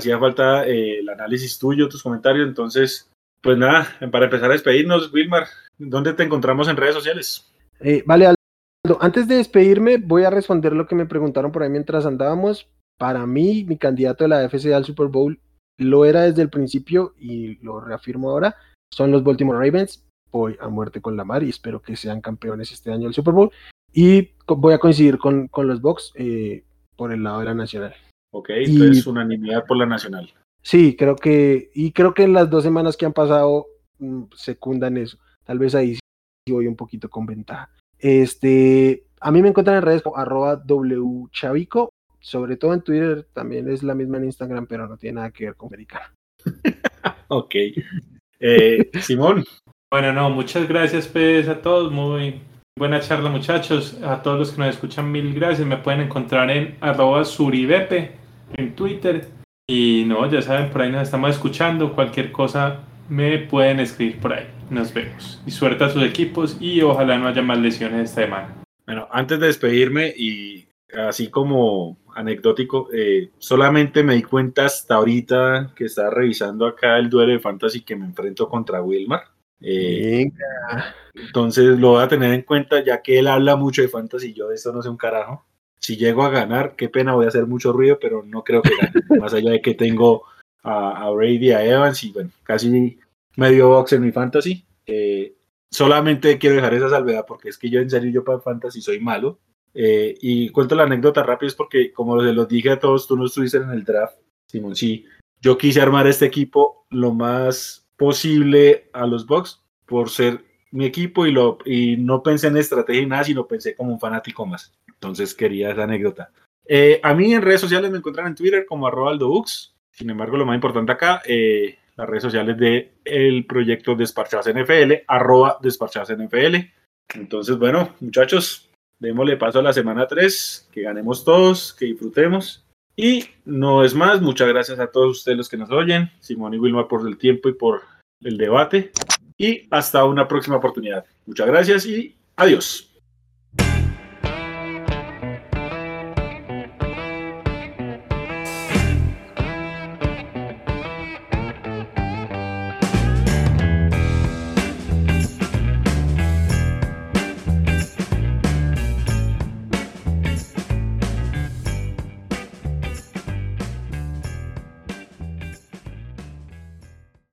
el análisis tuyo, tus comentarios. Entonces, pues nada, para empezar a despedirnos, Wilmar, ¿dónde te encontramos en redes sociales? Vale, Aldo, antes de despedirme, voy a responder lo que me preguntaron por ahí mientras andábamos. Para mí, mi candidato de la AFC al Super Bowl lo era desde el principio y lo reafirmo ahora, son los Baltimore Ravens. Voy a muerte con Lamar y espero que sean campeones este año del Super Bowl. Y voy a coincidir con los Bucs por el lado de la nacional. Ok, entonces unanimidad por la nacional. Sí, creo que en las 2 semanas que han pasado secundan eso. Tal vez ahí sí voy un poquito con ventaja. A mí me encuentran en redes como @wchavico. Sobre todo en Twitter, también es la misma en Instagram, pero no tiene nada que ver con americana. Ok. Simón. Bueno, no, muchas gracias pues a todos, muy buena charla muchachos, a todos los que nos escuchan mil gracias, me pueden encontrar en @suribepe en Twitter y no, ya saben, por ahí nos estamos escuchando, cualquier cosa me pueden escribir por ahí, nos vemos y suerte a sus equipos y ojalá no haya más lesiones esta semana. Bueno, antes de despedirme y así como anecdótico, solamente me di cuenta hasta ahorita que estaba revisando acá el duelo de fantasy que me enfrento contra Wilmar. Entonces lo voy a tener en cuenta ya que él habla mucho de fantasy y yo de esto no sé un carajo. Si llego a ganar, qué pena, voy a hacer mucho ruido, pero no creo que gane. Más allá de que tengo a Brady, a Evans y bueno, casi medio box en mi fantasy. Solamente quiero dejar esa salvedad porque es que yo en serio, yo para fantasy soy malo. Y cuento la anécdota rápido, es porque como se los dije a todos, tú no estuviste en el draft, Simón, sí, yo quise armar este equipo lo más posible a los Bucs por ser mi equipo y no pensé en estrategia y nada, sino pensé como un fanático más. Entonces quería esa anécdota. A mí en redes sociales me encuentran en Twitter como @aldobux. Sin embargo, lo más importante acá, las redes sociales del proyecto Desparchados NFL, @Desparchados NFL. Entonces, bueno, muchachos, démosle paso a la semana 3, que ganemos todos, que disfrutemos. Y no es más, muchas gracias a todos ustedes los que nos oyen, Simón y Wilmar por el tiempo y por el debate. Y hasta una próxima oportunidad. Muchas gracias y adiós.